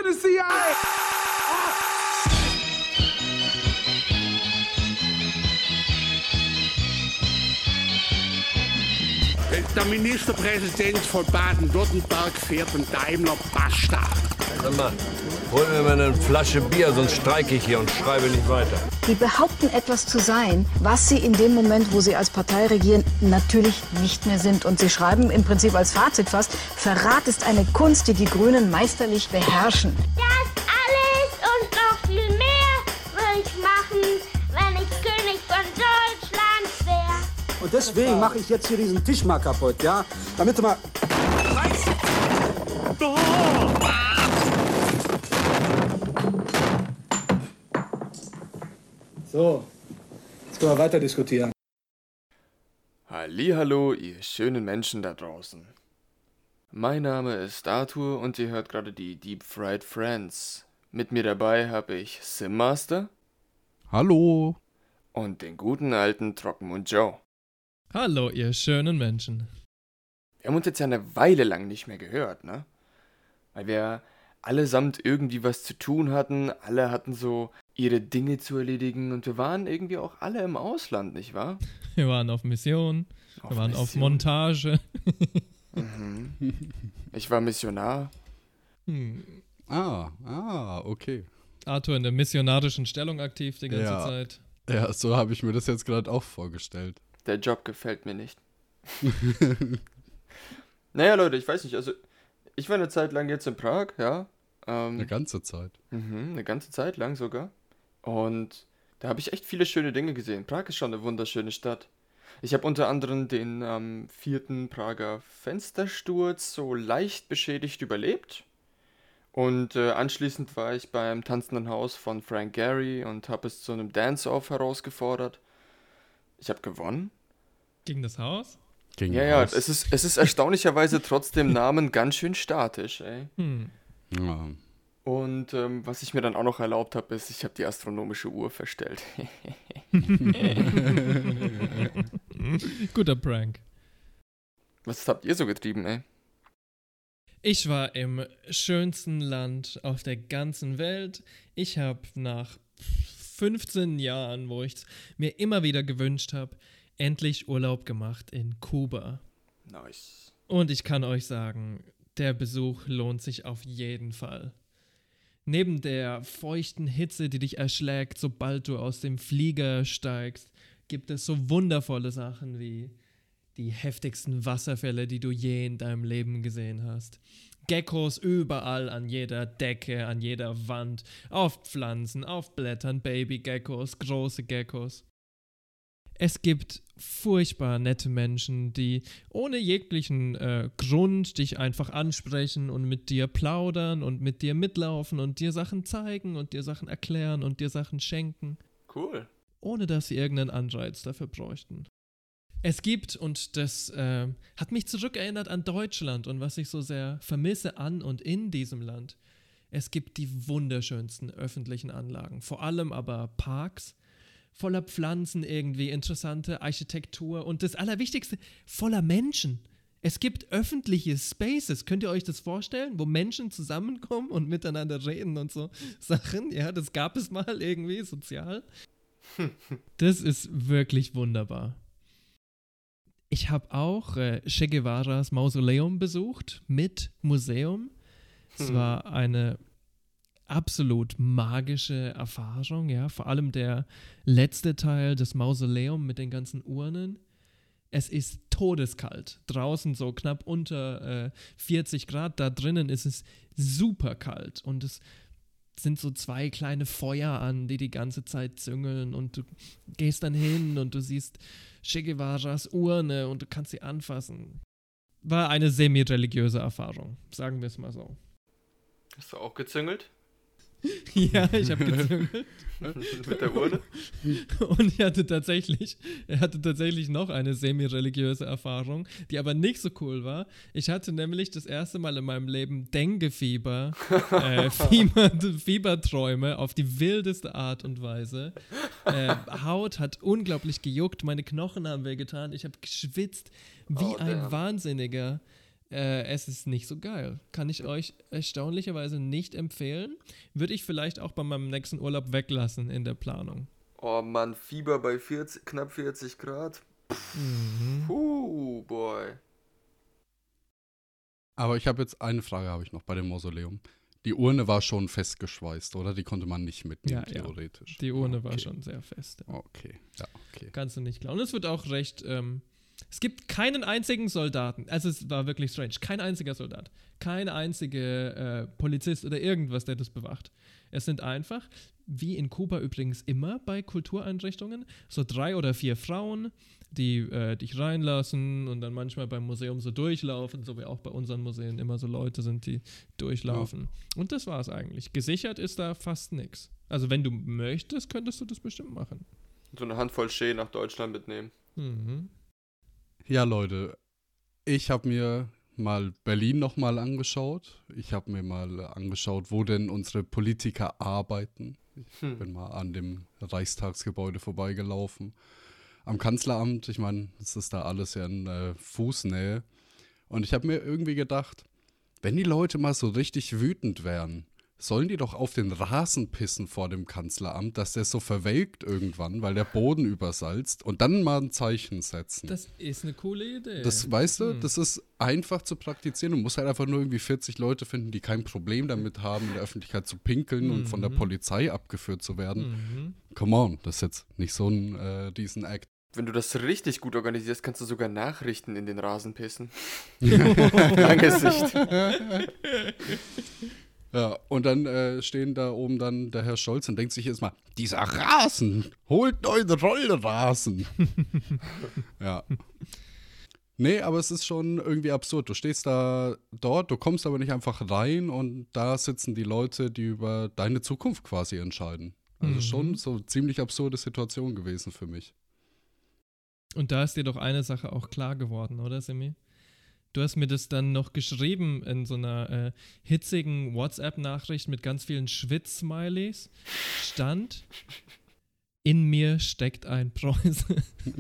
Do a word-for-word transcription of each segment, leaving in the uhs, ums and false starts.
the C I A! Der Ministerpräsident von Baden-Württemberg fährt einen Daimler Bastard. Sag mal, hol mir mal eine Flasche Bier, sonst streike ich hier und schreibe nicht weiter. Die behaupten, etwas zu sein, was sie in dem Moment, wo sie als Partei regieren, natürlich nicht mehr sind. Und sie schreiben im Prinzip als Fazit fast, Verrat ist eine Kunst, die die Grünen meisterlich beherrschen. Das alles und noch viel mehr würde ich machen, wenn ich König von Deutschland wäre. Und deswegen mache ich jetzt hier diesen Tisch mal kaputt, ja? Damit du mal... So, jetzt können wir weiter diskutieren. Hallihallo, ihr schönen Menschen da draußen. Mein Name ist Arthur und ihr hört gerade die Deep Fried Friends. Mit mir dabei habe ich Sim Master. Hallo. Und den guten alten Trockenmund Joe. Hallo, ihr schönen Menschen. Wir haben uns jetzt ja eine Weile lang nicht mehr gehört, ne? Weil wir allesamt irgendwie was zu tun hatten, alle hatten so ihre Dinge zu erledigen und wir waren irgendwie auch alle im Ausland, nicht wahr? Wir waren auf Mission, auf wir waren Mission. auf Montage. Mhm. Ich war Missionar. Hm. Ah, ah, okay. Arthur in der missionarischen Stellung aktiv die ganze Ja. Zeit. Ja, so habe ich mir das jetzt gerade auch vorgestellt. Der Job gefällt mir nicht. Naja, Leute, ich weiß nicht, also ich war eine Zeit lang jetzt in Prag, ja. Ähm, Eine ganze Zeit. Mhm, eine ganze Zeit lang sogar. Und da habe ich echt viele schöne Dinge gesehen. Prag ist schon eine wunderschöne Stadt. Ich habe unter anderem den ähm, vierten Prager Fenstersturz so leicht beschädigt überlebt. Und äh, anschließend war ich beim Tanzenden Haus von Frank Gehry und habe es zu einem Dance-Off herausgefordert. Ich habe gewonnen. Gegen das Haus? Gegen Ja, ja, Haus. es ist, es ist erstaunlicherweise trotz dem Namen ganz schön statisch, ey. Hm. Ja. Und ähm, was ich mir dann auch noch erlaubt habe, ist, ich habe die astronomische Uhr verstellt. Guter Prank. Was habt ihr so getrieben, ey? Ich war im schönsten Land auf der ganzen Welt. Ich habe nach fünfzehn Jahren, wo ich es mir immer wieder gewünscht habe, endlich Urlaub gemacht in Kuba. Nice. Und ich kann euch sagen, der Besuch lohnt sich auf jeden Fall. Neben der feuchten Hitze, die dich erschlägt, sobald du aus dem Flieger steigst, gibt es so wundervolle Sachen wie die heftigsten Wasserfälle, die du je in deinem Leben gesehen hast. Geckos überall an jeder Decke, an jeder Wand, auf Pflanzen, auf Blättern, Baby-Geckos, große Geckos. Es gibt furchtbar nette Menschen, die ohne jeglichen äh, Grund dich einfach ansprechen und mit dir plaudern und mit dir mitlaufen und dir Sachen zeigen und dir Sachen erklären und dir Sachen schenken. Cool. Ohne dass sie irgendeinen Anreiz dafür bräuchten. Es gibt, und das äh, hat mich zurückerinnert an Deutschland und was ich so sehr vermisse an und in diesem Land, es gibt die wunderschönsten öffentlichen Anlagen, vor allem aber Parks, voller Pflanzen irgendwie, interessante Architektur und das Allerwichtigste, voller Menschen. Es gibt öffentliche Spaces, könnt ihr euch das vorstellen, wo Menschen zusammenkommen und miteinander reden und so Sachen, ja, das gab es mal irgendwie sozial. Das ist wirklich wunderbar. Ich habe auch äh, Che Guevaras Mausoleum besucht mit Museum. Es war eine absolut magische Erfahrung, ja, vor allem der letzte Teil des Mausoleum mit den ganzen Urnen. Es ist todeskalt, draußen so knapp unter äh, vierzig Grad, da drinnen ist es super kalt und es sind so zwei kleine Feuer an, die die ganze Zeit züngeln und du gehst dann hin und du siehst Che Guevaras Urne und du kannst sie anfassen. War eine semi-religiöse Erfahrung, sagen wir es mal so. Hast du auch gezüngelt? Ja, ich habe gezüngelt. Mit der Urne? Und ich hatte tatsächlich, er hatte tatsächlich noch eine semi-religiöse Erfahrung, die aber nicht so cool war. Ich hatte nämlich das erste Mal in meinem Leben Dengue-Fieber, äh, Fieber, Fieberträume auf die wildeste Art und Weise. Äh, Haut hat unglaublich gejuckt, meine Knochen haben wehgetan, ich habe geschwitzt wie Oh, ein damn. Wahnsinniger. Äh, es ist nicht so geil. Kann ich euch erstaunlicherweise nicht empfehlen. Würde ich vielleicht auch bei meinem nächsten Urlaub weglassen in der Planung. Oh Mann, Fieber bei vierzig, knapp vierzig Grad. Mhm. Puh, boy. Aber ich habe jetzt eine Frage habe ich noch bei dem Mausoleum. Die Urne war schon festgeschweißt, oder? Die konnte man nicht mitnehmen, Ja, ja. theoretisch. Die Urne okay. war schon sehr fest. Ja. Okay, ja, okay. Kannst du nicht glauben. Und es wird auch recht, ähm, es gibt keinen einzigen Soldaten, also es war wirklich strange, kein einziger Soldat, kein einziger äh, Polizist oder irgendwas, der das bewacht. Es sind einfach, wie in Kuba übrigens immer bei Kultureinrichtungen, so drei oder vier Frauen, die äh, dich reinlassen und dann manchmal beim Museum so durchlaufen, so wie auch bei unseren Museen immer so Leute sind, die durchlaufen. Ja. Und das war es eigentlich. Gesichert ist da fast nichts. Also wenn du möchtest, könntest du das bestimmt machen. So eine Handvoll Schee nach Deutschland mitnehmen. Mhm. Ja, Leute, ich habe mir mal Berlin nochmal angeschaut. Ich habe mir mal angeschaut, wo denn unsere Politiker arbeiten. Ich hm. bin mal an dem Reichstagsgebäude vorbeigelaufen. Am Kanzleramt, ich meine, das ist da alles ja in äh, Fußnähe. Und ich habe mir irgendwie gedacht, wenn die Leute mal so richtig wütend wären, sollen die doch auf den Rasen pissen vor dem Kanzleramt, dass der so verwelkt irgendwann, weil der Boden übersalzt und dann mal ein Zeichen setzen. Das ist eine coole Idee. Das, weißt du, Hm. das ist einfach zu praktizieren. Du musst halt einfach nur irgendwie vierzig Leute finden, die kein Problem damit haben, in der Öffentlichkeit zu pinkeln Mhm. und von der Polizei abgeführt zu werden. Mhm. Come on, das ist jetzt nicht so ein äh, diesen Act. Wenn du das richtig gut organisierst, kannst du sogar Nachrichten in den Rasen pissen. Lange Sicht. Ja, und dann äh, stehen da oben dann der Herr Scholz und denkt sich jetzt mal, dieser Rasen, holt neuen Rollrasen. Ja. Nee, aber es ist schon irgendwie absurd. Du stehst da dort, du kommst aber nicht einfach rein und da sitzen die Leute, die über deine Zukunft quasi entscheiden. Also Mhm. schon so eine ziemlich absurde Situation gewesen für mich. Und da ist dir doch eine Sache auch klar geworden, oder Simi? Du hast mir das dann noch geschrieben in so einer äh, hitzigen WhatsApp-Nachricht mit ganz vielen Schwitz-Smileys. Stand, in mir steckt ein Preuße.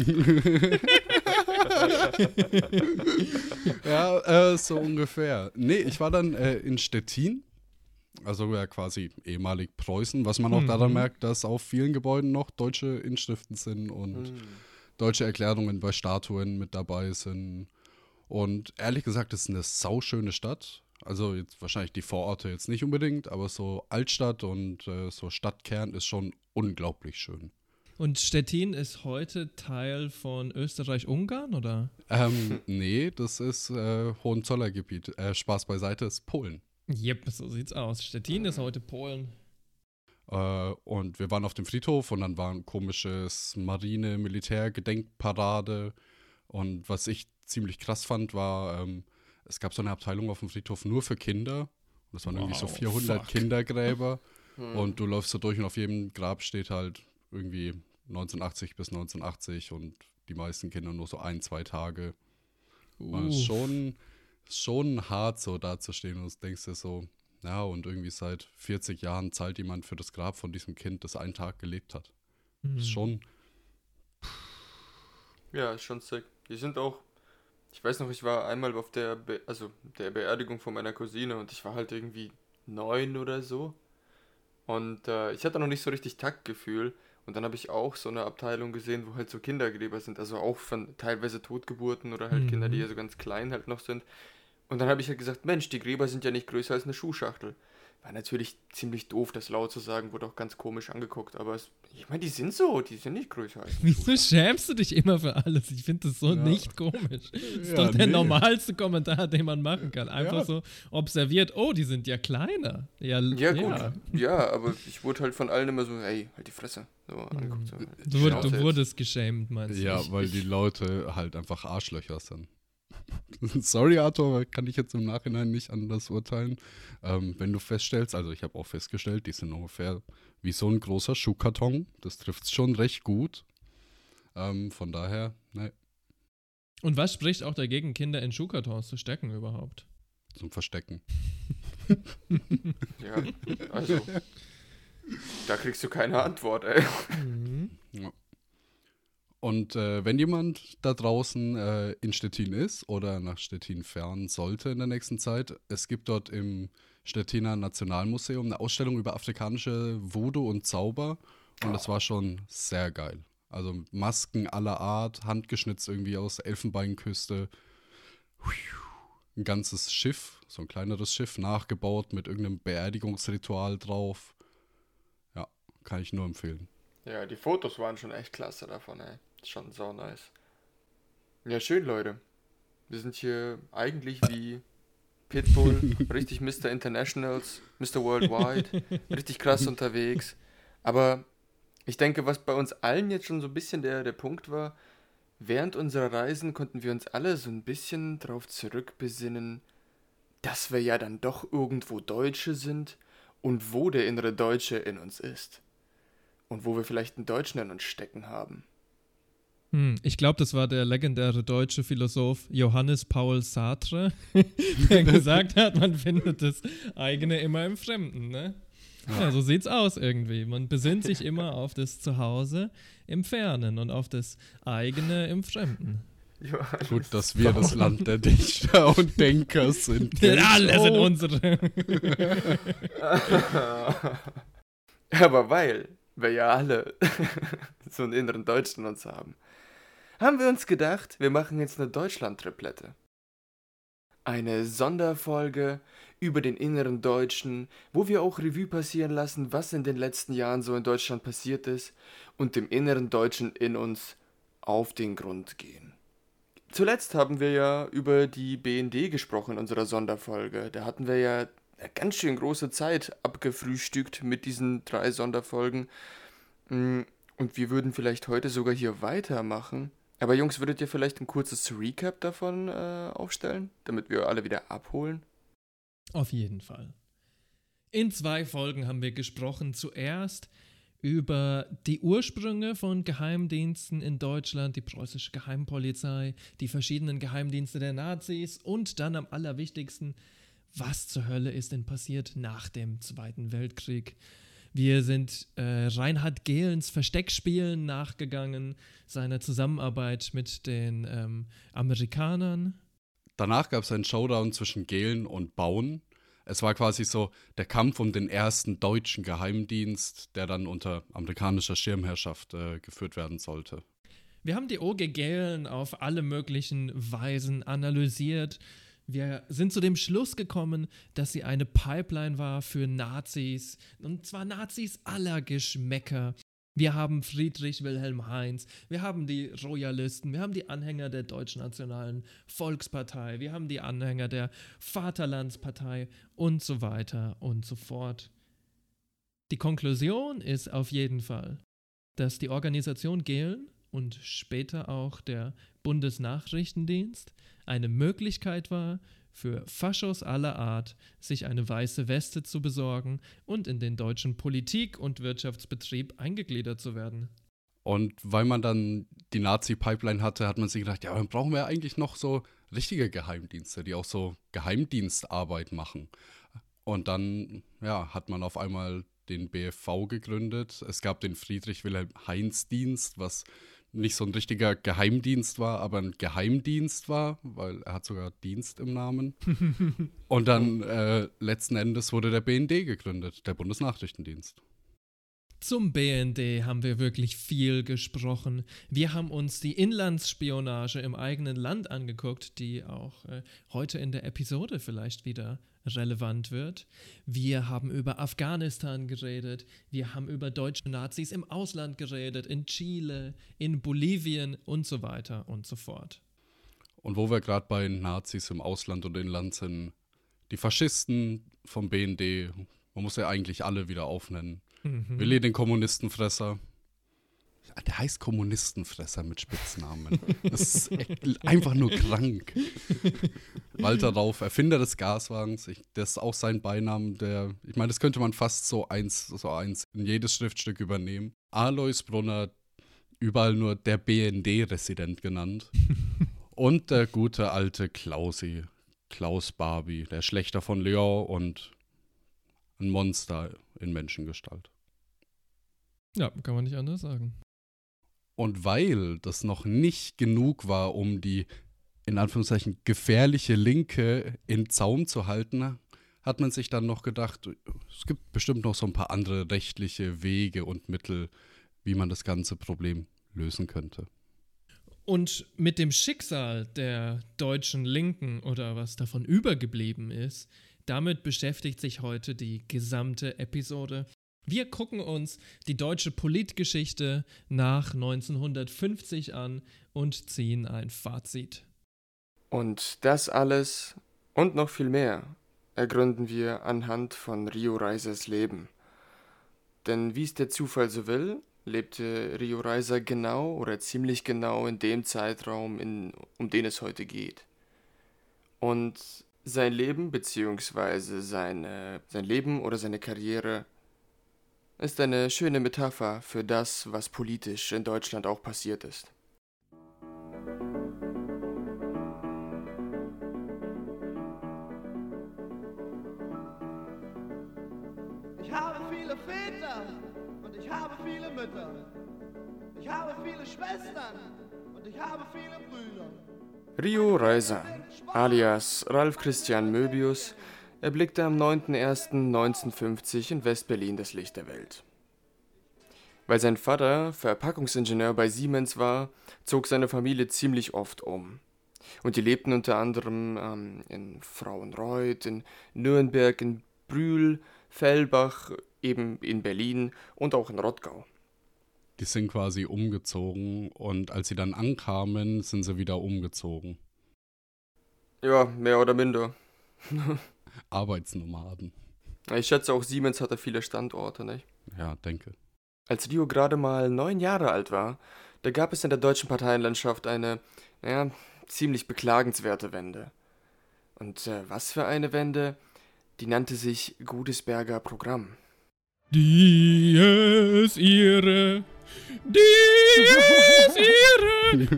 Ja, äh, so ungefähr. Nee, ich war dann äh, in Stettin, also ja quasi ehemalig Preußen, was man auch Mhm. daran merkt, dass auf vielen Gebäuden noch deutsche Inschriften sind und Hm. deutsche Erklärungen bei Statuen mit dabei sind. Und ehrlich gesagt, es ist eine sauschöne Stadt. Also jetzt wahrscheinlich die Vororte jetzt nicht unbedingt, aber so Altstadt und äh, so Stadtkern ist schon unglaublich schön. Und Stettin ist heute Teil von Österreich-Ungarn, oder? Ähm, nee, das ist äh, Hohenzollerngebiet. Äh, Spaß beiseite, ist Polen. Jep, so sieht's aus. Stettin ist heute Polen. Äh, und wir waren auf dem Friedhof und dann war ein komisches Marine-Militär-Gedenkparade. Und was ich ziemlich krass fand, war, ähm, es gab so eine Abteilung auf dem Friedhof nur für Kinder. Und das waren irgendwie so Wow, vierhundert fuck. Kindergräber. Hm. Und du läufst so durch und auf jedem Grab steht halt irgendwie neunzehnhundertachtzig bis neunzehnhundertachtzig und die meisten Kinder nur so ein, zwei Tage. Und es ist Uff. schon, schon hart, so dazustehen und du denkst dir so, ja, und irgendwie seit vierzig Jahren zahlt jemand für das Grab von diesem Kind, das einen Tag gelebt hat. Das Mhm. ist schon, Ja, ist schon sick. Die sind auch, ich weiß noch, ich war einmal auf der, Be also der Beerdigung von meiner Cousine und ich war halt irgendwie neun oder so. Und äh, ich hatte noch nicht so richtig Taktgefühl. Und dann habe ich auch so eine Abteilung gesehen, wo halt so Kindergräber sind, also auch von teilweise Totgeburten oder halt Mhm. Kinder, die ja so ganz klein halt noch sind. Und dann habe ich halt gesagt, Mensch, die Gräber sind ja nicht größer als eine Schuhschachtel. War natürlich ziemlich doof, das laut zu sagen, wurde auch ganz komisch angeguckt, aber es, ich meine, die sind so, die sind nicht größer als eine Wieso Schuhschachtel. schämst du dich immer für alles? Ich finde das so Ja. nicht komisch. Das ist Ja, doch der nee. normalste Kommentar, den man machen kann. Einfach Ja. so observiert, oh, die sind ja kleiner. Ja, Ja, gut. ja. Ja, aber ich wurde halt von allen immer so, ey, halt die Fresse. So angeguckt. So, Du, wurd, Schnauze du jetzt. wurdest geschämt, meinst du? ja, weil die Leute halt einfach Arschlöcher sind. Sorry, Arthur, aber kann ich jetzt im Nachhinein nicht anders urteilen. Ähm, wenn du feststellst, also ich habe auch festgestellt, die sind ungefähr wie so ein großer Schuhkarton. Das trifft schon recht gut. Ähm, von daher, ne, Und was spricht auch dagegen, Kinder in Schuhkartons zu stecken überhaupt? zum Verstecken. Ja, also. Da kriegst du keine Antwort, ey. Mhm. Ja. Und äh, wenn jemand da draußen äh, in Stettin ist oder nach Stettin fahren sollte in der nächsten Zeit, es gibt dort im Stettiner Nationalmuseum eine Ausstellung über afrikanische Voodoo und Zauber. Und das war schon sehr geil. Also Masken aller Art, handgeschnitzt irgendwie aus Elfenbeinküste. Ein ganzes Schiff, so ein kleineres Schiff, nachgebaut mit irgendeinem Beerdigungsritual drauf. Ja, kann ich nur empfehlen. Ja, die Fotos waren schon echt klasse davon, ey. Schon so nice. Ja, schön, Leute. Wir sind hier eigentlich wie Pitbull, richtig Mister Internationals, Mister Worldwide, richtig krass unterwegs. Aber ich denke, was bei uns allen jetzt schon so ein bisschen der, der Punkt war, während unserer Reisen konnten wir uns alle so ein bisschen drauf zurückbesinnen, dass wir ja dann doch irgendwo Deutsche sind und wo der innere Deutsche in uns ist. Und wo wir vielleicht einen Deutschen in uns stecken haben. Hm, ich glaube, das war der legendäre deutsche Philosoph Johannes Paul Sartre, der gesagt hat, man findet das eigene immer im Fremden, ne? Ja, so sieht's aus irgendwie. Man besinnt sich immer auf das Zuhause im Fernen und auf das eigene im Fremden. Johannes Gut, dass wir das Land der Dichter und Denker sind. Alle sind unsere. Aber weil wir ja alle so einen inneren Deutschen in uns haben, haben wir uns gedacht, wir machen jetzt eine Deutschland-Triplette. Eine Sonderfolge über den inneren Deutschen, wo wir auch Revue passieren lassen, was in den letzten Jahren so in Deutschland passiert ist und dem inneren Deutschen in uns auf den Grund gehen. Zuletzt haben wir ja über die B N D gesprochen in unserer Sonderfolge. Da hatten wir ja eine ganz schön große Zeit abgefrühstückt mit diesen drei Sonderfolgen. Und wir würden vielleicht heute sogar hier weitermachen. Aber Jungs, würdet ihr vielleicht ein kurzes Recap davon äh, aufstellen, damit wir alle wieder abholen? Auf jeden Fall. In zwei Folgen haben wir gesprochen. Zuerst über die Ursprünge von Geheimdiensten in Deutschland, die preußische Geheimpolizei, die verschiedenen Geheimdienste der Nazis und dann am allerwichtigsten, was zur Hölle ist denn passiert nach dem Zweiten Weltkrieg. Wir sind äh, Reinhard Gehlens Versteckspielen nachgegangen, seiner Zusammenarbeit mit den ähm, Amerikanern. Danach gab es einen Showdown zwischen Gehlen und Bauen. Es war quasi so der Kampf um den ersten deutschen Geheimdienst, der dann unter amerikanischer Schirmherrschaft äh, geführt werden sollte. Wir haben die O G Gehlen auf alle möglichen Weisen analysiert. Wir sind zu dem Schluss gekommen, dass sie eine Pipeline war für Nazis, und zwar Nazis aller Geschmäcker. Wir haben Friedrich Wilhelm Heinz, wir haben die Royalisten, wir haben die Anhänger der Deutschnationalen Volkspartei, wir haben die Anhänger der Vaterlandspartei und so weiter und so fort. Die Konklusion ist auf jeden Fall, dass die Organisation Gehlen und später auch der Bundesnachrichtendienst eine Möglichkeit war, für Faschos aller Art sich eine weiße Weste zu besorgen und in den deutschen Politik- und Wirtschaftsbetrieb eingegliedert zu werden. Und weil man dann die Nazi-Pipeline hatte, hat man sich gedacht, ja, dann brauchen wir eigentlich noch so richtige Geheimdienste, die auch so Geheimdienstarbeit machen. Und dann, ja, hat man auf einmal den B F V gegründet. Es gab den Friedrich-Wilhelm-Heinz-Dienst, was nicht so ein richtiger Geheimdienst war, aber ein Geheimdienst war, weil er hat sogar Dienst im Namen. Und dann äh, letzten Endes wurde der B N D gegründet, der Bundesnachrichtendienst. Zum B N D haben wir wirklich viel gesprochen. Wir haben uns die Inlandsspionage im eigenen Land angeguckt, die auch äh, heute in der Episode vielleicht wieder relevant wird. Wir haben über Afghanistan geredet. Wir haben über deutsche Nazis im Ausland geredet, in Chile, in Bolivien und so weiter und so fort. Und wo wir gerade bei Nazis im Ausland und Inland sind, die Faschisten vom B N D, man muss ja eigentlich alle wieder aufnennen. Mhm. Willi den Kommunistenfresser. Der heißt Kommunistenfresser mit Spitznamen. Das ist einfach nur krank. Walter Rauf, Erfinder des Gaswagens. Ich, das ist auch sein Beinamen. Der, ich meine, das könnte man fast so eins, so eins in jedes Schriftstück übernehmen. Alois Brunner, überall nur der B N D-Resident genannt. Und der gute alte Klausi, Klaus Barbie, der Schlächter von Lyon und ein Monster in Menschengestalt. Ja, kann man nicht anders sagen. Und weil das noch nicht genug war, um die, in Anführungszeichen, gefährliche Linke im Zaum zu halten, hat man sich dann noch gedacht, es gibt bestimmt noch so ein paar andere rechtliche Wege und Mittel, wie man das ganze Problem lösen könnte. Und mit dem Schicksal der deutschen Linken oder was davon übergeblieben ist, damit beschäftigt sich heute die gesamte Episode. Wir gucken uns die deutsche Politgeschichte nach neunzehnhundertfünfzig an und ziehen ein Fazit. Und das alles und noch viel mehr ergründen wir anhand von Rio Reisers Leben. Denn wie es der Zufall so will, lebte Rio Reiser genau oder ziemlich genau in dem Zeitraum, in, um den es heute geht. Und sein Leben bzw. seine, sein Leben oder seine Karriere ist eine schöne Metapher für das, was politisch in Deutschland auch passiert ist. Ich habe viele Väter und ich habe viele Mütter. Ich habe viele Schwestern und ich habe viele Brüder. Rio Reiser, alias Ralf Christian Möbius, erblickte am neunten ersten neunzehnhundertfünfzig in West-Berlin das Licht der Welt. Weil sein Vater Verpackungsingenieur bei Siemens war, zog seine Familie ziemlich oft um. Und die lebten unter anderem ähm, in Frauenreuth, in Nürnberg, in Brühl, Fellbach, eben in Berlin und auch in Rottgau. Die sind quasi umgezogen und als sie dann ankamen, sind sie wieder umgezogen. Ja, mehr oder minder. Arbeitsnomaden. Ich schätze auch Siemens hatte viele Standorte, nicht? Ja, denke. Als Rio gerade mal neun Jahre alt war, da gab es in der deutschen Parteienlandschaft eine, ja, ziemlich beklagenswerte Wende. Und äh, was für eine Wende? Die nannte sich Godesberger Programm. Die ist ihre, die ist ihre.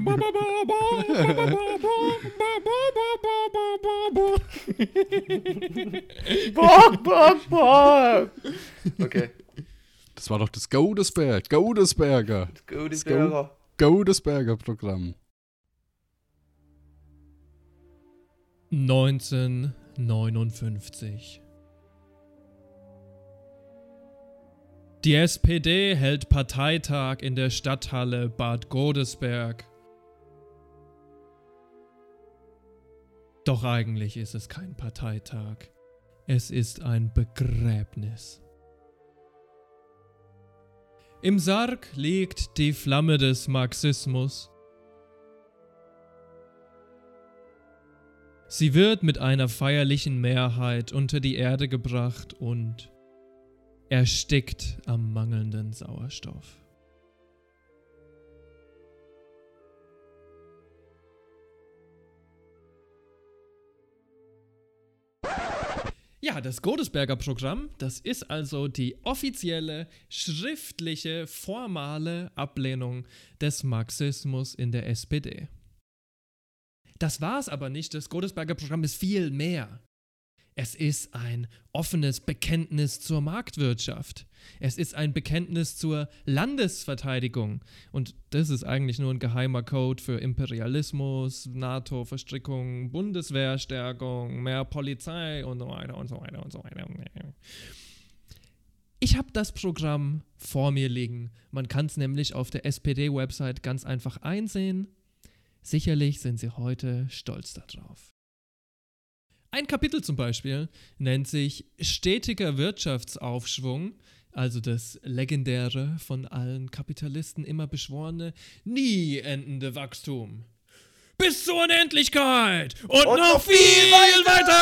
Bock, bock, bock. Okay. Das war doch das Godesberg, Godesberger. Godesberger. Godesberger Programm. neunzehnhundertneunundfünfzig. Die S P D hält Parteitag in der Stadthalle Bad Godesberg. Doch eigentlich ist es kein Parteitag. Es ist ein Begräbnis. Im Sarg liegt die Flamme des Marxismus. Sie wird mit einer feierlichen Mehrheit unter die Erde gebracht und erstickt am mangelnden Sauerstoff. Ja, das Godesberger Programm, das ist also die offizielle, schriftliche, formale Ablehnung des Marxismus in der S P D. Das war's aber nicht, das Godesberger Programm ist viel mehr. Es ist ein offenes Bekenntnis zur Marktwirtschaft. Es ist ein Bekenntnis zur Landesverteidigung. Und das ist eigentlich nur ein geheimer Code für Imperialismus, NATO-Verstrickung, Bundeswehrstärkung, mehr Polizei und so weiter und so weiter und so weiter. Ich habe das Programm vor mir liegen. Man kann es nämlich auf der S P D-Website ganz einfach einsehen. Sicherlich sind sie heute stolz darauf. Ein Kapitel zum Beispiel nennt sich Stetiger Wirtschaftsaufschwung, also das legendäre, von allen Kapitalisten immer beschworene, nie endende Wachstum. Bis zur Unendlichkeit und, und noch, noch viel, viel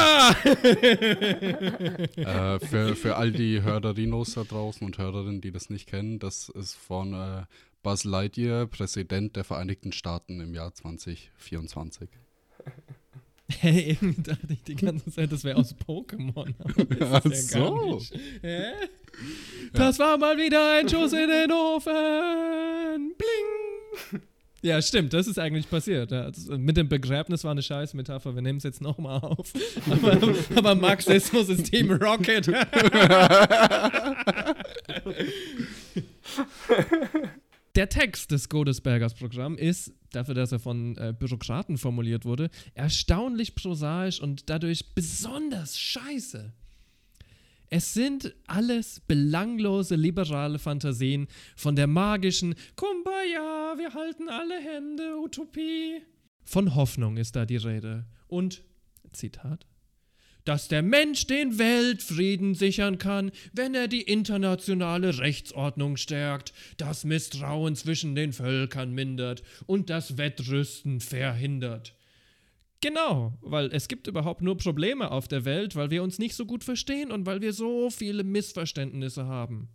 weiter! äh, für, für all die Hörerinos da draußen und Hörerinnen, die das nicht kennen, das ist von äh, Buzz Lightyear, Präsident der Vereinigten Staaten im Jahr zwanzig vierundzwanzig. Hey, irgendwie dachte ich die ganze Zeit, das wäre aus Pokémon. Ach ja so. Hä? Das war mal wieder ein Schuss in den Ofen. Bling. Ja, stimmt, das ist eigentlich passiert. Ja, also mit dem Begräbnis war eine Scheiß-Metapher. Wir nehmen es jetzt nochmal auf. Aber, aber Marxismus ist Team Rocket. Der Text des Godesbergers Programm ist, dafür, dass er von äh, Bürokraten formuliert wurde, erstaunlich prosaisch und dadurch besonders scheiße. Es sind alles belanglose liberale Fantasien von der magischen Kumbaya, wir halten alle Hände, Utopie. Von Hoffnung ist da die Rede. Und, Zitat, dass der Mensch den Weltfrieden sichern kann, wenn er die internationale Rechtsordnung stärkt, das Misstrauen zwischen den Völkern mindert und das Wettrüsten verhindert. Genau, weil es gibt überhaupt nur Probleme auf der Welt, weil wir uns nicht so gut verstehen und weil wir so viele Missverständnisse haben.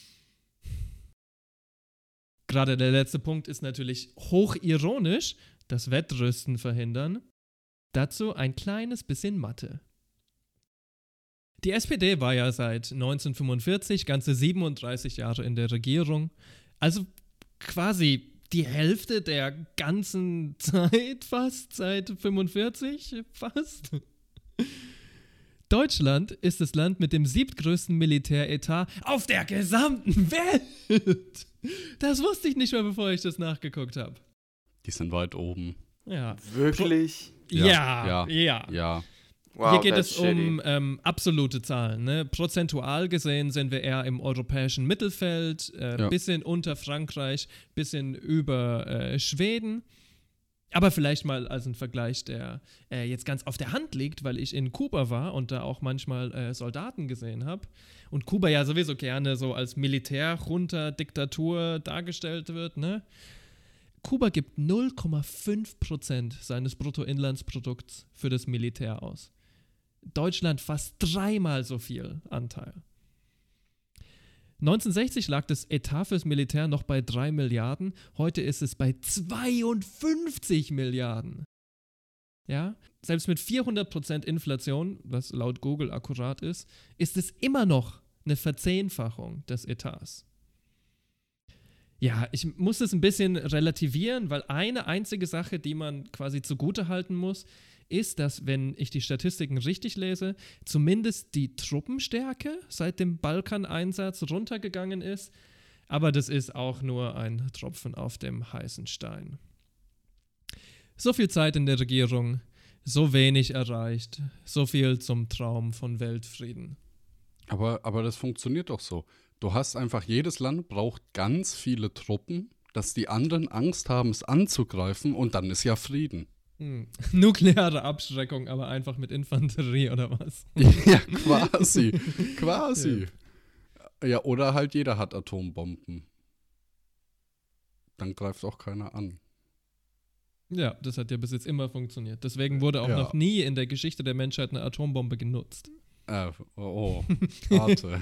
Gerade der letzte Punkt ist natürlich hochironisch, das Wettrüsten verhindern. Dazu ein kleines bisschen Mathe. Die S P D war ja seit neunzehnhundertfünfundvierzig ganze siebenunddreißig Jahre in der Regierung, also quasi die Hälfte der ganzen Zeit fast, seit fünfundvierzig fast. Deutschland ist das Land mit dem siebtgrößten Militäretat auf der gesamten Welt. Das wusste ich nicht mehr, bevor ich das nachgeguckt habe. Die sind weit oben. Ja. Wirklich? Ja, ja. Ja. ja. ja. Wow, Hier geht that's es um ähm, absolute Zahlen. Ne? Prozentual gesehen sind wir eher im europäischen Mittelfeld, äh, Ja. bisschen unter Frankreich, bisschen über äh, Schweden. Aber vielleicht mal als ein Vergleich, der äh, jetzt ganz auf der Hand liegt, weil ich in Kuba war und da auch manchmal äh, Soldaten gesehen habe. Und Kuba ja sowieso gerne so als Militärjunta, Diktatur dargestellt wird. Ne? Kuba gibt null Komma fünf Prozent seines Bruttoinlandsprodukts für das Militär aus. Deutschland fast dreimal so viel Anteil. neunzehnhundertsechzig lag das Etat fürs Militär noch bei drei Milliarden, heute ist es bei zweiundfünfzig Milliarden. Ja, selbst mit vierhundert Prozent Inflation, was laut Google akkurat ist, ist es immer noch eine Verzehnfachung des Etats. Ja, ich muss es ein bisschen relativieren, weil eine einzige Sache, die man quasi zugutehalten muss, ist, dass, wenn ich die Statistiken richtig lese, zumindest die Truppenstärke seit dem Balkaneinsatz runtergegangen ist. Aber das ist auch nur ein Tropfen auf dem heißen Stein. So viel Zeit in der Regierung, so wenig erreicht, so viel zum Traum von Weltfrieden. Aber, aber das funktioniert doch so. Du hast einfach, jedes Land braucht ganz viele Truppen, dass die anderen Angst haben, es anzugreifen und dann ist ja Frieden. Hm. Nukleare Abschreckung, aber einfach mit Infanterie oder was? Ja, quasi. quasi. Ja. ja, oder halt jeder hat Atombomben. Dann greift auch keiner an. Ja, das hat ja bis jetzt immer funktioniert. Deswegen wurde auch Ja. noch nie in der Geschichte der Menschheit eine Atombombe genutzt. Äh, oh, oh, warte.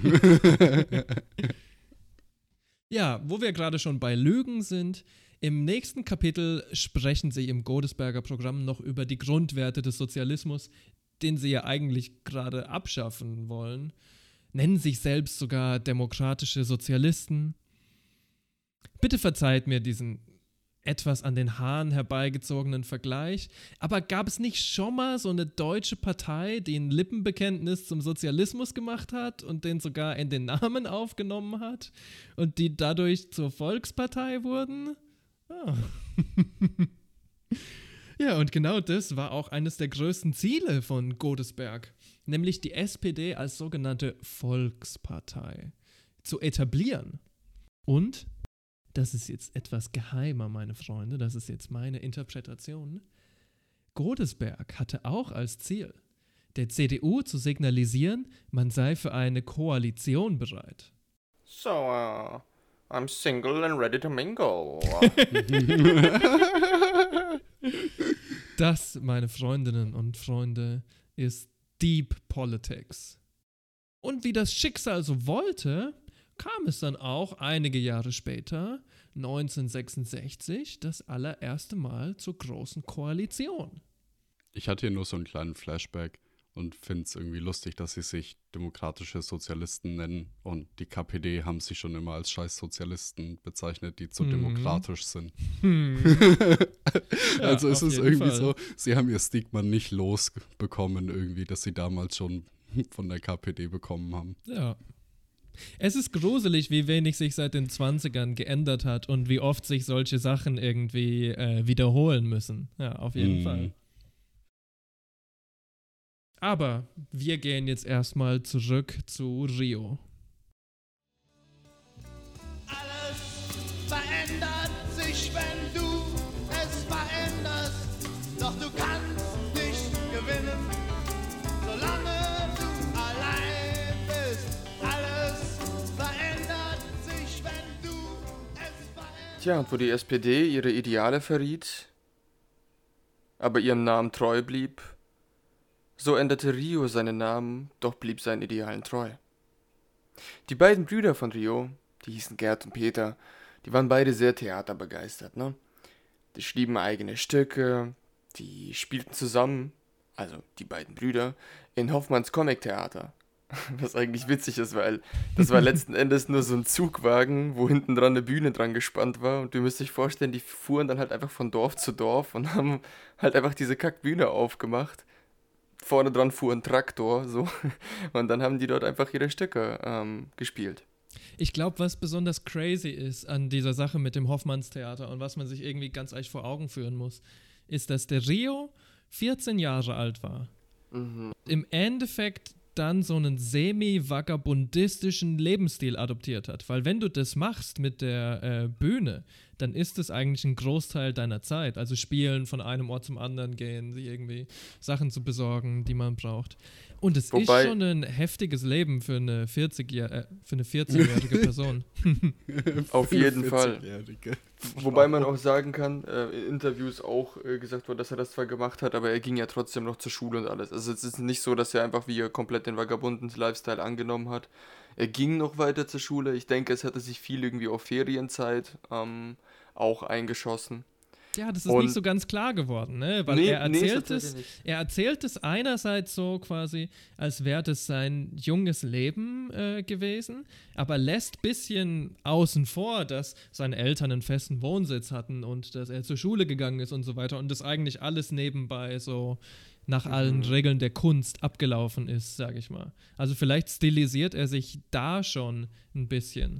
Ja, wo wir gerade schon bei Lügen sind, im nächsten Kapitel sprechen sie im Godesberger Programm noch über die Grundwerte des Sozialismus, den sie ja eigentlich gerade abschaffen wollen, nennen sich selbst sogar demokratische Sozialisten. Bitte verzeiht mir diesen etwas an den Haaren herbeigezogenen Vergleich, aber gab es nicht schon mal so eine deutsche Partei, die ein Lippenbekenntnis zum Sozialismus gemacht hat und den sogar in den Namen aufgenommen hat und die dadurch zur Volkspartei wurden? Ah. Ja, und genau das war auch eines der größten Ziele von Godesberg, nämlich die S P D als sogenannte Volkspartei zu etablieren. Und das ist jetzt etwas geheimer, meine Freunde, das ist jetzt meine Interpretation. Godesberg hatte auch als Ziel, der C D U zu signalisieren, man sei für eine Koalition bereit. So, uh, I'm single and ready to mingle. Das, meine Freundinnen und Freunde, ist Deep Politics. Und wie das Schicksal so wollte, kam es dann auch einige Jahre später, neunzehnhundertsechsundsechzig, das allererste Mal zur Großen Koalition. Ich hatte hier nur so einen kleinen Flashback und finde es irgendwie lustig, dass sie sich demokratische Sozialisten nennen und die K P D haben sich schon immer als Scheißsozialisten bezeichnet, die zu Mhm. demokratisch sind. Hm. Also Ja, ist auf es jeden irgendwie Fall. so, sie haben ihr Stigma nicht losbekommen irgendwie, dass sie damals schon von der K P D bekommen haben. Ja, Es ist gruselig, wie wenig sich seit den zwanzigern geändert hat und wie oft sich solche Sachen irgendwie äh, wiederholen müssen. Ja, auf jeden Mhm. Fall. Aber wir gehen jetzt erstmal zurück zu Rio. Alles verändert sich, wenn du es veränderst. Doch du kannst nicht gewinnen, solange du allein bist. Alles verändert sich, wenn du es veränderst. Tja, und wo die S P D ihre Ideale verriet, aber ihrem Namen treu blieb, so änderte Rio seinen Namen, doch blieb seinen Idealen treu. Die beiden Brüder von Rio, die hießen Gerd und Peter, die waren beide sehr theaterbegeistert, ne? Die schrieben eigene Stücke, die spielten zusammen, also die beiden Brüder, in Hoffmanns Comic-Theater. Was eigentlich witzig ist, weil das war letzten Endes nur so ein Zugwagen, wo hinten dran eine Bühne dran gespannt war. Und du müsst euch vorstellen, die fuhren dann halt einfach von Dorf zu Dorf und haben halt einfach diese Kackbühne aufgemacht. Vorne dran fuhr ein Traktor, so. Und dann haben die dort einfach ihre Stücke ähm, gespielt. Ich glaube, was besonders crazy ist an dieser Sache mit dem Hoffmannstheater und was man sich irgendwie ganz echt vor Augen führen muss, ist, dass der Rio vierzehn Jahre alt war. Mhm. Im Endeffekt dann so einen semi-vagabundistischen Lebensstil adoptiert hat. Weil wenn du das machst mit der äh, Bühne, dann ist es eigentlich ein Großteil deiner Zeit. Also spielen, von einem Ort zum anderen gehen, sich irgendwie Sachen zu besorgen, die man braucht. Und es Wobei- ist schon ein heftiges Leben für eine vierzig-Jahr- äh, für eine vierzehnjährige Person. Auf jeden Fall. vierzig-Jährige. Wobei man auch sagen kann, äh, in Interviews auch äh, gesagt wurde, dass er das zwar gemacht hat, aber er ging ja trotzdem noch zur Schule und alles. Also es ist nicht so, dass er einfach wie er komplett den vagabunden Lifestyle angenommen hat. Er ging noch weiter zur Schule. Ich denke, es hatte sich viel irgendwie auf Ferienzeit ähm, auch eingeschossen. Ja, das ist Und- nicht so ganz klar geworden, ne? Weil Nee, er nee, erzählt tatsächlich es, nicht. er erzählt es einerseits so quasi, als wäre das sein junges Leben äh, gewesen, aber lässt bisschen außen vor, dass seine Eltern einen festen Wohnsitz hatten und dass er zur Schule gegangen ist und so weiter und das eigentlich alles nebenbei so nach allen Regeln der Kunst abgelaufen ist, sag ich mal. Also vielleicht stilisiert er sich da schon ein bisschen.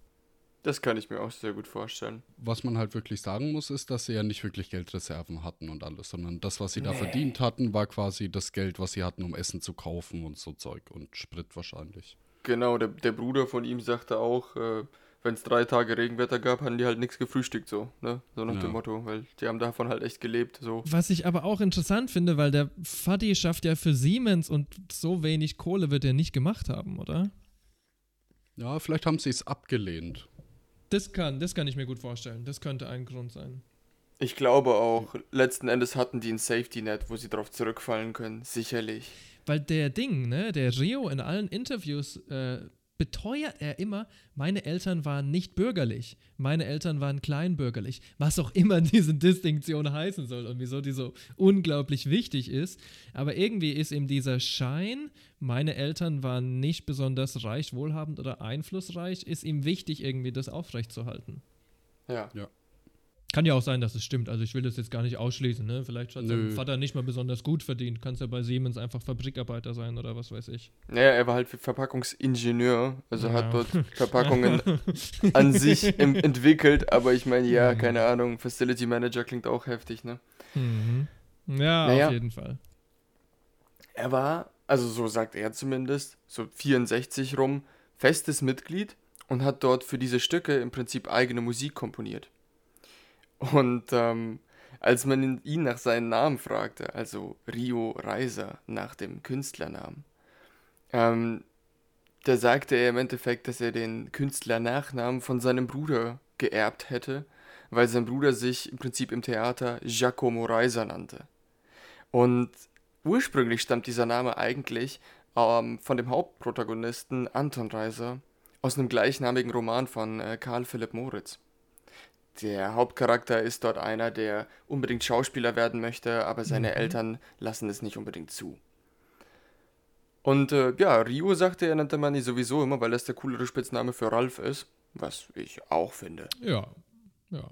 Das kann ich mir auch sehr gut vorstellen. Was man halt wirklich sagen muss, ist, dass sie ja nicht wirklich Geldreserven hatten und alles, sondern das, was sie da verdient hatten, war quasi das Geld, was sie hatten, um Essen zu kaufen und so Zeug und Sprit wahrscheinlich. Genau, der, der Bruder von ihm sagte auch, äh, wenn es drei Tage Regenwetter gab, haben die halt nichts gefrühstückt, so, ne? So nach Ja. dem Motto, weil die haben davon halt echt gelebt, so. Was ich aber auch interessant finde, weil der Fadi schafft ja für Siemens und so wenig Kohle wird er nicht gemacht haben, oder? Ja, vielleicht haben sie es abgelehnt. Das kann, das kann ich mir gut vorstellen. Das könnte ein Grund sein. Ich glaube auch, letzten Endes hatten die ein Safety-Net, wo sie drauf zurückfallen können, sicherlich. Weil der Ding, ne, der Rio in allen Interviews äh, beteuert er immer, meine Eltern waren nicht bürgerlich, meine Eltern waren kleinbürgerlich, was auch immer diese Distinktion heißen soll und wieso die so unglaublich wichtig ist. Aber irgendwie ist ihm dieser Schein, meine Eltern waren nicht besonders reich, wohlhabend oder einflussreich, ist ihm wichtig, irgendwie das aufrechtzuerhalten. Ja. Kann ja auch sein, dass es stimmt. Also ich will das jetzt gar nicht ausschließen. Ne? Vielleicht hat sein Nö. Vater nicht mal besonders gut verdient. Kannst ja bei Siemens einfach Fabrikarbeiter sein oder was weiß ich. Naja, er war halt Verpackungsingenieur, also Ja. hat dort Verpackungen an sich im, entwickelt, aber ich meine, ja, Mhm. keine Ahnung, Facility Manager klingt auch heftig, ne? Mhm. Ja, Naja. auf jeden Fall. Er war, also so sagt er zumindest, so vierundsechzig rum, festes Mitglied und hat dort für diese Stücke im Prinzip eigene Musik komponiert. Und ähm, als man ihn- ihn nach seinem Namen fragte, also Rio Reiser nach dem Künstlernamen, ähm, da sagte er im Endeffekt, dass er den Künstlernachnamen von seinem Bruder geerbt hätte, weil sein Bruder sich im Prinzip im Theater Giacomo Reiser nannte. Und ursprünglich stammt dieser Name eigentlich ähm, von dem Hauptprotagonisten Anton Reiser aus einem gleichnamigen Roman von äh, Karl Philipp Moritz. Der Hauptcharakter ist dort einer, der unbedingt Schauspieler werden möchte, aber seine Mhm. Eltern lassen es nicht unbedingt zu. Und äh, ja, Rio sagte er, nannte man ihn sowieso immer, weil das der coolere Spitzname für Ralf ist, was ich auch finde. Ja. Ja.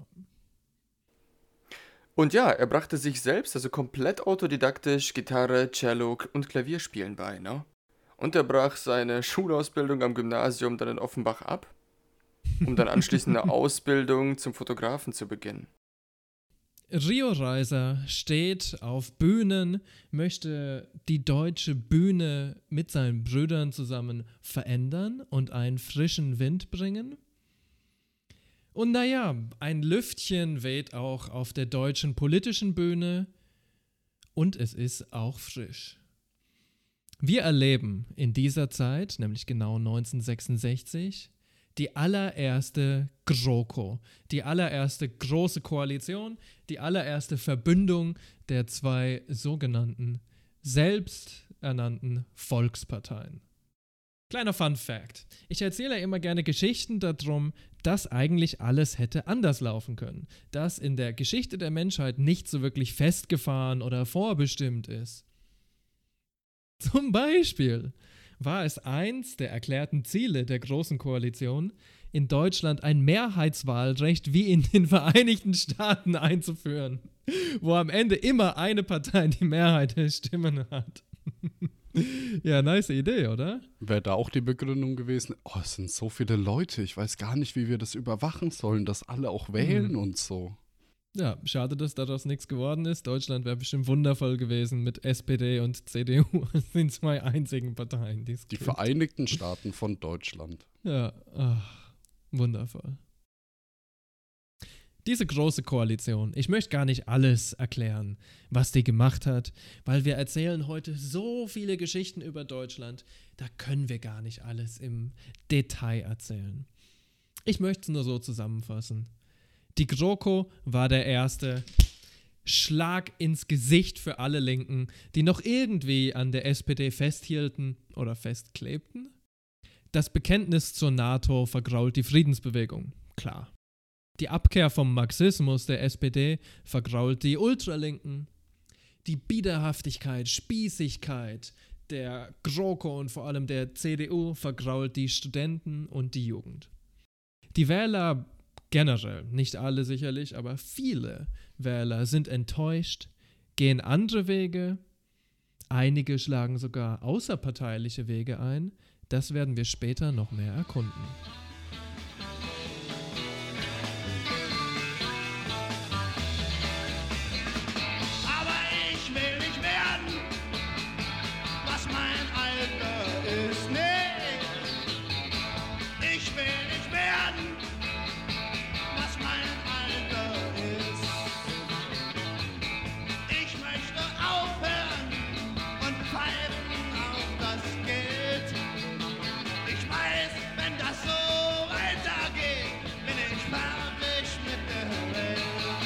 Und ja, er brachte sich selbst, also komplett autodidaktisch, Gitarre, Cello und Klavierspielen bei, ne? unterbrach seine Schulausbildung am Gymnasium dann in Offenbach ab, um dann anschließend eine Ausbildung zum Fotografen zu beginnen. Rio Reiser steht auf Bühnen, möchte die deutsche Bühne mit seinen Brüdern zusammen verändern und einen frischen Wind bringen. Und naja, ein Lüftchen weht auch auf der deutschen politischen Bühne und es ist auch frisch. Wir erleben in dieser Zeit, nämlich genau neunzehnhundertsechsundsechzig, die allererste GroKo, die allererste große Koalition, die allererste Verbündung der zwei sogenannten selbsternannten Volksparteien. Kleiner Fun Fact. Ich erzähle immer gerne Geschichten darum, dass eigentlich alles hätte anders laufen können. Dass in der Geschichte der Menschheit nicht so wirklich festgefahren oder vorbestimmt ist. Zum Beispiel war es eins der erklärten Ziele der Großen Koalition, in Deutschland ein Mehrheitswahlrecht wie in den Vereinigten Staaten einzuführen, wo am Ende immer eine Partei die Mehrheit der Stimmen hat. Ja, nice Idee, oder? Wäre da auch die Begründung gewesen, oh, es sind so viele Leute, ich weiß gar nicht, wie wir das überwachen sollen, dass alle auch wählen mhm. und so. Ja, schade, dass daraus nichts geworden ist. Deutschland wäre bestimmt wundervoll gewesen mit S P D und C D U. Das sind zwei einzigen Parteien, die es Die gibt. Vereinigten Staaten von Deutschland. Ja, ach, wundervoll. Diese große Koalition, ich möchte gar nicht alles erklären, was die gemacht hat, weil wir erzählen heute so viele Geschichten über Deutschland, da können wir gar nicht alles im Detail erzählen. Ich möchte es nur so zusammenfassen. Die GroKo war der erste Schlag ins Gesicht für alle Linken, die noch irgendwie an der S P D festhielten oder festklebten. Das Bekenntnis zur NATO vergrault die Friedensbewegung, klar. Die Abkehr vom Marxismus der S P D vergrault die Ultralinken. Die Biederhaftigkeit, Spießigkeit der GroKo und vor allem der C D U vergrault die Studenten und die Jugend. Die Wähler generell, nicht alle sicherlich, aber viele Wähler sind enttäuscht, gehen andere Wege, einige schlagen sogar außerparteiliche Wege ein. Das werden wir später noch mehr erkunden. Aber ich will nicht werden, was mein Alter ist. Nee, ich will nicht werden, was mein Alter ist. Ich möchte aufhören und pfeifen auf das Geld. Ich weiß, wenn das so weitergeht, bin ich fertig mit der Welt.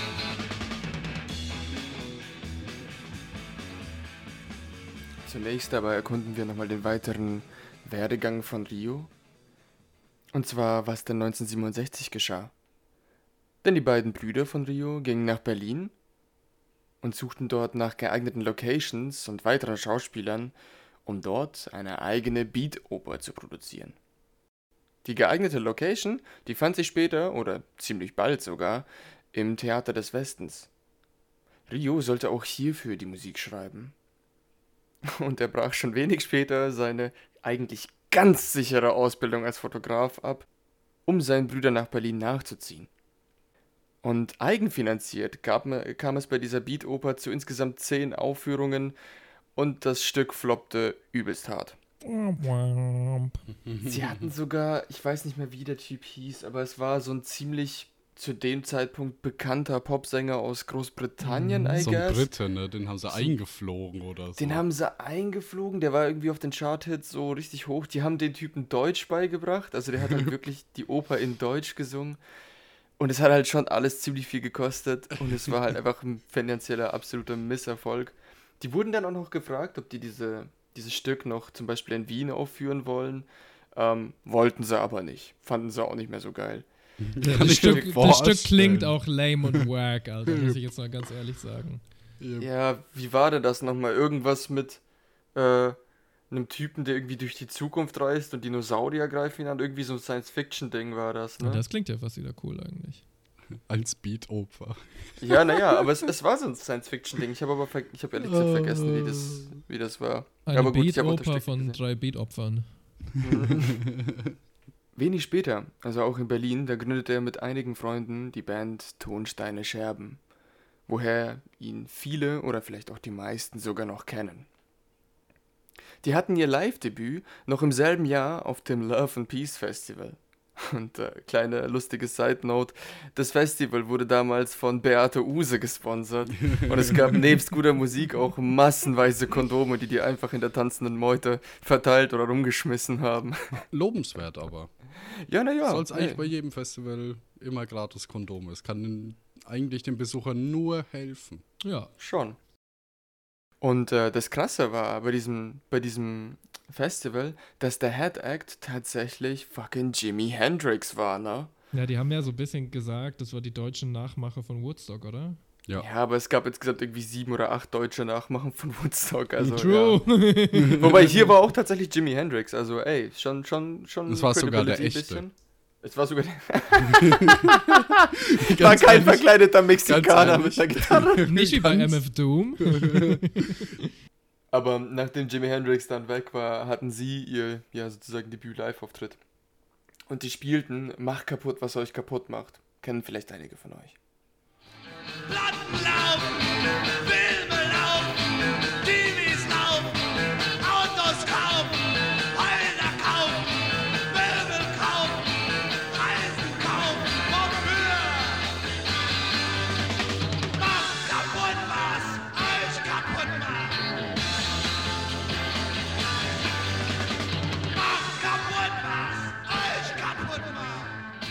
Zunächst aber erkunden wir nochmal den weiteren Werdegang von Rio. Und zwar, was denn neunzehnhundertsiebenundsechzig geschah. Denn die beiden Brüder von Rio gingen nach Berlin und suchten dort nach geeigneten Locations und weiteren Schauspielern, um dort eine eigene Beat-Oper zu produzieren. Die geeignete Location, die fand sich später, oder ziemlich bald sogar, im Theater des Westens. Rio sollte auch hierfür die Musik schreiben. Und er brach schon wenig später seine eigentlich ganz sichere Ausbildung als Fotograf ab, um seinen Brüdern nach Berlin nachzuziehen. Und eigenfinanziert gab, kam es bei dieser Beat-Oper zu insgesamt zehn Aufführungen und das Stück floppte übelst hart. Sie hatten sogar, ich weiß nicht mehr, wie der Typ hieß, aber es war so ein ziemlich zu dem Zeitpunkt bekannter Popsänger aus Großbritannien, I So ein guess. Brite, ne? Den haben sie eingeflogen oder so. Den haben sie eingeflogen, der war irgendwie auf den Chart-Hits so richtig hoch. Die haben den Typen Deutsch beigebracht, also der hat halt wirklich die Oper in Deutsch gesungen. Und es hat halt schon alles ziemlich viel gekostet und es war halt einfach ein finanzieller absoluter Misserfolg. Die wurden dann auch noch gefragt, ob die diese, dieses Stück noch zum Beispiel in Wien aufführen wollen. Ähm, wollten sie aber nicht. Fanden sie auch nicht mehr so geil. Ja, das, Stück, das Stück klingt auch lame und wack, Alter, muss ich jetzt mal ganz ehrlich sagen. Ja, wie war denn das nochmal? Irgendwas mit äh, einem Typen, der irgendwie durch die Zukunft reist und Dinosaurier greifen ihn an. Irgendwie so ein Science-Fiction-Ding war das, ne? Und das klingt ja fast wieder cool eigentlich. Als Beat-Oper. Ja, naja, aber es, es war so ein Science-Fiction-Ding. Ich habe aber ver- ich hab ehrlich gesagt vergessen, wie das wie das war. Eine Aber gut, ich hab Beat-Oper Unterstück von gesehen. drei Beat-Opfern. Wenig später, also auch in Berlin, da gründete er mit einigen Freunden die Band Tonsteine Scherben, woher ihn viele oder vielleicht auch die meisten sogar noch kennen. Die hatten ihr Live-Debüt noch im selben Jahr auf dem Love and Peace Festival. Und äh, kleine lustige Side-Note, das Festival wurde damals von Beate Uhse gesponsert und es gab nebst guter Musik auch massenweise Kondome, die die einfach in der tanzenden Meute verteilt oder rumgeschmissen haben. Lobenswert aber. Ja, naja. Soll es eigentlich ey. bei jedem Festival immer gratis Kondome. Es kann den, eigentlich dem Besucher nur helfen. Ja. Schon. Und äh, das Krasse war bei diesem, bei diesem Festival, dass der Head Act tatsächlich fucking Jimi Hendrix war, ne? Ja, die haben ja so ein bisschen gesagt, das war die deutsche Nachmache von Woodstock, oder? Ja. Ja, aber es gab insgesamt irgendwie sieben oder acht deutsche Nachmachen von Woodstock, also True. Ja. Wobei hier war auch tatsächlich Jimi Hendrix, also ey, schon, schon, schon. Es war sogar der Credibility ein echte. bisschen. Es war sogar der. War kein ehrlich, verkleideter Mexikaner ganz mit der Gitarre. Nicht wie bei Ganz- M F Doom. Aber nachdem Jimi Hendrix dann weg war, hatten sie ihr, ja, sozusagen Debüt-Live-Auftritt. Und die spielten Macht kaputt, was euch kaputt macht. Kennen vielleicht einige von euch. Platten laufen, Filme laufen, T Vs laufen, Autos kaufen, Häuser kaufen, Möbel kaufen, Reisen kaufen, wofür? Macht kaputt, was euch kaputt macht. Macht kaputt, was euch kaputt macht.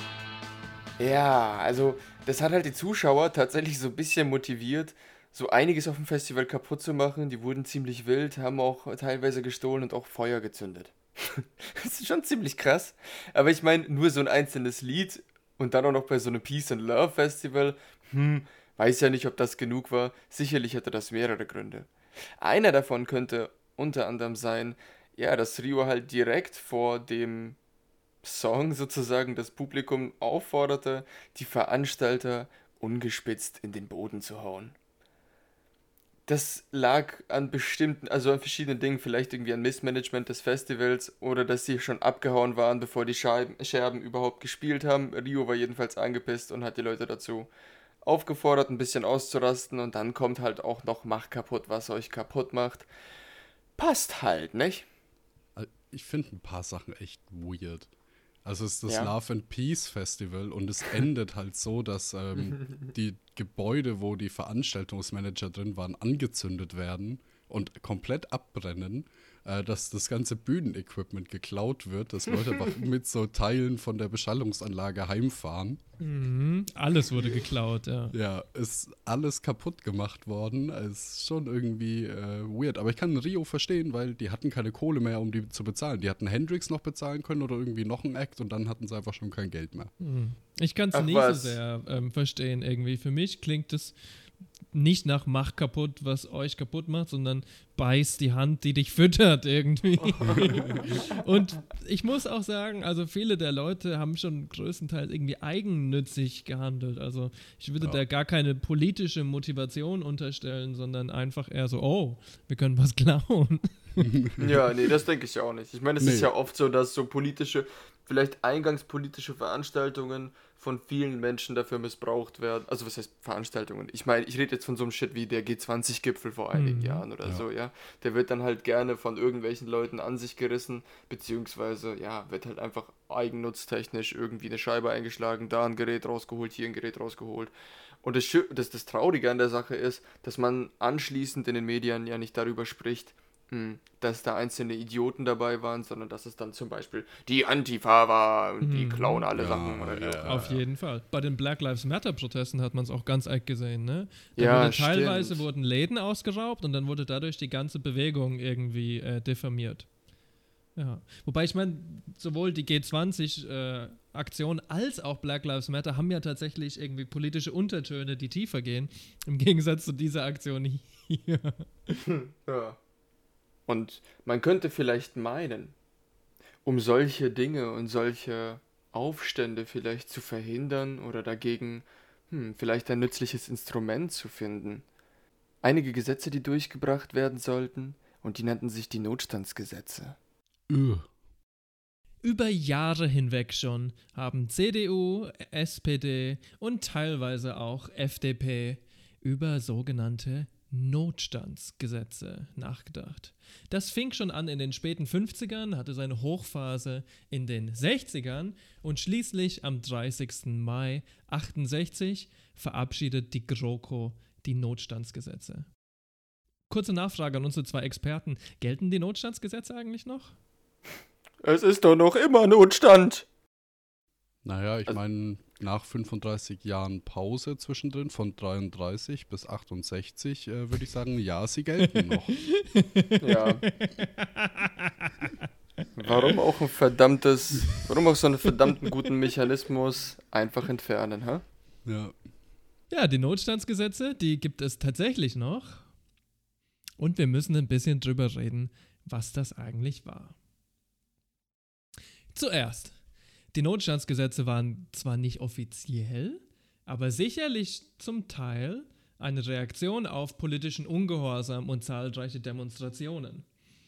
Ja, also das hat halt die Zuschauer tatsächlich so ein bisschen motiviert, so einiges auf dem Festival kaputt zu machen. Die wurden ziemlich wild, haben auch teilweise gestohlen und auch Feuer gezündet. Das ist schon ziemlich krass. Aber ich meine, nur so ein einzelnes Lied und dann auch noch bei so einem Peace and Love Festival, hm, weiß ja nicht, ob das genug war. Sicherlich hatte das mehrere Gründe. Einer davon könnte unter anderem sein, ja, dass Rio halt direkt vor dem Song sozusagen das Publikum aufforderte, die Veranstalter ungespitzt in den Boden zu hauen. Das lag an bestimmten, also an verschiedenen Dingen, vielleicht irgendwie an Missmanagement des Festivals oder dass sie schon abgehauen waren, bevor die Scheiben, Scherben überhaupt gespielt haben. Rio war jedenfalls angepisst und hat die Leute dazu aufgefordert, ein bisschen auszurasten und dann kommt halt auch noch Macht kaputt, was euch kaputt macht. Passt halt, nicht? Ich finde ein paar Sachen echt weird. Also es ist das Ja. Love and Peace Festival und es endet halt so, dass ähm, die Gebäude, wo die Veranstaltungsmanager drin waren, angezündet werden und komplett abbrennen, äh, dass das ganze Bühnenequipment geklaut wird, dass Leute einfach mit so Teilen von der Beschallungsanlage heimfahren. Mhm. Alles wurde geklaut, ja. Ja, ist alles kaputt gemacht worden. Ist schon irgendwie äh, weird. Aber ich kann Rio verstehen, weil die hatten keine Kohle mehr, um die zu bezahlen. Die hatten Hendrix noch bezahlen können oder irgendwie noch einen Act und dann hatten sie einfach schon kein Geld mehr. Mhm. Ich kann es Ach, nicht was? so sehr ähm, verstehen irgendwie. Für mich klingt es nicht nach Macht kaputt, was euch kaputt macht, sondern beiß die Hand, die dich füttert irgendwie. Und ich muss auch sagen, also viele der Leute haben schon größtenteils irgendwie eigennützig gehandelt. Also ich würde Ja. da gar keine politische Motivation unterstellen, sondern einfach eher so, oh, wir können was klauen. Ja, nee, das denke ich auch nicht. Ich meine, es Nee. ist ja oft so, dass so politische, vielleicht eingangspolitische Veranstaltungen von vielen Menschen dafür missbraucht werden. Also was heißt Veranstaltungen? Ich meine, ich rede jetzt von so einem Shit wie der G zwanzig Gipfel vor einigen Mhm. Jahren oder Ja. so, ja. Der wird dann halt gerne von irgendwelchen Leuten an sich gerissen, beziehungsweise, ja, wird halt einfach eigennutztechnisch irgendwie eine Scheibe eingeschlagen, da ein Gerät rausgeholt, hier ein Gerät rausgeholt. Und das, Schö- das, das Traurige an der Sache ist, dass man anschließend in den Medien ja nicht darüber spricht, mh, dass da einzelne Idioten dabei waren, sondern dass es dann zum Beispiel die Antifa war und die Mhm. klauen alle Ja, Sachen oder wie auch ja. immer. Auf jeden Fall. Bei den Black Lives Matter Protesten hat man es auch ganz arg gesehen, ne? Da Ja, wurde teilweise stimmt. wurden Läden ausgeraubt und dann wurde dadurch die ganze Bewegung irgendwie äh, diffamiert. Ja. Wobei ich meine, sowohl die G zwanzig äh, Aktion als auch Black Lives Matter haben ja tatsächlich irgendwie politische Untertöne, die tiefer gehen, im Gegensatz zu dieser Aktion hier. Ja. Und man könnte vielleicht meinen, um solche Dinge und solche Aufstände vielleicht zu verhindern oder dagegen hm, vielleicht ein nützliches Instrument zu finden, einige Gesetze, die durchgebracht werden sollten, und die nannten sich die Notstandsgesetze. Öh. Über Jahre hinweg schon haben C D U, S P D und teilweise auch F D P über sogenannte Notstandsgesetze nachgedacht. Das fing schon an in den späten fünfzigern, hatte seine Hochphase in den sechzigern und schließlich am dreißigsten Mai achtundsechzig verabschiedet die GroKo die Notstandsgesetze. Kurze Nachfrage an unsere zwei Experten. Gelten die Notstandsgesetze eigentlich noch? Es ist doch noch immer Notstand. Naja, ich Also- meine, nach fünfunddreißig Jahren Pause zwischendrin, von dreiunddreißig bis achtundsechzig, äh, würde ich sagen, ja, sie gelten noch. Ja. Warum auch ein verdammtes, warum auch so einen verdammten guten Mechanismus einfach entfernen, hä? Ja. Ja, die Notstandsgesetze, die gibt es tatsächlich noch. Und wir müssen ein bisschen drüber reden, was das eigentlich war. Zuerst, die Notstandsgesetze waren zwar nicht offiziell, aber sicherlich zum Teil eine Reaktion auf politischen Ungehorsam und zahlreiche Demonstrationen.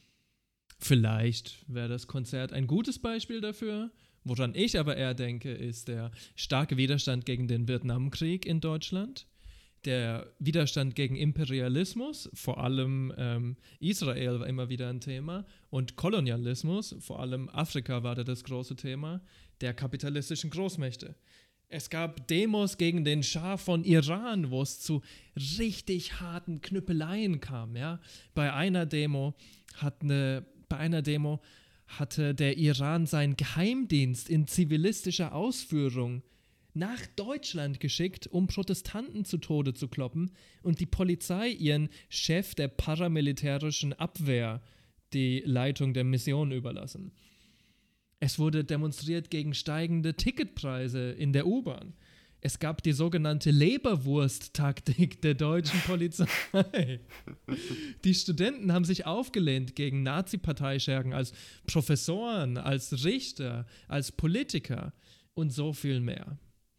Vielleicht wäre das Konzert ein gutes Beispiel dafür. Woran ich aber eher denke, ist der starke Widerstand gegen den Vietnamkrieg in Deutschland, der Widerstand gegen Imperialismus, vor allem ähm, Israel war immer wieder ein Thema, und Kolonialismus, vor allem Afrika war da das große Thema, der kapitalistischen Großmächte. Es gab Demos gegen den Schah von Iran, wo es zu richtig harten Knüppeleien kam. Ja? Bei einer Demo hat eine, bei einer Demo hatte der Iran seinen Geheimdienst in zivilistischer Ausführung nach Deutschland geschickt, um Protestanten zu Tode zu kloppen, und die Polizei ihren Chef der paramilitärischen Abwehr die Leitung der Mission überlassen. Es wurde demonstriert gegen steigende Ticketpreise in der U-Bahn. Es gab die sogenannte Leberwurst-Taktik der deutschen Polizei. Die Studenten haben sich aufgelehnt gegen Nazi-Parteischergen als Professoren, als Richter, als Politiker und so viel mehr.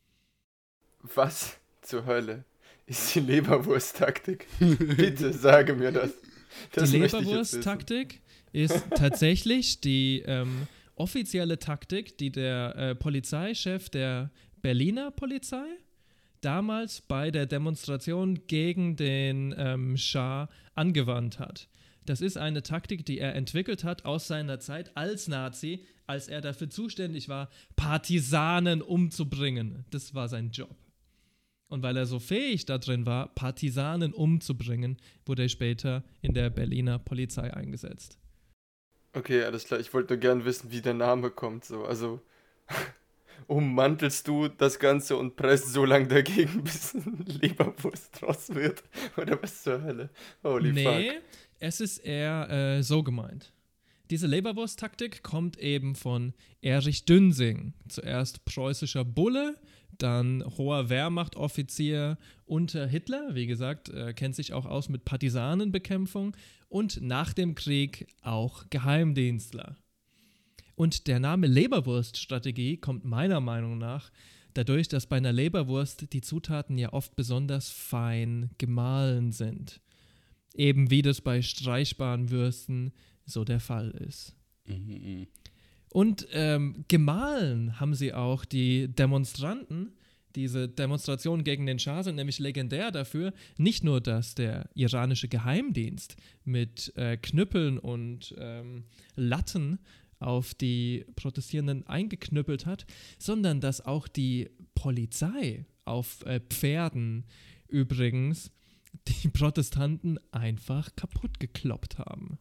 Was zur Hölle ist die Leberwurst-Taktik? Bitte sage mir das. Das Die möchte ich jetzt Leberwurst-Taktik ist tatsächlich die ähm, offizielle Taktik, die der äh, Polizeichef der Berliner Polizei damals bei der Demonstration gegen den ähm, Schah angewandt hat. Das ist eine Taktik, die er entwickelt hat aus seiner Zeit als Nazi, als er dafür zuständig war, Partisanen umzubringen. Das war sein Job. Und weil er so fähig da drin war, Partisanen umzubringen, wurde er später in der Berliner Polizei eingesetzt. Okay, alles klar. Ich wollte nur gern wissen, wie der Name kommt. So. Also ummantelst du das Ganze und presst so lange dagegen, bis ein Leberwurst draus wird? Oder was zur Hölle? Holy nee, fuck. es ist eher äh, so gemeint. Diese Leberwurst-Taktik kommt eben von Erich Dünsing. Zuerst preußischer Bulle, dann hoher Wehrmachtoffizier unter Hitler. Wie gesagt, er kennt sich auch aus mit Partisanenbekämpfung. Und nach dem Krieg auch Geheimdienstler. Und der Name Leberwurst-Strategie kommt meiner Meinung nach dadurch, dass bei einer Leberwurst die Zutaten ja oft besonders fein gemahlen sind. Eben wie das bei streichbaren Würsten so der Fall ist. Mhm. Und ähm, gemahlen haben sie auch die Demonstranten. Diese Demonstrationen gegen den Schah sind nämlich legendär dafür, nicht nur, dass der iranische Geheimdienst mit äh, Knüppeln und ähm, Latten auf die Protestierenden eingeknüppelt hat, sondern dass auch die Polizei auf äh, Pferden übrigens die Protestanten einfach kaputt gekloppt haben.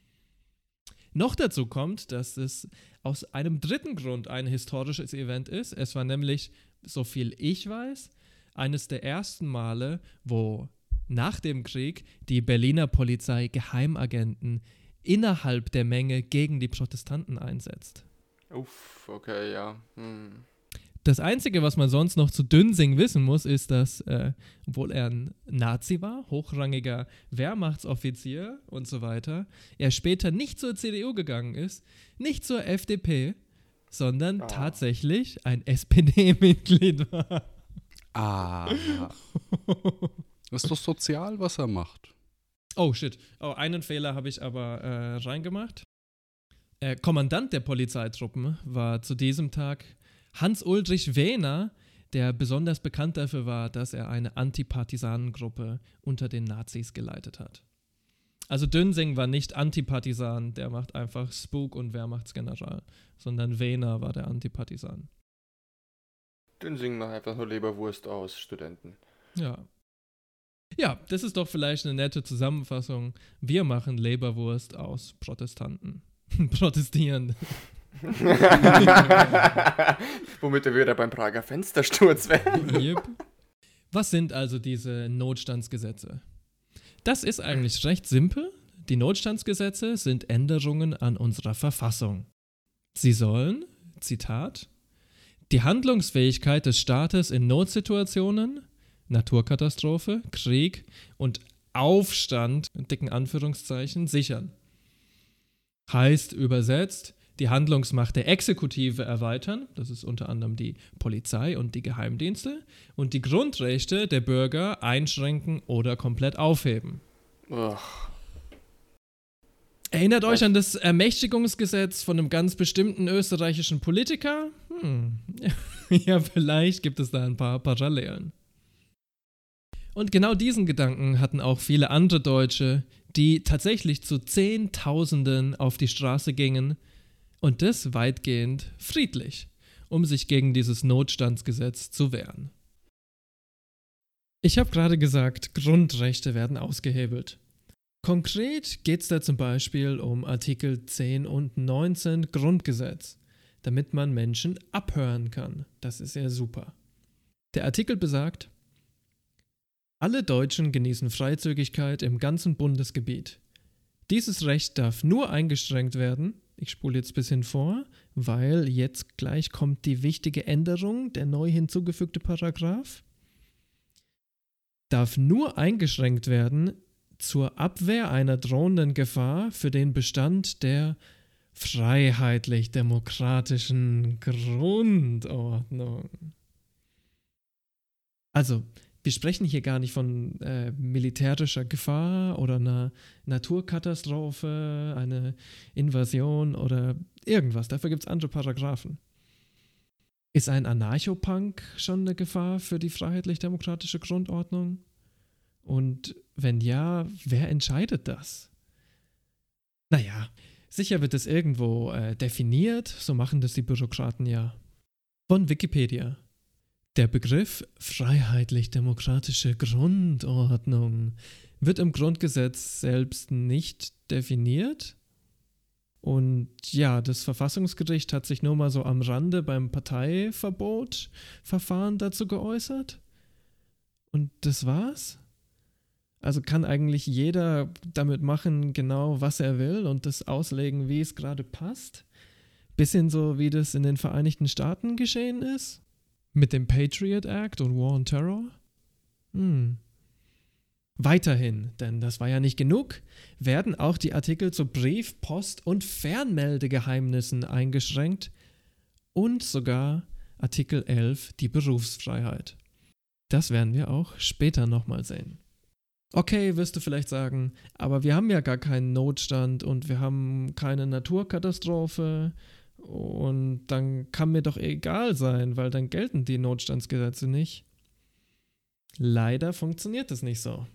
Noch dazu kommt, dass es aus einem dritten Grund ein historisches Event ist. Es war nämlich, so viel ich weiß, eines der ersten Male, wo nach dem Krieg die Berliner Polizei Geheimagenten innerhalb der Menge gegen die Protestanten einsetzt. Uff, okay, ja. Hm. Das Einzige, was man sonst noch zu Dünsing wissen muss, ist, dass, äh, obwohl er ein Nazi war, hochrangiger Wehrmachtsoffizier und so weiter, er später nicht zur C D U gegangen ist, nicht zur F D P, sondern Ah. tatsächlich ein S P D-Mitglied war. Ah. Das ist doch sozial, was er macht. Oh, shit. Oh, einen Fehler habe ich aber äh, reingemacht. Äh, Kommandant der Polizeitruppen war zu diesem Tag Hans-Ulrich Wehner, der besonders bekannt dafür war, dass er eine Antipartisanengruppe unter den Nazis geleitet hat. Also Dünsing war nicht Antipartisan, der macht einfach Spuk und Wehrmachtsgeneral, sondern Wehner war der Antipartisan. Dünsing macht einfach nur Leberwurst aus Studenten. Ja. Ja, das ist doch vielleicht eine nette Zusammenfassung. Wir machen Leberwurst aus Protestanten. Protestierende. Womit wir wieder beim Prager Fenstersturz wären. Yep. Was sind also diese Notstandsgesetze? Das ist eigentlich recht simpel. Die Notstandsgesetze sind Änderungen an unserer Verfassung. Sie sollen, Zitat, die Handlungsfähigkeit des Staates in Notsituationen, Naturkatastrophe, Krieg und Aufstand, in dicken Anführungszeichen, sichern. Heißt übersetzt, die Handlungsmacht der Exekutive erweitern, das ist unter anderem die Polizei und die Geheimdienste, und die Grundrechte der Bürger einschränken oder komplett aufheben. Ugh. Erinnert euch an das Ermächtigungsgesetz von einem ganz bestimmten österreichischen Politiker? Hm. Ja, vielleicht gibt es da ein paar Parallelen. Und genau diesen Gedanken hatten auch viele andere Deutsche, die tatsächlich zu Zehntausenden auf die Straße gingen und das weitgehend friedlich, um sich gegen dieses Notstandsgesetz zu wehren. Ich habe gerade gesagt, Grundrechte werden ausgehebelt. Konkret geht es da zum Beispiel um Artikel zehn und neunzehn Grundgesetz, damit man Menschen abhören kann. Das ist ja super. Der Artikel besagt, alle Deutschen genießen Freizügigkeit im ganzen Bundesgebiet. Dieses Recht darf nur eingeschränkt werden, ich spule jetzt ein bisschen vor, weil jetzt gleich kommt die wichtige Änderung, der neu hinzugefügte Paragraph, darf nur eingeschränkt werden zur Abwehr einer drohenden Gefahr für den Bestand der freiheitlich-demokratischen Grundordnung. Also, wir sprechen hier gar nicht von äh, militärischer Gefahr oder einer Naturkatastrophe, eine Invasion oder irgendwas. Dafür gibt es andere Paragraphen. Ist ein Anarchopunk schon eine Gefahr für die freiheitlich-demokratische Grundordnung? Und wenn ja, wer entscheidet das? Naja, sicher wird es irgendwo äh, definiert, so machen das die Bürokraten ja. Von Wikipedia. Der Begriff freiheitlich-demokratische Grundordnung wird im Grundgesetz selbst nicht definiert. Und ja, das Verfassungsgericht hat sich nur mal so am Rande beim Parteiverbotverfahren dazu geäußert. Und das war's? Also kann eigentlich jeder damit machen, genau was er will und das auslegen, wie es gerade passt? Bisschen so, wie das in den Vereinigten Staaten geschehen ist? Mit dem Patriot Act und War on Terror? Hm. Weiterhin, denn das war ja nicht genug, werden auch die Artikel zu Brief-, Post- und Fernmeldegeheimnissen eingeschränkt und sogar Artikel elf, die Berufsfreiheit. Das werden wir auch später nochmal sehen. Okay, wirst du vielleicht sagen, aber wir haben ja gar keinen Notstand und wir haben keine Naturkatastrophe und dann kann mir doch egal sein, weil dann gelten die Notstandsgesetze nicht. Leider funktioniert das nicht so.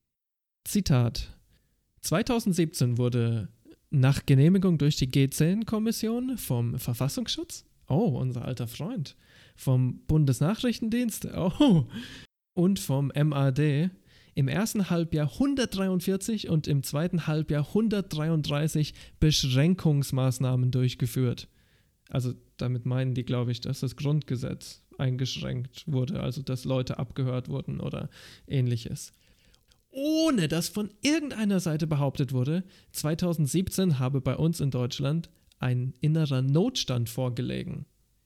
Zitat: zweitausendsiebzehn wurde nach Genehmigung durch die G zehn Kommission vom Verfassungsschutz, oh, unser alter Freund, vom Bundesnachrichtendienst, oh, und vom M A D im ersten Halbjahr hundertdreiundvierzig und im zweiten Halbjahr hundertdreiunddreißig Beschränkungsmaßnahmen durchgeführt. Also damit meinen die, glaube ich, dass das Grundgesetz eingeschränkt wurde, also dass Leute abgehört wurden oder ähnliches. Ohne dass von irgendeiner Seite behauptet wurde, zweitausendsiebzehn habe bei uns in Deutschland ein innerer Notstand vorgelegen.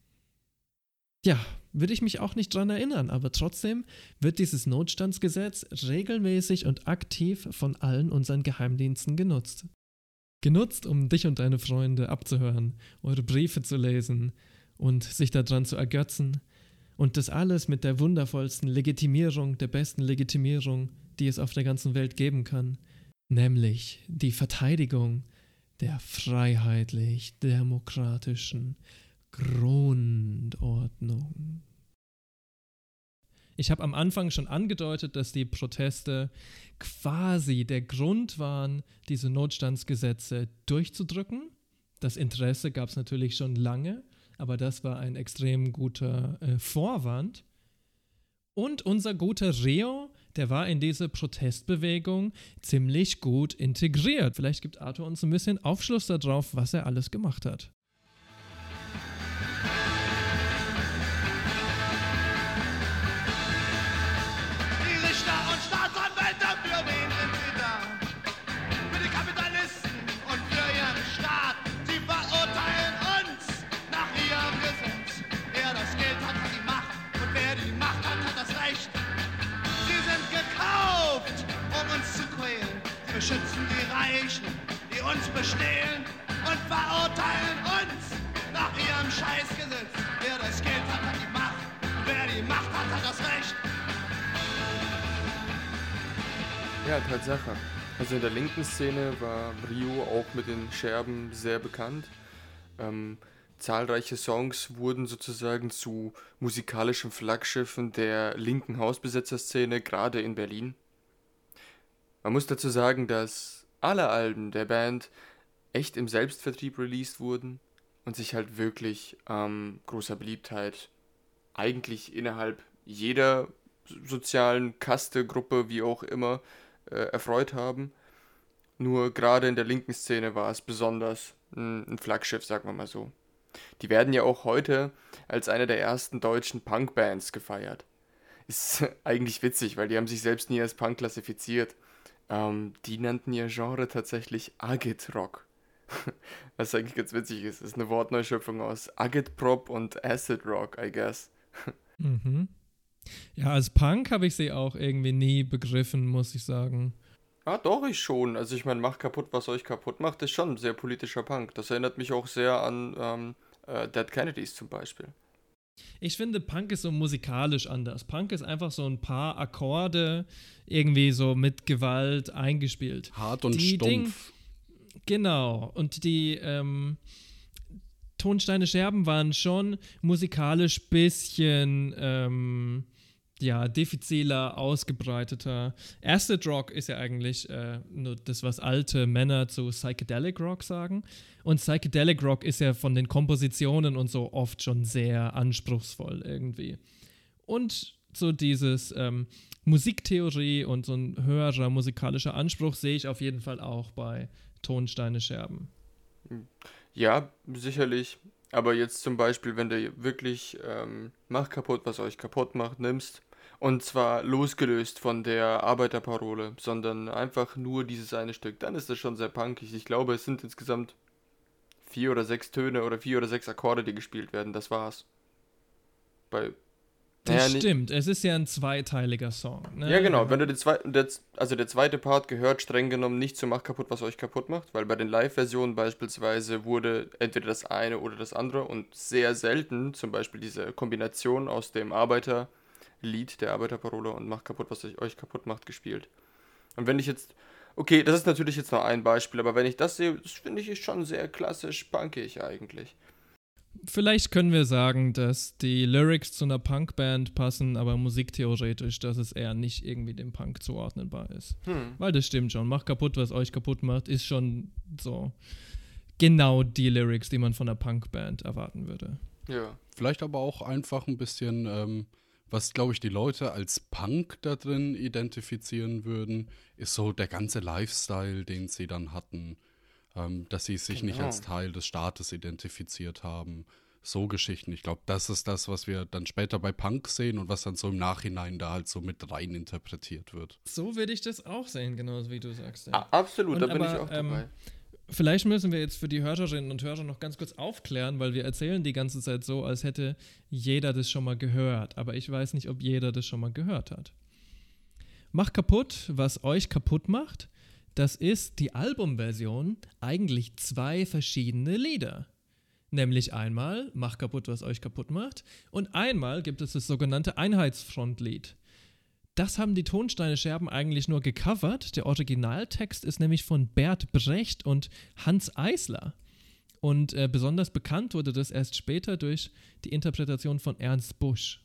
Ja, würde ich mich auch nicht dran erinnern, aber trotzdem wird dieses Notstandsgesetz regelmäßig und aktiv von allen unseren Geheimdiensten genutzt. Genutzt, um dich und deine Freunde abzuhören, eure Briefe zu lesen und sich daran zu ergötzen Und das alles mit der wundervollsten Legitimierung, der besten Legitimierung, die es auf der ganzen Welt geben kann, nämlich die Verteidigung der freiheitlich-demokratischen Grundordnung. Ich habe am Anfang schon angedeutet, dass die Proteste quasi der Grund waren, diese Notstandsgesetze durchzudrücken. Das Interesse gab es natürlich schon lange, aber das war ein extrem guter äh, Vorwand. Und unser guter Reo, der war in diese Protestbewegung ziemlich gut integriert. Vielleicht gibt Arthur uns ein bisschen Aufschluss darauf, was er alles gemacht hat. Die Richter und Staatsanwälte, für wen sind sie da? Für die Kapitalisten und für ihren Staat. Sie verurteilen uns nach ihrem Gesetz. Wer das Geld hat, hat die Macht. Und wer die Macht hat, hat das Recht. Sie sind gekauft, um uns zu quälen. Sie beschützen die Reichen, die uns bestehlen und verurteilen uns nach ihrem Scheißgesetz. Wer das Geld hat, hat die Macht. Und wer die Macht hat, hat das Recht. Ja, Tatsache. Also in der linken Szene war Rio auch mit den Scherben sehr bekannt. Ähm, zahlreiche Songs wurden sozusagen zu musikalischen Flaggschiffen der linken Hausbesetzerszene, gerade in Berlin. Man muss dazu sagen, dass alle Alben der Band echt im Selbstvertrieb released wurden und sich halt wirklich ähm, großer Beliebtheit eigentlich innerhalb jeder sozialen Kaste, Gruppe, wie auch immer, äh, erfreut haben. Nur gerade in der linken Szene war es besonders ein, ein Flaggschiff, sagen wir mal so. Die werden ja auch heute als eine der ersten deutschen Punkbands gefeiert. Ist eigentlich witzig, weil die haben sich selbst nie als Punk klassifiziert. Ähm, die nannten ihr Genre tatsächlich Agit-Rock. Was eigentlich ganz witzig ist. Das ist eine Wortneuschöpfung aus Agitprop und Acid Rock, I guess. Mhm. Ja, als Punk habe ich sie auch irgendwie nie begriffen, muss ich sagen. Ah, doch, ich schon. Also ich meine, macht kaputt, was euch kaputt macht, ist schon ein sehr politischer Punk. Das erinnert mich auch sehr an ähm, äh, Dead Kennedys zum Beispiel. Ich finde, Punk ist so musikalisch anders. Punk ist einfach so ein paar Akkorde irgendwie so mit Gewalt eingespielt. Hart und die stumpf. Ding, genau. Und die ähm, Tonsteine Scherben waren schon musikalisch bisschen ähm, ja, diffiziler, ausgebreiteter. Acid Rock ist ja eigentlich äh, nur das, was alte Männer zu Psychedelic Rock sagen. Und Psychedelic Rock ist ja von den Kompositionen und so oft schon sehr anspruchsvoll irgendwie. Und so dieses ähm, Musiktheorie und so ein höherer musikalischer Anspruch sehe ich auf jeden Fall auch bei Tonsteine Scherben. Ja, sicherlich. Aber jetzt zum Beispiel, wenn du wirklich ähm, Mach kaputt, was euch kaputt macht, nimmst, und zwar losgelöst von der Arbeiterparole, sondern einfach nur dieses eine Stück, dann ist das schon sehr punkig. Ich glaube, es sind insgesamt vier oder sechs Töne oder vier oder sechs Akkorde, die gespielt werden. Das war's. Bei Das naja, stimmt, es ist ja ein zweiteiliger Song. Ne? Ja, genau. Wenn du den zweiten, der, also der zweite Part gehört streng genommen nicht zu Mach kaputt, was euch kaputt macht, weil bei den Live-Versionen beispielsweise wurde entweder das eine oder das andere und sehr selten zum Beispiel diese Kombination aus dem Arbeiterlied, der Arbeiterparole und Mach kaputt, was euch kaputt macht, gespielt. Und wenn ich jetzt, okay, das ist natürlich jetzt noch ein Beispiel, aber wenn ich das sehe, das finde ich schon sehr klassisch punkig eigentlich. Vielleicht können wir sagen, dass die Lyrics zu einer Punkband passen, aber musiktheoretisch, dass es eher nicht irgendwie dem Punk zuordnenbar ist. Hm. Weil das stimmt schon. Mach kaputt, was euch kaputt macht, ist schon so genau die Lyrics, die man von einer Punkband erwarten würde. Ja. Vielleicht aber auch einfach ein bisschen, ähm, was, glaube ich, die Leute als Punk da drin identifizieren würden, ist so der ganze Lifestyle, den sie dann hatten. Ähm, dass sie sich Genau. nicht als Teil des Staates identifiziert haben. So Geschichten. Ich glaube, das ist das, was wir dann später bei Punk sehen und was dann so im Nachhinein da halt so mit rein interpretiert wird. So würde ich das auch sehen, genauso wie du sagst. Ja. Ah, absolut, Und da bin aber, ich auch dabei. Ähm, vielleicht müssen wir jetzt für die Hörerinnen und Hörer noch ganz kurz aufklären, weil wir erzählen die ganze Zeit so, als hätte jeder das schon mal gehört. Aber ich weiß nicht, ob jeder das schon mal gehört hat. Mach kaputt, was euch kaputt macht. Das ist die Albumversion eigentlich zwei verschiedene Lieder. Nämlich einmal Mach kaputt, was euch kaputt macht und einmal gibt es das sogenannte Einheitsfrontlied. Das haben die Tonsteine Scherben eigentlich nur gecovert. Der Originaltext ist nämlich von Bert Brecht und Hans Eisler. Und äh, besonders bekannt wurde das erst später durch die Interpretation von Ernst Busch.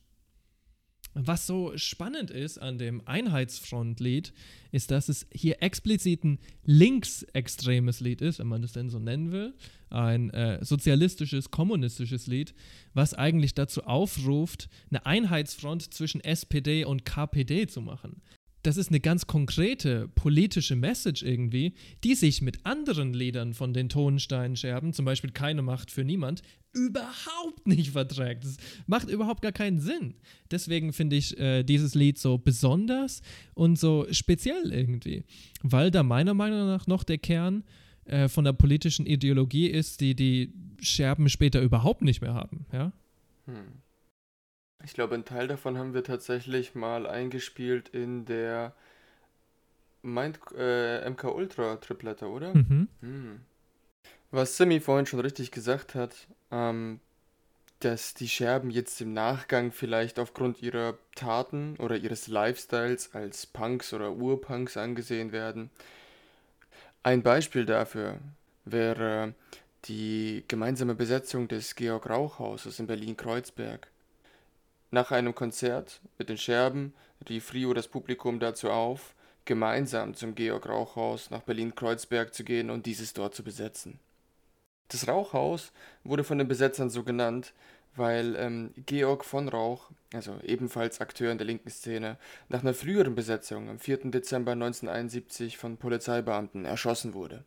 Was so spannend ist an dem Einheitsfrontlied, ist, dass es hier explizit ein linksextremes Lied ist, wenn man das denn so nennen will. Ein äh, sozialistisches, kommunistisches Lied, was eigentlich dazu aufruft, eine Einheitsfront zwischen S P D und K P D zu machen. Das ist eine ganz konkrete politische Message irgendwie, die sich mit anderen Liedern von den Tonsteinscherben, zum Beispiel Keine Macht für niemand, überhaupt nicht verträgt. Das macht überhaupt gar keinen Sinn. Deswegen finde ich äh, dieses Lied so besonders und so speziell irgendwie, weil da meiner Meinung nach noch der Kern äh, von der politischen Ideologie ist, die die Scherben später überhaupt nicht mehr haben. Ja? Hm. Ich glaube, einen Teil davon haben wir tatsächlich mal eingespielt in der Mind, äh, M K Ultra Triplette, oder? Mhm. Hm. Was Simi vorhin schon richtig gesagt hat, ähm, dass die Scherben jetzt im Nachgang vielleicht aufgrund ihrer Taten oder ihres Lifestyles als Punks oder Urpunks angesehen werden. Ein Beispiel dafür wäre die gemeinsame Besetzung des Georg-Rauch-Hauses in Berlin-Kreuzberg. Nach einem Konzert mit den Scherben rief Rio das Publikum dazu auf, gemeinsam zum Georg-Rauch-Haus nach Berlin-Kreuzberg zu gehen und dieses dort zu besetzen. Das Rauchhaus wurde von den Besetzern so genannt, weil ähm, Georg von Rauch, also ebenfalls Akteur in der linken Szene, nach einer früheren Besetzung am vierten Dezember neunzehnhunderteinundsiebzig von Polizeibeamten erschossen wurde.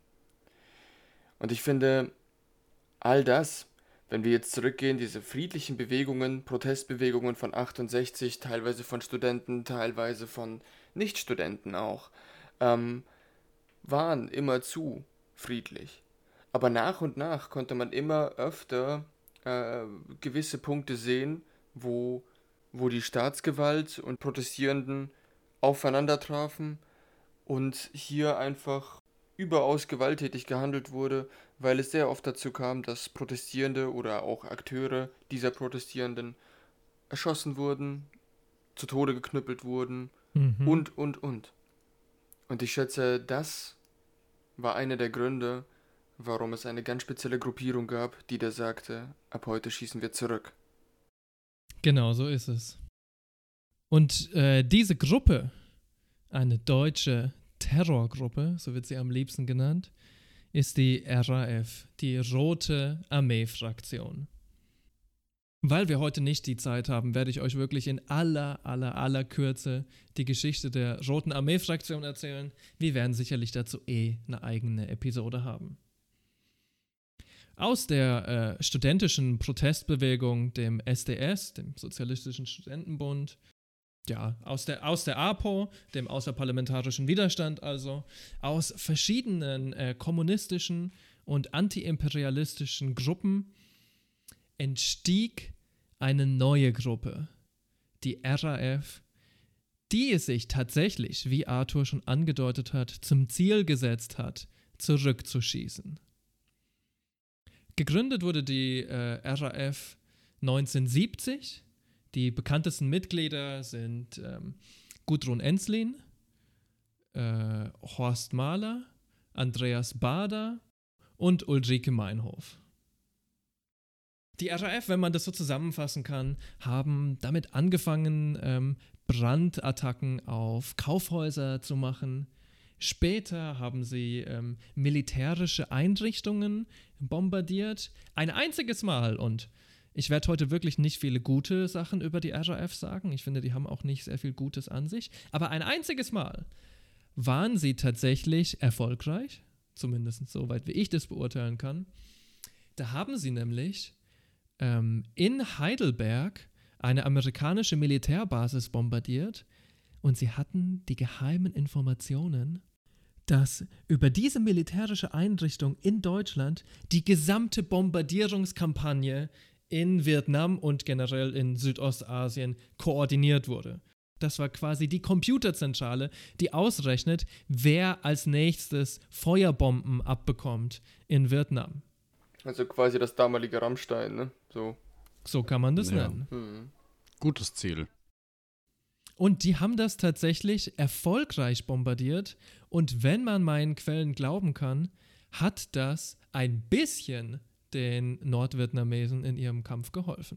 Und ich finde, all das, wenn wir jetzt zurückgehen, diese friedlichen Bewegungen, Protestbewegungen von achtundsechzig, teilweise von Studenten, teilweise von Nichtstudenten auch, ähm, waren immer zu friedlich. Aber nach und nach konnte man immer öfter äh, gewisse Punkte sehen, wo, wo die Staatsgewalt und Protestierenden aufeinander trafen und hier einfach überaus gewalttätig gehandelt wurde, weil es sehr oft dazu kam, dass Protestierende oder auch Akteure dieser Protestierenden erschossen wurden, zu Tode geknüppelt wurden Mhm. und, und, und. Und ich schätze, das war einer der Gründe, warum es eine ganz spezielle Gruppierung gab, die da sagte, ab heute schießen wir zurück. Genau, so ist es. Und äh, diese Gruppe, eine deutsche Terrorgruppe, so wird sie am liebsten genannt, ist die R A F, die Rote Armee-Fraktion. Weil wir heute nicht die Zeit haben, werde ich euch wirklich in aller, aller, aller Kürze die Geschichte der Roten Armee-Fraktion erzählen. Wir werden sicherlich dazu eh eine eigene Episode haben. Aus der äh, studentischen Protestbewegung, dem S D S, dem Sozialistischen Studentenbund, ja, aus der, aus der A P O, dem außerparlamentarischen Widerstand also, aus verschiedenen äh, kommunistischen und antiimperialistischen Gruppen entstieg eine neue Gruppe, die R A F, die es sich tatsächlich, wie Arthur schon angedeutet hat, zum Ziel gesetzt hat, zurückzuschießen. Gegründet wurde die äh, R A F neunzehnhundertsiebzig. Die bekanntesten Mitglieder sind ähm, Gudrun Ensslin, äh, Horst Mahler, Andreas Baader und Ulrike Meinhof. Die R A F, wenn man das so zusammenfassen kann, haben damit angefangen, ähm, Brandattacken auf Kaufhäuser zu machen. Später haben sie ähm, militärische Einrichtungen bombardiert. Ein einziges Mal, und ich werde heute wirklich nicht viele gute Sachen über die R A F sagen. Ich finde, die haben auch nicht sehr viel Gutes an sich. Aber ein einziges Mal waren sie tatsächlich erfolgreich, zumindest soweit wie ich das beurteilen kann. Da haben sie nämlich ähm, in Heidelberg eine amerikanische Militärbasis bombardiert und sie hatten die geheimen Informationen, dass über diese militärische Einrichtung in Deutschland die gesamte Bombardierungskampagne in Vietnam und generell in Südostasien koordiniert wurde. Das war quasi die Computerzentrale, die ausrechnet, wer als nächstes Feuerbomben abbekommt in Vietnam. Also quasi das damalige Rammstein, ne? So. So kann man das Ja. nennen. Hm. Gutes Ziel. Und die haben das tatsächlich erfolgreich bombardiert. Und wenn man meinen Quellen glauben kann, hat das ein bisschen den Nordvietnamesen in ihrem Kampf geholfen.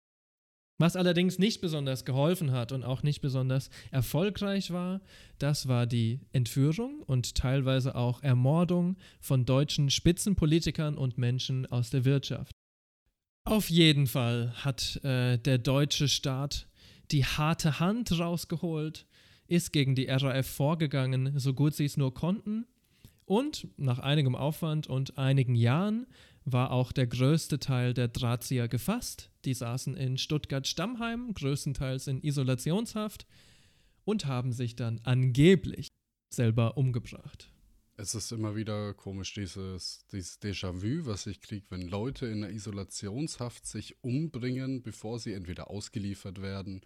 Was allerdings nicht besonders geholfen hat und auch nicht besonders erfolgreich war, das war die Entführung und teilweise auch Ermordung von deutschen Spitzenpolitikern und Menschen aus der Wirtschaft. Auf jeden Fall hat äh, der deutsche Staat die harte Hand rausgeholt, ist gegen die R A F vorgegangen, so gut sie es nur konnten. Und nach einigem Aufwand und einigen Jahren war auch der größte Teil der Drahtzieher gefasst. Die saßen in Stuttgart-Stammheim, größtenteils in Isolationshaft und haben sich dann angeblich selber umgebracht. Es ist immer wieder komisch, dieses, dieses Déjà-vu, was ich kriege, wenn Leute in der Isolationshaft sich umbringen, bevor sie entweder ausgeliefert werden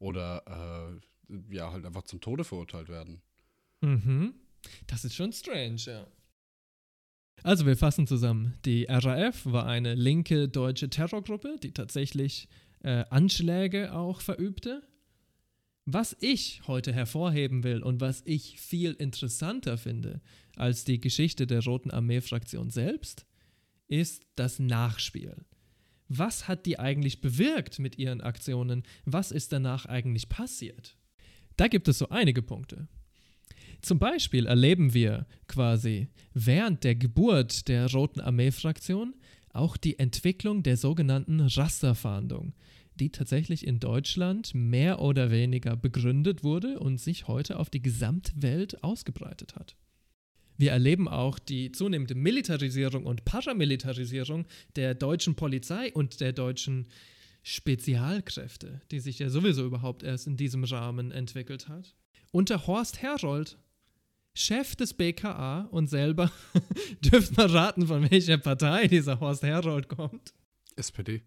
oder äh, ja, halt einfach zum Tode verurteilt werden. Mhm. Das ist schon strange, ja. Also wir fassen zusammen. Die R A F war eine linke deutsche Terrorgruppe, die tatsächlich äh, Anschläge auch verübte. Was ich heute hervorheben will und was ich viel interessanter finde als die Geschichte der Roten Armee-Fraktion selbst, ist das Nachspiel. Was hat die eigentlich bewirkt mit ihren Aktionen? Was ist danach eigentlich passiert? Da gibt es so einige Punkte. Zum Beispiel erleben wir quasi während der Geburt der Roten Armee-Fraktion auch die Entwicklung der sogenannten Rasterfahndung, die tatsächlich in Deutschland mehr oder weniger begründet wurde und sich heute auf die Gesamtwelt ausgebreitet hat. Wir erleben auch die zunehmende Militarisierung und Paramilitarisierung der deutschen Polizei und der deutschen Spezialkräfte, die sich ja sowieso überhaupt erst in diesem Rahmen entwickelt hat. Unter Horst Herold, Chef des B K A und selber, dürft mal raten, von welcher Partei dieser Horst Herold kommt. S P D.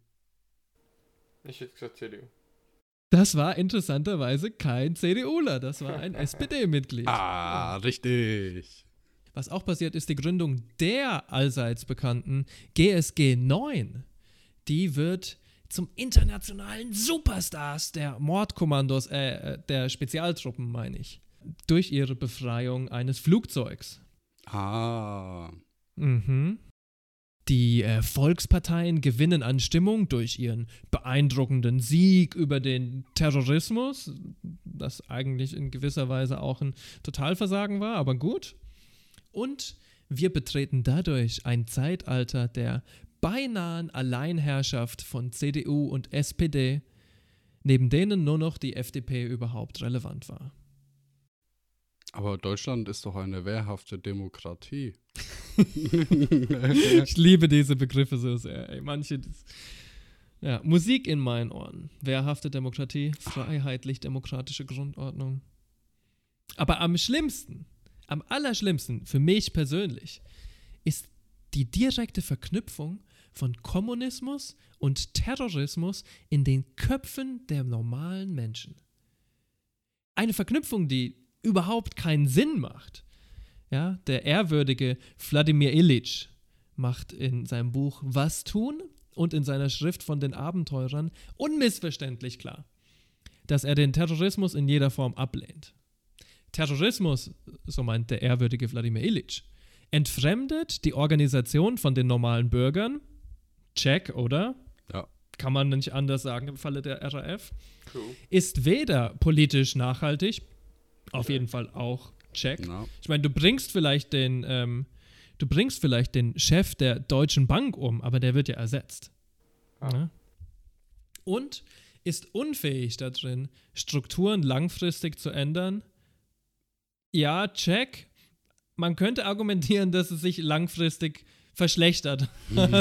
Ich hätte gesagt C D U. Das war interessanterweise kein CDUler, das war ein S P D-Mitglied. Ah, richtig. Was auch passiert, ist die Gründung der allseits bekannten G S G neun. Die wird zum internationalen Superstars der Mordkommandos, äh, der Spezialtruppen, meine ich, durch ihre Befreiung eines Flugzeugs. Ah. Mhm. Die äh, Volksparteien gewinnen an Stimmung durch ihren beeindruckenden Sieg über den Terrorismus, das eigentlich in gewisser Weise auch ein Totalversagen war, aber gut. Und wir betreten dadurch ein Zeitalter der beinahen Alleinherrschaft von C D U und S P D, neben denen nur noch die F D P überhaupt relevant war. Aber Deutschland ist doch eine wehrhafte Demokratie. Ich liebe diese Begriffe so sehr. Ey, manche, das, ja, Musik in meinen Ohren. Wehrhafte Demokratie, freiheitlich-demokratische Grundordnung. Aber am schlimmsten, am allerschlimmsten für mich persönlich ist die direkte Verknüpfung von Kommunismus und Terrorismus in den Köpfen der normalen Menschen. Eine Verknüpfung, die überhaupt keinen Sinn macht. Ja, der ehrwürdige Wladimir Ilyich macht in seinem Buch Was tun und in seiner Schrift von den Abenteurern unmissverständlich klar, dass er den Terrorismus in jeder Form ablehnt. Terrorismus, so meint der ehrwürdige Wladimir Ilyich, entfremdet die Organisation von den normalen Bürgern. Check, oder? Ja. Kann man nicht anders sagen im Falle der R A F. Cool. Ist weder politisch nachhaltig, auf jeden Fall auch check. Ja. Ich meine, du bringst vielleicht den, ähm, du bringst vielleicht den Chef der Deutschen Bank um, aber der wird ja ersetzt. Ah. Ja? Und ist unfähig darin, Strukturen langfristig zu ändern. Ja, check. Man könnte argumentieren, dass es sich langfristig verschlechtert.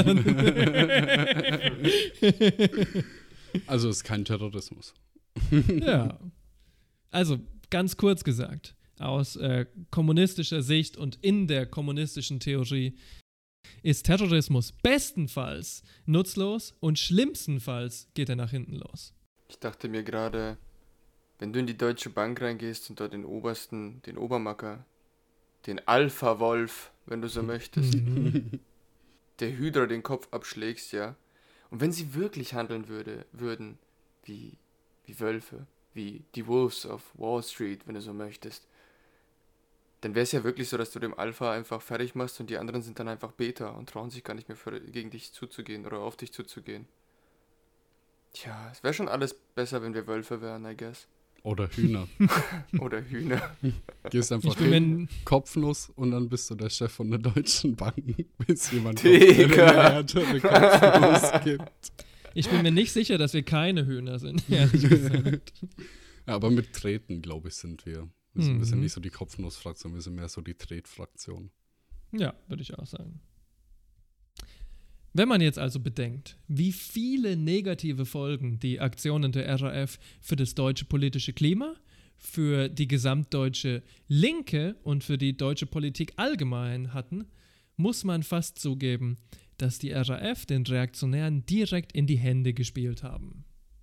Also ist kein Terrorismus. Ja. Also, ganz kurz gesagt, aus äh, kommunistischer Sicht und in der kommunistischen Theorie ist Terrorismus bestenfalls nutzlos und schlimmstenfalls geht er nach hinten los. Ich dachte mir gerade, wenn du in die Deutsche Bank reingehst und dort den Obersten, den Obermacker, den Alpha-Wolf, wenn du so möchtest, der Hydra den Kopf abschlägst, ja. Und wenn sie wirklich handeln würde, würden, wie, wie Wölfe, wie die Wolves of Wall Street, wenn du so möchtest, dann wäre es ja wirklich so, dass du dem Alpha einfach fertig machst und die anderen sind dann einfach Beta und trauen sich gar nicht mehr für, gegen dich zuzugehen oder auf dich zuzugehen. Tja, es wäre schon alles besser, wenn wir Wölfe wären, I guess. Oder Hühner. Oder Hühner. Gehst einfach Ich bin hin, kopflos und dann bist du der Chef von der Deutschen Bank, bis jemand Digga. kopflos gibt. Ich bin mir nicht sicher, dass wir keine Hühner sind, ehrlich gesagt. Ja, aber mit Treten, glaube ich, sind wir. Wir sind, Mhm. wir sind nicht so die Kopfnussfraktion, wir sind mehr so die Tretfraktion. Ja, würde ich auch sagen. Wenn man jetzt also bedenkt, wie viele negative Folgen die Aktionen der R A F für das deutsche politische Klima, für die gesamtdeutsche Linke und für die deutsche Politik allgemein hatten, muss man fast zugeben, dass die R A F den Reaktionären direkt in die Hände gespielt haben.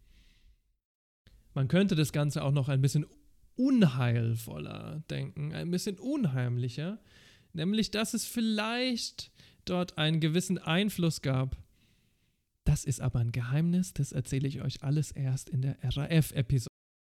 Man könnte das Ganze auch noch ein bisschen unheilvoller denken, ein bisschen unheimlicher, nämlich dass es vielleicht dort einen gewissen Einfluss gab. Das ist aber ein Geheimnis, das erzähle ich euch alles erst in der R A F-Episode.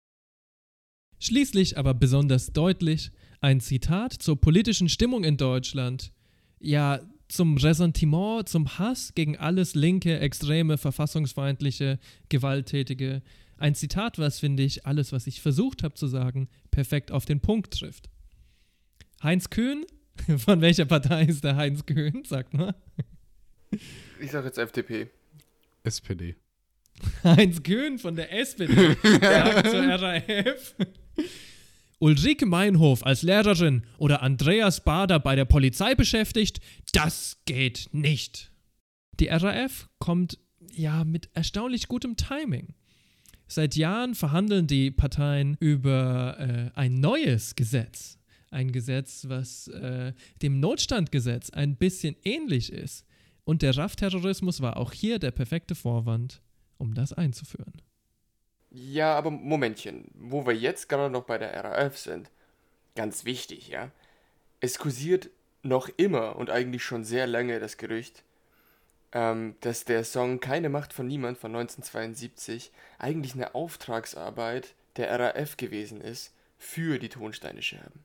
Schließlich aber besonders deutlich ein Zitat zur politischen Stimmung in Deutschland, ja zum Ressentiment, zum Hass gegen alles linke, extreme, verfassungsfeindliche, gewalttätige. Ein Zitat, was, finde ich, alles, was ich versucht habe zu sagen, perfekt auf den Punkt trifft. Heinz Kühn, von welcher Partei ist der Heinz Kühn? Sagt mal. Ich sag jetzt F D P. S P D. Heinz Kühn von der S P D sagt zur R A F. Ulrike Meinhof als Lehrerin oder Andreas Bader bei der Polizei beschäftigt, das geht nicht. Die R A F kommt ja mit erstaunlich gutem Timing. Seit Jahren verhandeln die Parteien über äh, ein neues Gesetz. Ein Gesetz, was äh, dem Notstandgesetz ein bisschen ähnlich ist. Und der R A F-Terrorismus war auch hier der perfekte Vorwand, um das einzuführen. Ja, aber Momentchen, wo wir jetzt gerade noch bei der R A F sind, ganz wichtig, ja, es kursiert noch immer und eigentlich schon sehr lange das Gerücht, ähm, dass der Song Keine Macht von Niemand von neunzehnhundertzweiundsiebzig eigentlich eine Auftragsarbeit der R A F gewesen ist für die Tonsteine Scherben.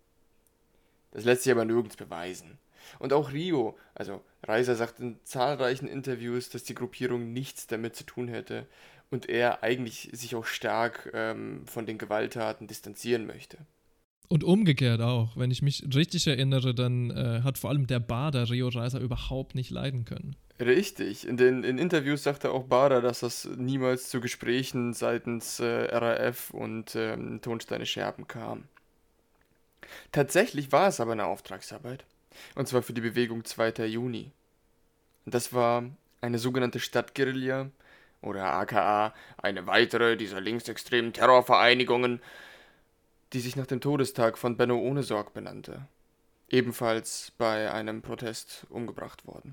Das lässt sich aber nirgends beweisen. Und auch Rio, also Reiser sagt in zahlreichen Interviews, dass die Gruppierung nichts damit zu tun hätte und er eigentlich sich auch stark ähm, von den Gewalttaten distanzieren möchte. Und umgekehrt auch. Wenn ich mich richtig erinnere, dann äh, hat vor allem der Bader Rio Reiser überhaupt nicht leiden können. Richtig. In den in Interviews sagte auch Bader, dass das niemals zu Gesprächen seitens äh, R A F und ähm, Tonsteine Scherben kam. Tatsächlich war es aber eine Auftragsarbeit. Und zwar für die Bewegung zweiter Juni. Das war eine sogenannte Stadtguerilla oder aka eine weitere dieser linksextremen Terrorvereinigungen, die sich nach dem Todestag von Benno Ohnesorg benannte. Ebenfalls bei einem Protest umgebracht worden.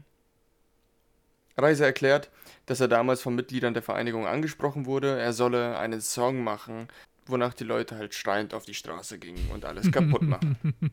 Reiser erklärt, dass er damals von Mitgliedern der Vereinigung angesprochen wurde, er solle einen Song machen, wonach die Leute halt schreiend auf die Straße gingen und alles kaputt machen.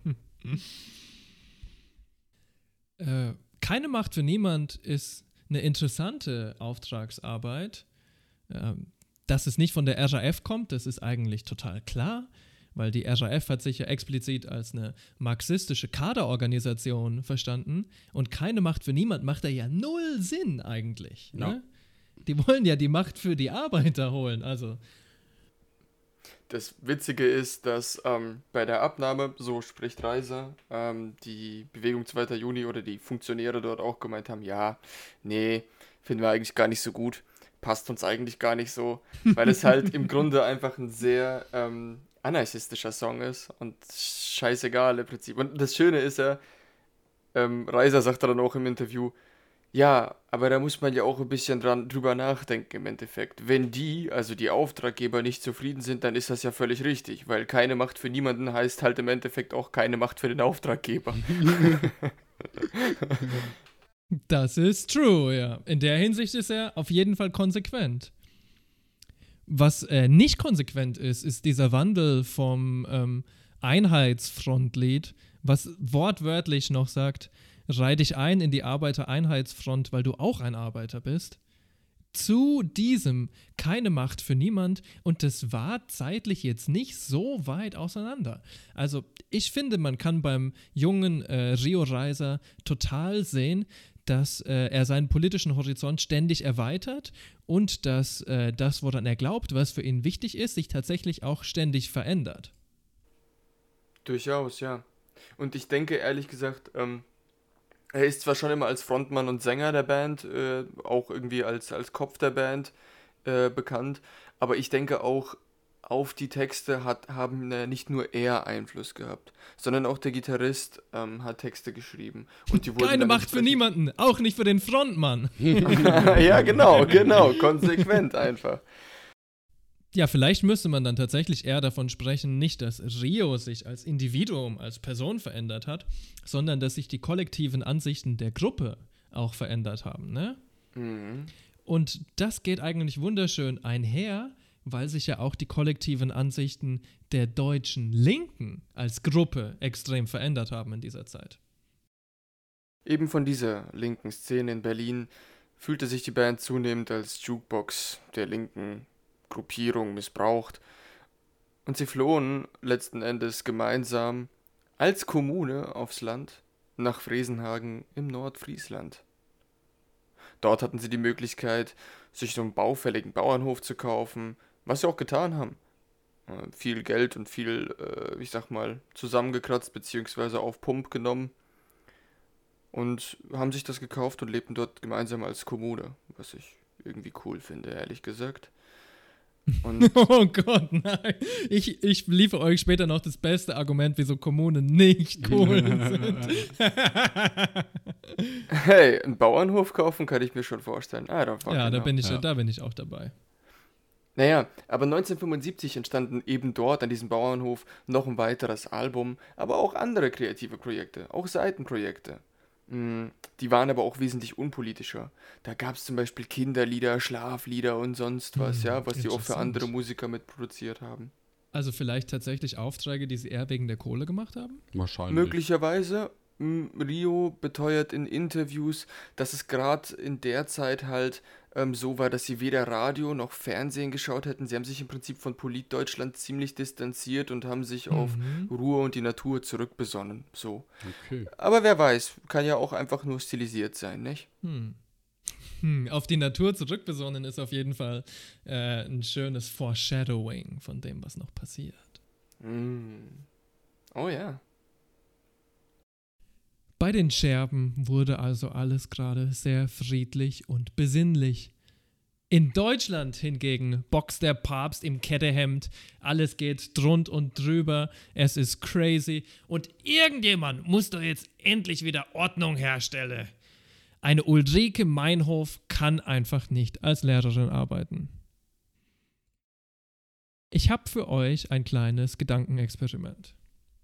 Äh, Keine Macht für Niemand ist eine interessante Auftragsarbeit. Ähm, dass es nicht von der R A F kommt, das ist eigentlich total klar, weil die R A F hat sich ja explizit als eine marxistische Kaderorganisation verstanden und Keine Macht für Niemand macht da ja null Sinn eigentlich. Ne? Ja. Die wollen ja die Macht für die Arbeiter holen, also Das Witzige ist, dass ähm, bei der Abnahme, so spricht Reiser, ähm, die Bewegung zweiter Juni oder die Funktionäre dort auch gemeint haben, ja, nee, finden wir eigentlich gar nicht so gut, passt uns eigentlich gar nicht so, weil es halt im Grunde einfach ein sehr ähm, anarchistischer Song ist und scheißegal im Prinzip. Und das Schöne ist ja, ähm, Reiser sagte dann auch im Interview, ja, aber da muss man ja auch ein bisschen dran drüber nachdenken im Endeffekt. Wenn die, also die Auftraggeber, nicht zufrieden sind, dann ist das ja völlig richtig, weil keine Macht für niemanden heißt halt im Endeffekt auch keine Macht für den Auftraggeber. das ist true, ja. In der Hinsicht ist er auf jeden Fall konsequent. Was äh, nicht konsequent ist, ist dieser Wandel vom ähm, Einheitsfrontlied, was wortwörtlich noch sagt, reih dich ein in die Arbeitereinheitsfront, weil du auch ein Arbeiter bist. Zu diesem keine Macht für niemand und das war zeitlich jetzt nicht so weit auseinander. Also ich finde, man kann beim jungen äh, Rio Reiser total sehen, dass äh, er seinen politischen Horizont ständig erweitert und dass äh, das, woran er glaubt, was für ihn wichtig ist, sich tatsächlich auch ständig verändert. Durchaus, ja. Und ich denke, ehrlich gesagt, ähm, er ist zwar schon immer als Frontmann und Sänger der Band, äh, auch irgendwie als, als Kopf der Band äh, bekannt, aber ich denke auch, auf die Texte hat, haben äh, nicht nur er Einfluss gehabt, sondern auch der Gitarrist ähm, hat Texte geschrieben. Und die wurden Keine dann Macht für niemanden, auch nicht für den Frontmann. Ja, genau, genau, konsequent einfach. Ja, vielleicht müsste man dann tatsächlich eher davon sprechen, nicht, dass Rio sich als Individuum, als Person verändert hat, sondern dass sich die kollektiven Ansichten der Gruppe auch verändert haben, ne? Mhm. Und das geht eigentlich wunderschön einher, weil sich ja auch die kollektiven Ansichten der deutschen Linken als Gruppe extrem verändert haben in dieser Zeit. Eben von dieser linken Szene in Berlin fühlte sich die Band zunehmend als Jukebox der linken Gruppierung missbraucht und sie flohen letzten Endes gemeinsam als Kommune aufs Land nach Fresenhagen im Nordfriesland. Dort hatten sie die Möglichkeit, sich so einen baufälligen Bauernhof zu kaufen, was sie auch getan haben. Äh, viel Geld und viel, äh, ich sag mal, zusammengekratzt bzw. auf Pump genommen und haben sich das gekauft und lebten dort gemeinsam als Kommune, was ich irgendwie cool finde, ehrlich gesagt. Und oh Gott, nein. Ich, ich liefere euch später noch das beste Argument, wieso Kommunen nicht cool sind. Hey, einen Bauernhof kaufen kann ich mir schon vorstellen. Ah, da ja, da bin, ich, Ja. da bin ich auch dabei. Naja, aber neunzehnhundertfünfundsiebzig entstanden eben dort an diesem Bauernhof noch ein weiteres Album, aber auch andere kreative Projekte, auch Seitenprojekte. Mm, Die waren aber auch wesentlich unpolitischer. Da gab es zum Beispiel Kinderlieder, Schlaflieder und sonst was, Hm, ja, was die auch für interessant. andere Musiker mitproduziert haben. Also vielleicht tatsächlich Aufträge, die sie eher wegen der Kohle gemacht haben? Wahrscheinlich. Möglicherweise. m, Rio beteuert in Interviews, dass es gerade in der Zeit halt ähm, so war, dass sie weder Radio noch Fernsehen geschaut hätten. Sie haben sich im Prinzip von Politdeutschland ziemlich distanziert und haben sich auf Mhm. Ruhe und die Natur zurückbesonnen. So. Okay. Aber wer weiß, kann ja auch einfach nur stilisiert sein, nicht? Hm. Hm, auf die Natur zurückbesonnen ist auf jeden Fall äh, ein schönes Foreshadowing von dem, was noch passiert. Mm. Oh ja. Bei den Scherben wurde also alles gerade sehr friedlich und besinnlich. In Deutschland hingegen boxt der Papst im Kettehemd, alles geht drund und drüber, es ist crazy und irgendjemand muss doch jetzt endlich wieder Ordnung herstellen. Eine Ulrike Meinhof kann einfach nicht als Lehrerin arbeiten. Ich habe für euch ein kleines Gedankenexperiment.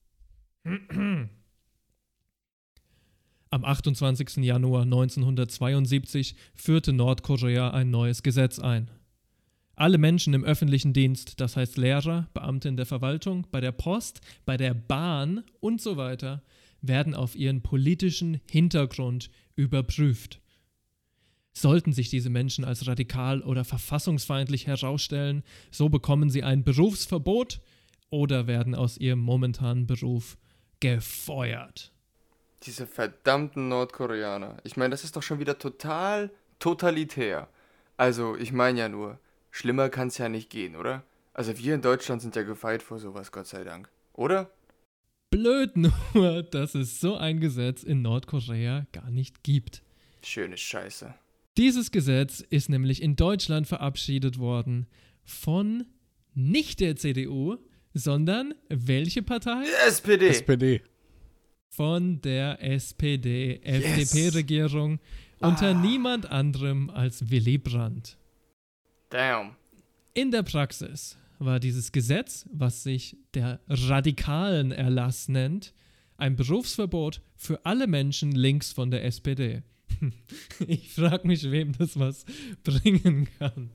Am achtundzwanzigsten Januar neunzehnhundertzweiundsiebzig führte Nordkorea ein neues Gesetz ein. Alle Menschen im öffentlichen Dienst, das heißt Lehrer, Beamte in der Verwaltung, bei der Post, bei der Bahn und so weiter, werden auf ihren politischen Hintergrund überprüft. Sollten sich diese Menschen als radikal oder verfassungsfeindlich herausstellen, so bekommen sie ein Berufsverbot oder werden aus ihrem momentanen Beruf gefeuert. Diese verdammten Nordkoreaner. Ich meine, das ist doch schon wieder total totalitär. Also, ich meine ja nur, schlimmer kann es ja nicht gehen, oder? Also wir in Deutschland sind ja gefeit vor sowas, Gott sei Dank. Oder? Blöd nur, dass es so ein Gesetz in Nordkorea gar nicht gibt. Schöne Scheiße. Dieses Gesetz ist nämlich in Deutschland verabschiedet worden von nicht der C D U, sondern welche Partei? S P D. S P D. Von der S P D-F D P-Regierung unter Ah. niemand anderem als Willy Brandt. Damn. In der Praxis war dieses Gesetz, was sich der radikalen Erlass nennt, ein Berufsverbot für alle Menschen links von der S P D. Ich frage mich, wem das was bringen kann.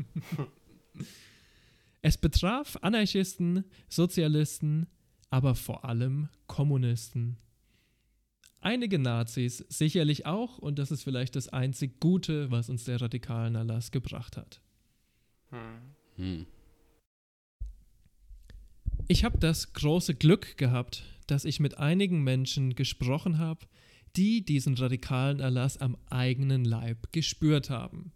Es betraf Anarchisten, Sozialisten, aber vor allem Kommunisten. einige Nazis sicherlich auch, und das ist vielleicht das einzig Gute, was uns der radikalen Erlass gebracht hat. Hm. Hm. Ich habe das große Glück gehabt, dass ich mit einigen Menschen gesprochen habe, die diesen radikalen Erlass am eigenen Leib gespürt haben.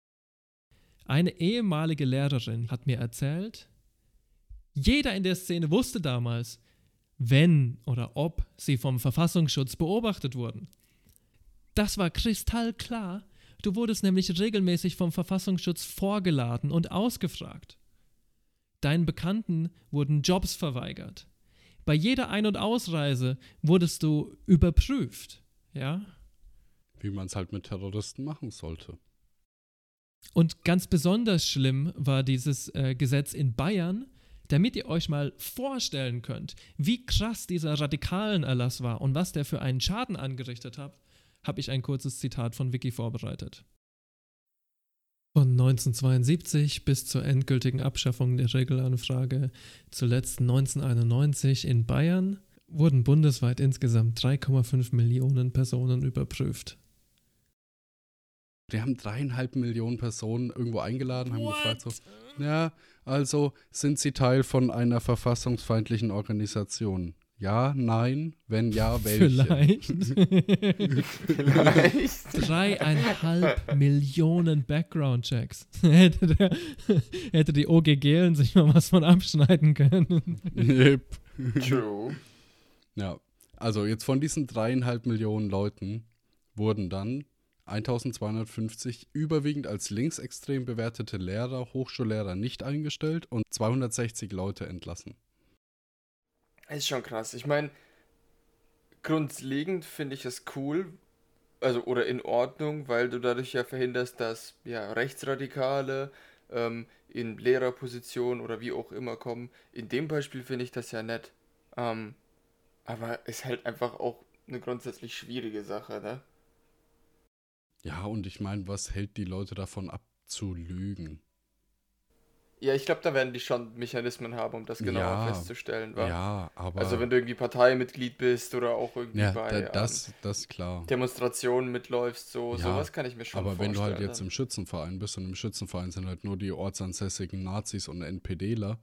Eine ehemalige Lehrerin hat mir erzählt, jeder in der Szene wusste damals, wenn oder ob sie vom Verfassungsschutz beobachtet wurden. Das war kristallklar. Du wurdest nämlich regelmäßig vom Verfassungsschutz vorgeladen und ausgefragt. Deinen Bekannten wurden Jobs verweigert. Bei jeder Ein- und Ausreise wurdest du überprüft, ja? Wie man es halt mit Terroristen machen sollte. Und ganz besonders schlimm war dieses äh, Gesetz in Bayern, damit ihr euch mal vorstellen könnt, wie krass dieser radikalen Erlass war und was der für einen Schaden angerichtet hat, habe ich ein kurzes Zitat von Wiki vorbereitet. Von neunzehnhundertzweiundsiebzig bis zur endgültigen Abschaffung der Regelanfrage, zuletzt neunzehnhunderteinundneunzig in Bayern, wurden bundesweit insgesamt drei Komma fünf Millionen Personen überprüft. Die haben dreieinhalb Millionen Personen irgendwo eingeladen, haben What? gefragt so, ja, also sind sie Teil von einer verfassungsfeindlichen Organisation? Ja, nein, wenn ja, welche? Vielleicht. Vielleicht. Dreieinhalb Millionen Background-Checks. hätte, der, hätte die O G Gelen sich mal was von abschneiden können. Yep. True. Ja, also jetzt von diesen dreieinhalb Millionen Leuten wurden dann eintausendzweihundertfünfzig überwiegend als linksextrem bewertete Lehrer, Hochschullehrer nicht eingestellt und zweihundertsechzig Leute entlassen. Ist schon krass. Ich meine, grundlegend finde ich es cool, also oder in Ordnung, weil du dadurch ja verhinderst, dass ja Rechtsradikale ähm, in Lehrerpositionen oder wie auch immer kommen. In dem Beispiel finde ich das ja nett. Ähm, aber ist halt einfach auch eine grundsätzlich schwierige Sache, ne? Ja, und ich meine, was hält die Leute davon ab, zu lügen? Ja, ich glaube, da werden die schon Mechanismen haben, um das genauer Ja, festzustellen. Wa? Ja, aber... Also wenn du irgendwie Parteimitglied bist oder auch irgendwie ja, bei da, ähm, das, das klar. Demonstrationen mitläufst, so Ja, sowas kann ich mir schon Aber wenn vorstellen. du halt jetzt im Schützenverein bist und im Schützenverein sind halt nur die ortsansässigen Nazis und NPDler,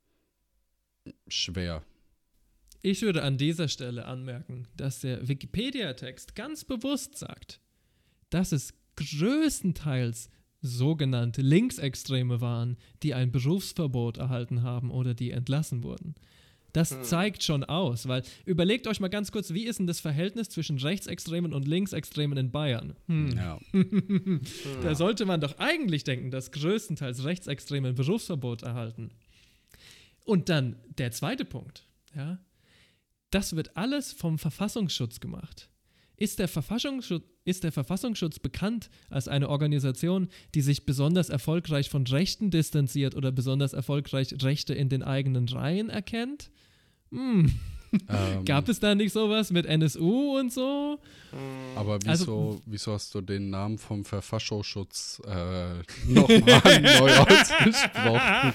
schwer. Ich würde an dieser Stelle anmerken, dass der Wikipedia-Text ganz bewusst sagt, dass es größtenteils sogenannte Linksextreme waren, die ein Berufsverbot erhalten haben oder die entlassen wurden. Das hm. zeigt schon aus, weil überlegt euch mal ganz kurz, wie ist denn das Verhältnis zwischen Rechtsextremen und Linksextremen in Bayern? Hm. Ja. Da sollte man doch eigentlich denken, dass größtenteils Rechtsextreme ein Berufsverbot erhalten. Und dann der zweite Punkt, ja, das wird alles vom Verfassungsschutz gemacht. Ist der Verfassungsschutz, ist der Verfassungsschutz bekannt als eine Organisation, die sich besonders erfolgreich von Rechten distanziert oder besonders erfolgreich Rechte in den eigenen Reihen erkennt? Hm. Ähm, Gab es da nicht sowas mit N S U und so? Aber wieso, Also, wieso hast du den Namen vom Verfassungsschutz äh, nochmal neu ausgesprochen?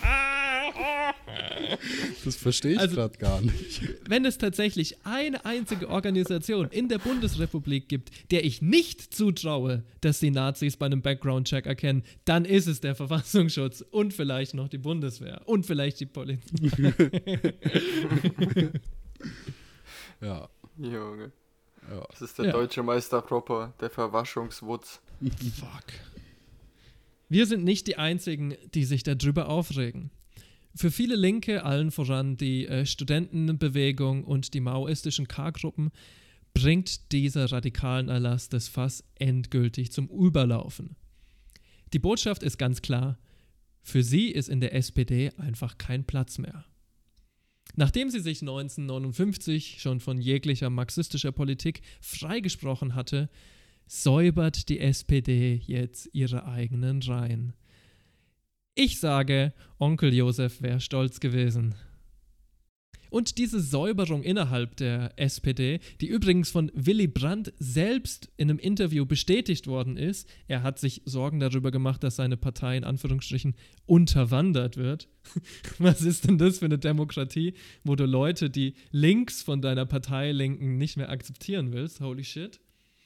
Das verstehe ich Also, gerade gar nicht. Wenn es tatsächlich eine einzige Organisation in der Bundesrepublik gibt, der ich nicht zutraue, dass die Nazis bei einem Background-Check erkennen, dann ist es der Verfassungsschutz und vielleicht noch die Bundeswehr und vielleicht die Polizei. Ja. Junge. Ja. Das ist der Ja. deutsche Meister proper, der Verwaschungswutz. Fuck. Wir sind nicht die Einzigen, die sich darüber aufregen. Für viele Linke, allen voran die äh, Studentenbewegung und die maoistischen K-Gruppen, bringt dieser radikalen Erlass das Fass endgültig zum Überlaufen. Die Botschaft ist ganz klar, für sie ist in der S P D einfach kein Platz mehr. Nachdem sie sich neunzehnhundertneunundfünfzig schon von jeglicher marxistischer Politik freigesprochen hatte, säubert die S P D jetzt ihre eigenen Reihen. Ich sage, Onkel Josef wäre stolz gewesen. Und diese Säuberung innerhalb der S P D, die übrigens von Willy Brandt selbst in einem Interview bestätigt worden ist, er hat sich Sorgen darüber gemacht, dass seine Partei in Anführungsstrichen unterwandert wird. Was ist denn das für eine Demokratie, wo du Leute, die links von deiner Partei lenken, nicht mehr akzeptieren willst? Holy shit.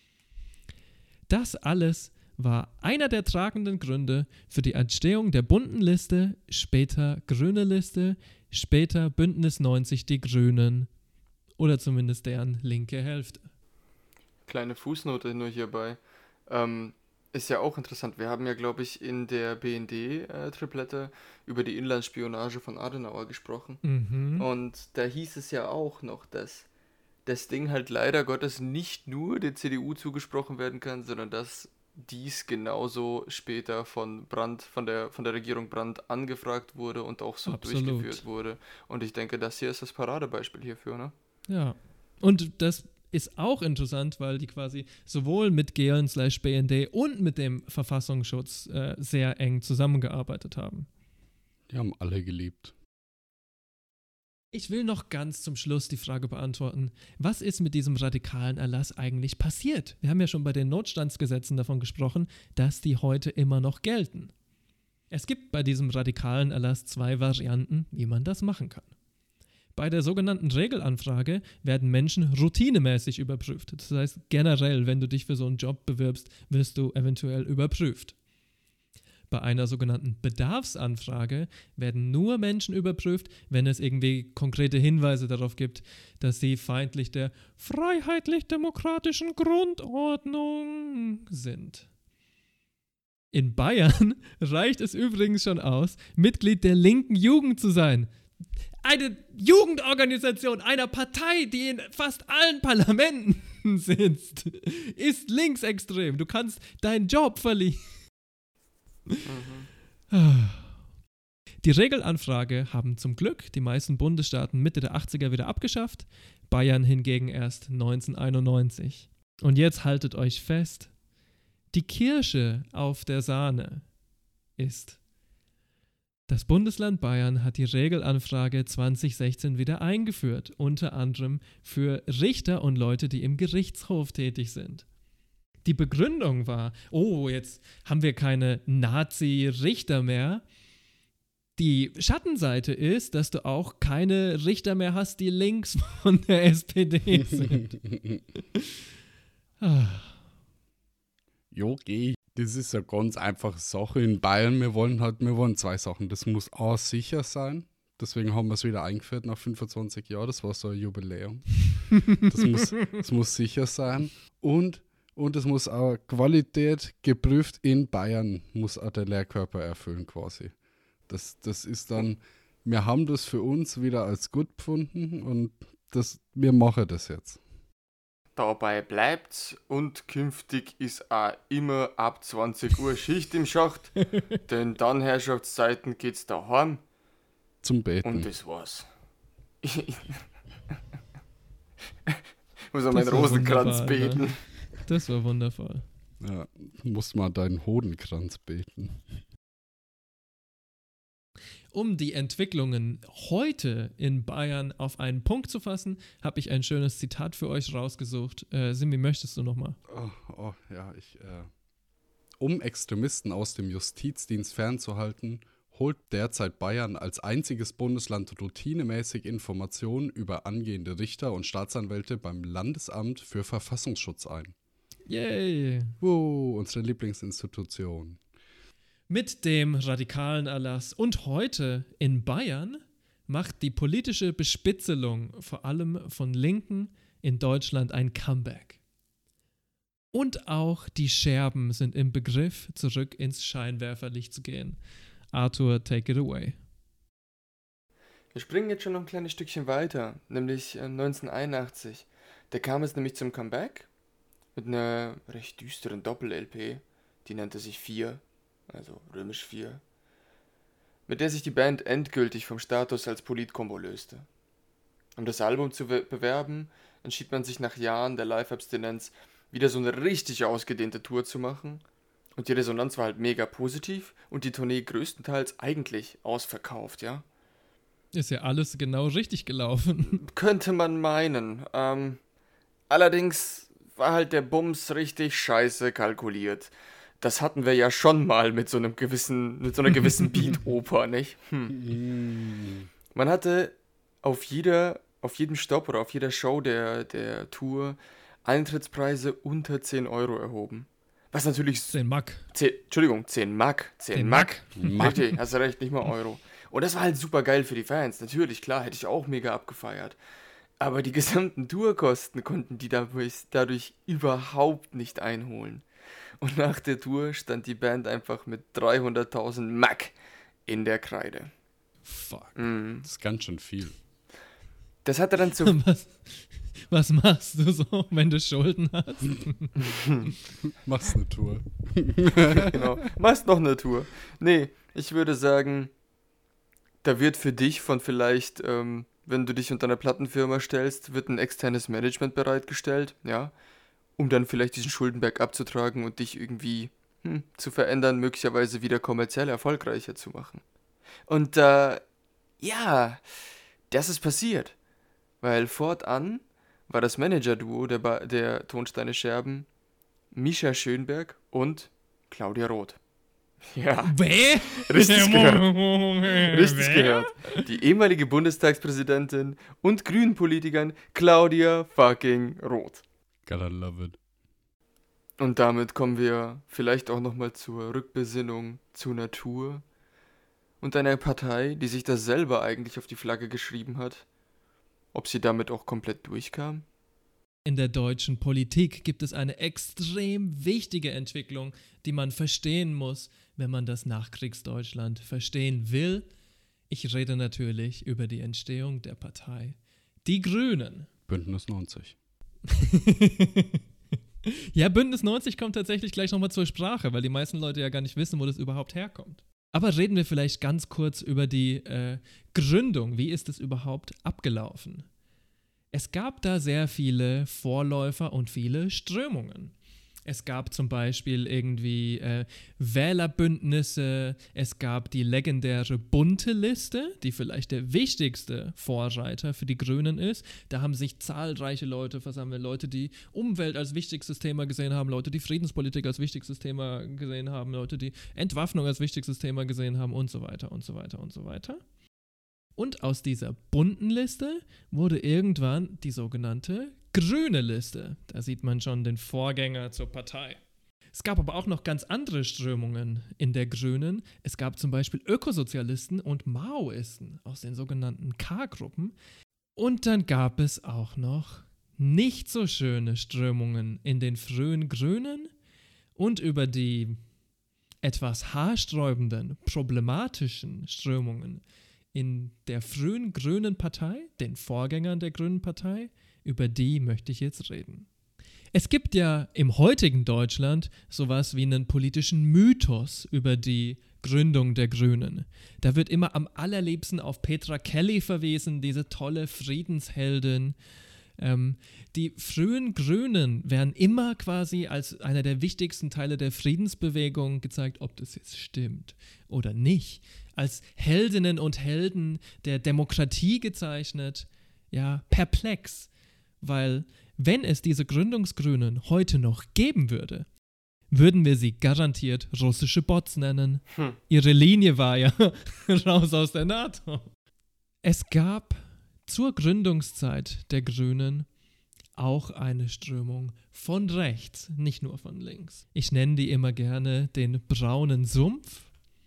Das alles war einer der tragenden Gründe für die Entstehung der bunten Liste, später Grüne Liste, später Bündnis neunzig Die Grünen oder zumindest deren linke Hälfte. Kleine Fußnote nur hierbei. Ähm, ist ja auch interessant. Wir haben ja, glaube ich, in der B N D-Triplette äh, über die Inlandsspionage von Adenauer gesprochen. Mhm. Und da hieß es ja auch noch, dass das Ding halt leider Gottes nicht nur der C D U zugesprochen werden kann, sondern dass dies genauso später von Brandt, von der, von der Regierung Brandt angefragt wurde und auch so Absolut. durchgeführt wurde. Und ich denke, das hier ist das Paradebeispiel hierfür, ne? Ja. Und das ist auch interessant, weil die quasi sowohl mit Gehlen slash B N D und mit dem Verfassungsschutz äh, sehr eng zusammengearbeitet haben. Die haben alle geliebt. Ich will noch ganz zum Schluss die Frage beantworten, was ist mit diesem radikalen Erlass eigentlich passiert? Wir haben ja schon bei den Notstandsgesetzen davon gesprochen, dass die heute immer noch gelten. Es gibt bei diesem radikalen Erlass zwei Varianten, wie man das machen kann. Bei der sogenannten Regelanfrage werden Menschen routinemäßig überprüft. Das heißt, generell, wenn du dich für so einen Job bewirbst, wirst du eventuell überprüft. Bei einer sogenannten Bedarfsanfrage werden nur Menschen überprüft, wenn es irgendwie konkrete Hinweise darauf gibt, dass sie feindlich der freiheitlich-demokratischen Grundordnung sind. In Bayern reicht es übrigens schon aus, Mitglied der linken Jugend zu sein. Eine Jugendorganisation einer Partei, die in fast allen Parlamenten sitzt, ist linksextrem. Du kannst deinen Job verlieren. Mhm. Die Regelanfrage haben zum Glück die meisten Bundesstaaten Mitte der achtziger wieder abgeschafft, Bayern hingegen erst neunzehnhunderteinundneunzig. Und jetzt haltet euch fest, die Kirsche auf der Sahne ist: Das Bundesland Bayern hat die Regelanfrage zwanzig sechzehn wieder eingeführt, unter anderem für Richter und Leute, die im Gerichtshof tätig sind. Die Begründung war, oh, jetzt haben wir keine Nazi-Richter mehr. Die Schattenseite ist, dass du auch keine Richter mehr hast, die links von der S P D sind. ah. Jo, geh. Das ist eine ganz einfache Sache in Bayern. Wir wollen halt, wir wollen zwei Sachen. Das muss A, sicher sein. Deswegen haben wir es wieder eingeführt nach fünfundzwanzig Jahren. Das war so ein Jubiläum. Das muss, das muss sicher sein. Und Und es muss auch Qualität geprüft in Bayern, muss auch der Lehrkörper erfüllen quasi. Das, das ist dann, wir haben das für uns wieder als gut befunden und das, wir machen das jetzt. Dabei bleibt's und künftig ist auch immer ab zwanzig Uhr Schicht im Schacht, denn dann Herrschaftszeiten geht's daheim. Zum Beten. Und das war's. Ich muss an meinen Rosenkranz beten. Ne? Das war wundervoll. Ja, musst mal deinen Hodenkranz beten. Um die Entwicklungen heute in Bayern auf einen Punkt zu fassen, habe ich ein schönes Zitat für euch rausgesucht. Äh, Simi, möchtest du nochmal? Oh, oh, ja, ich, äh, um Extremisten aus dem Justizdienst fernzuhalten, holt derzeit Bayern als einziges Bundesland routinemäßig Informationen über angehende Richter und Staatsanwälte beim Landesamt für Verfassungsschutz ein. Yay! Wow, unsere Lieblingsinstitution. Mit dem radikalen Erlass und heute in Bayern macht die politische Bespitzelung vor allem von Linken in Deutschland ein Comeback. Und auch die Scherben sind im Begriff, zurück ins Scheinwerferlicht zu gehen. Arthur, take it away. Wir springen jetzt schon noch ein kleines Stückchen weiter, nämlich neunzehnhunderteinundachtzig. Da kam es nämlich zum Comeback mit einer recht düsteren Doppel-L P, die nannte sich vier, also römisch vier, mit der sich die Band endgültig vom Status als Politkombo löste. Um das Album zu we- bewerben, entschied man sich nach Jahren der Live-Abstinenz wieder so eine richtig ausgedehnte Tour zu machen. Und die Resonanz war halt mega positiv und die Tournee größtenteils eigentlich ausverkauft, ja. Ist ja alles genau richtig gelaufen. Könnte man meinen. Ähm, allerdings war halt der Bums richtig scheiße kalkuliert. Das hatten wir ja schon mal mit so einem gewissen, mit so einer gewissen Beat-Oper, nicht? Hm. Man hatte auf jeder, auf jedem Stopp oder auf jeder Show der, der Tour Eintrittspreise unter zehn Euro erhoben. Was natürlich... zehn Mark. zehn, Entschuldigung, zehn Mark. zehn Mark. Mark. Richtig, hast du recht, nicht mal Euro. Und das war halt super geil für die Fans. Natürlich, klar, hätte ich auch mega abgefeiert. Aber die gesamten Tourkosten konnten die dadurch, dadurch überhaupt nicht einholen. Und nach der Tour stand die Band einfach mit dreihunderttausend Mark in der Kreide. Fuck. Mhm. Das ist ganz schön viel. Das hatte dann zu... Was, was machst du so, wenn du Schulden hast? Machst eine Tour. Genau, machst noch eine Tour. Nee, ich würde sagen, da wird für dich von vielleicht, ähm, wenn du dich unter einer Plattenfirma stellst, wird ein externes Management bereitgestellt, ja, um dann vielleicht diesen Schuldenberg abzutragen und dich irgendwie hm, zu verändern, möglicherweise wieder kommerziell erfolgreicher zu machen. Und äh, ja, das ist passiert, weil fortan war das Manager-Duo der, ba- der Tonsteine Scherben Mischa Schönberg und Claudia Roth. Ja, Wer? richtig gehört. Richtig Wer? gehört. Die ehemalige Bundestagspräsidentin und Grünen-Politikerin Claudia fucking Roth. Gotta love it. Und damit kommen wir vielleicht auch nochmal zur Rückbesinnung zur Natur und einer Partei, die sich das selber eigentlich auf die Flagge geschrieben hat. Ob sie damit auch komplett durchkam? In der deutschen Politik gibt es eine extrem wichtige Entwicklung, die man verstehen muss, wenn man das Nachkriegsdeutschland verstehen will. Ich rede natürlich über die Entstehung der Partei Die Grünen. Bündnis neunzig. Ja, Bündnis neunzig kommt tatsächlich gleich nochmal zur Sprache, weil die meisten Leute ja gar nicht wissen, wo das überhaupt herkommt. Aber reden wir vielleicht ganz kurz über die äh, Gründung. Wie ist es überhaupt abgelaufen? Es gab da sehr viele Vorläufer und viele Strömungen. Es gab zum Beispiel irgendwie äh, Wählerbündnisse, es gab die legendäre Bunte Liste, die vielleicht der wichtigste Vorreiter für die Grünen ist. Da haben sich zahlreiche Leute versammelt, Leute, die Umwelt als wichtigstes Thema gesehen haben, Leute, die Friedenspolitik als wichtigstes Thema gesehen haben, Leute, die Entwaffnung als wichtigstes Thema gesehen haben und so weiter und so weiter und so weiter. Und aus dieser bunten Liste wurde irgendwann die sogenannte grüne Liste. Da sieht man schon den Vorgänger zur Partei. Es gab aber auch noch ganz andere Strömungen in der Grünen. Es gab zum Beispiel Ökosozialisten und Maoisten aus den sogenannten K-Gruppen. Und dann gab es auch noch nicht so schöne Strömungen in den frühen Grünen und über die etwas haarsträubenden, problematischen Strömungen in der frühen Grünen Partei, den Vorgängern der Grünen Partei, über die möchte ich jetzt reden. Es gibt ja im heutigen Deutschland sowas wie einen politischen Mythos über die Gründung der Grünen. Da wird immer am allerliebsten auf Petra Kelly verwiesen, diese tolle Friedensheldin. Ähm, die frühen Grünen werden immer quasi als einer der wichtigsten Teile der Friedensbewegung gezeigt, ob das jetzt stimmt oder nicht. Als Heldinnen und Helden der Demokratie gezeichnet. Ja, perplex. Weil, wenn es diese Gründungsgrünen heute noch geben würde, würden wir sie garantiert russische Bots nennen. Hm. Ihre Linie war ja raus aus der NATO. Es gab zur Gründungszeit der Grünen auch eine Strömung von rechts, nicht nur von links. Ich nenne die immer gerne den braunen Sumpf.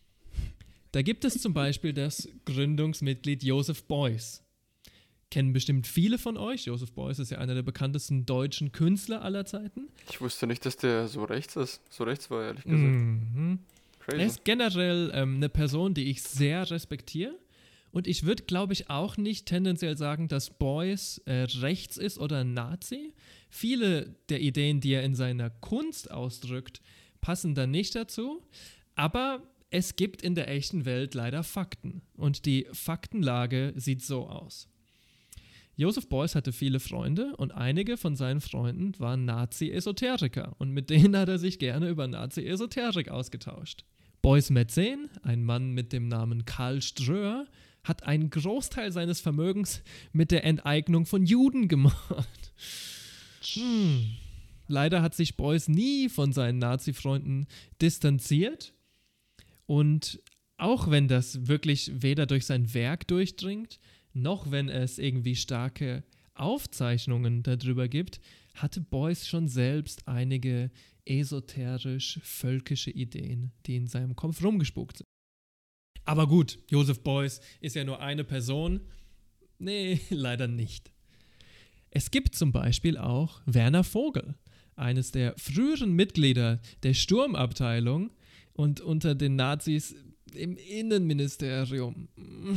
Da gibt es zum Beispiel das Gründungsmitglied Joseph Beuys. Kennen bestimmt viele von euch. Joseph Beuys ist ja einer der bekanntesten deutschen Künstler aller Zeiten. Ich wusste nicht, dass der so rechts ist. So rechts war, ehrlich gesagt. Mhm. Crazy. Er ist generell ähm, eine Person, die ich sehr respektiere. Und ich würde, glaube ich, auch nicht tendenziell sagen, dass Beuys äh, rechts ist oder ein Nazi. Viele der Ideen, die er in seiner Kunst ausdrückt, passen da nicht dazu. Aber es gibt in der echten Welt leider Fakten. Und die Faktenlage sieht so aus. Joseph Beuys hatte viele Freunde und einige von seinen Freunden waren Nazi-Esoteriker und mit denen hat er sich gerne über Nazi-Esoterik ausgetauscht. Beuys Mäzen, ein Mann mit dem Namen Karl Ströer, hat einen Großteil seines Vermögens mit der Enteignung von Juden gemacht. Hm. Leider hat sich Beuys nie von seinen Nazi-Freunden distanziert. Und auch wenn das wirklich weder durch sein Werk durchdringt, noch wenn es irgendwie starke Aufzeichnungen darüber gibt, hatte Beuys schon selbst einige esoterisch-völkische Ideen, die in seinem Kopf rumgespukt sind. Aber gut, Joseph Beuys ist ja nur eine Person. Nee, leider nicht. Es gibt zum Beispiel auch Werner Vogel, eines der früheren Mitglieder der Sturmabteilung und unter den Nazis im Innenministerium.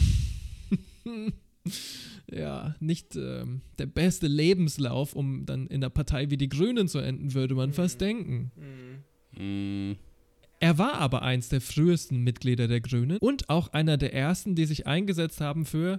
Ja, nicht ähm, der beste Lebenslauf, um dann in einer Partei wie die Grünen zu enden, würde man mhm. fast denken. Mhm. Er war aber eins der frühesten Mitglieder der Grünen und auch einer der ersten, die sich eingesetzt haben für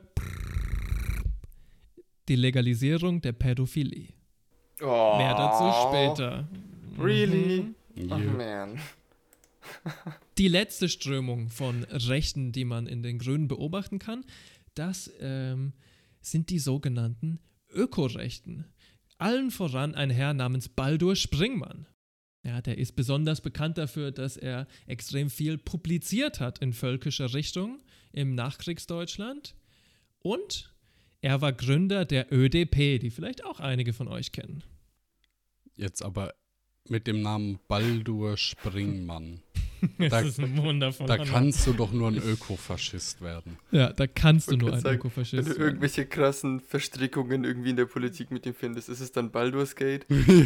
die Legalisierung der Pädophilie. Oh. Mehr dazu später. Really? Mhm. Oh man. Die letzte Strömung von Rechten, die man in den Grünen beobachten kann, das ähm, sind die sogenannten Ökorechten. Allen voran ein Herr namens Baldur Springmann. Ja, der ist besonders bekannt dafür, dass er extrem viel publiziert hat in völkischer Richtung im Nachkriegsdeutschland. Und er war Gründer der Ö D P, die vielleicht auch einige von euch kennen. Jetzt aber mit dem Namen Baldur Springmann. Das da, ist ein wundervoller Da kannst du doch nur ein Ökofaschist werden. Ja, da kannst du Ich nur ein sagen, Ökofaschist wenn du werden. irgendwelche krassen Verstrickungen irgendwie in der Politik mit ihm findest, ist es dann Baldur's Gate?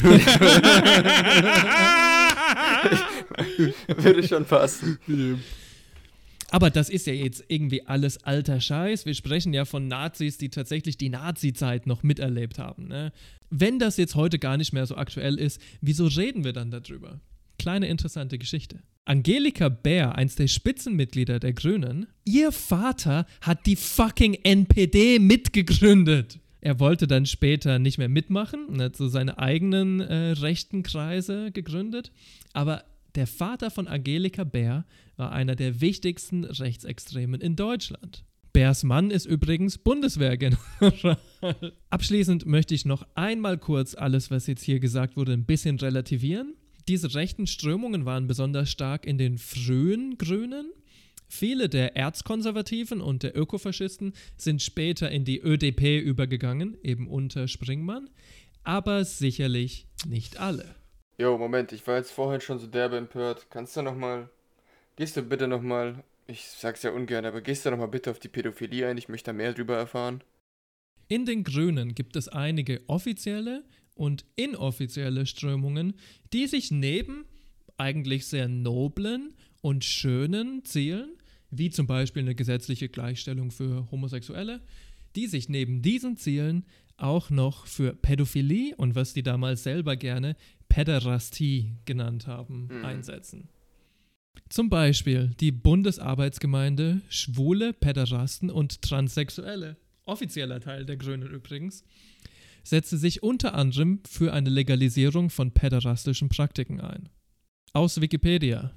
Würde schon passen. Aber das ist ja jetzt irgendwie alles alter Scheiß. Wir sprechen ja von Nazis, die tatsächlich die Nazi-Zeit noch miterlebt haben. Ne? Wenn das jetzt heute gar nicht mehr so aktuell ist, wieso reden wir dann darüber? Kleine interessante Geschichte. Angelika Bär, eins der Spitzenmitglieder der Grünen, ihr Vater hat die fucking N P D mitgegründet. Er wollte dann später nicht mehr mitmachen und hat so seine eigenen äh, rechten Kreise gegründet. Aber der Vater von Angelika Bär war einer der wichtigsten Rechtsextremen in Deutschland. Bärs Mann ist übrigens Bundeswehrgeneral. Abschließend möchte ich noch einmal kurz alles, was jetzt hier gesagt wurde, ein bisschen relativieren. Diese rechten Strömungen waren besonders stark in den frühen Grünen. Viele der Erzkonservativen und der Ökofaschisten sind später in die Ö D P übergegangen, eben unter Springmann, aber sicherlich nicht alle. Jo, Moment, ich war jetzt vorhin schon so derbe empört. Kannst du nochmal, gehst du bitte nochmal, ich sag's ja ungern, aber gehst du nochmal bitte auf die Pädophilie ein, ich möchte da mehr drüber erfahren. In den Grünen gibt es einige offizielle und inoffizielle Strömungen, die sich neben eigentlich sehr noblen und schönen Zielen, wie zum Beispiel eine gesetzliche Gleichstellung für Homosexuelle, die sich neben diesen Zielen auch noch für Pädophilie und was die damals selber gerne Päderastie genannt haben, mhm. einsetzen. Zum Beispiel die Bundesarbeitsgemeinde Schwule, Päderasten und Transsexuelle, offizieller Teil der Grünen übrigens, setzte sich unter anderem für eine Legalisierung von päderastischen Praktiken ein. Aus Wikipedia.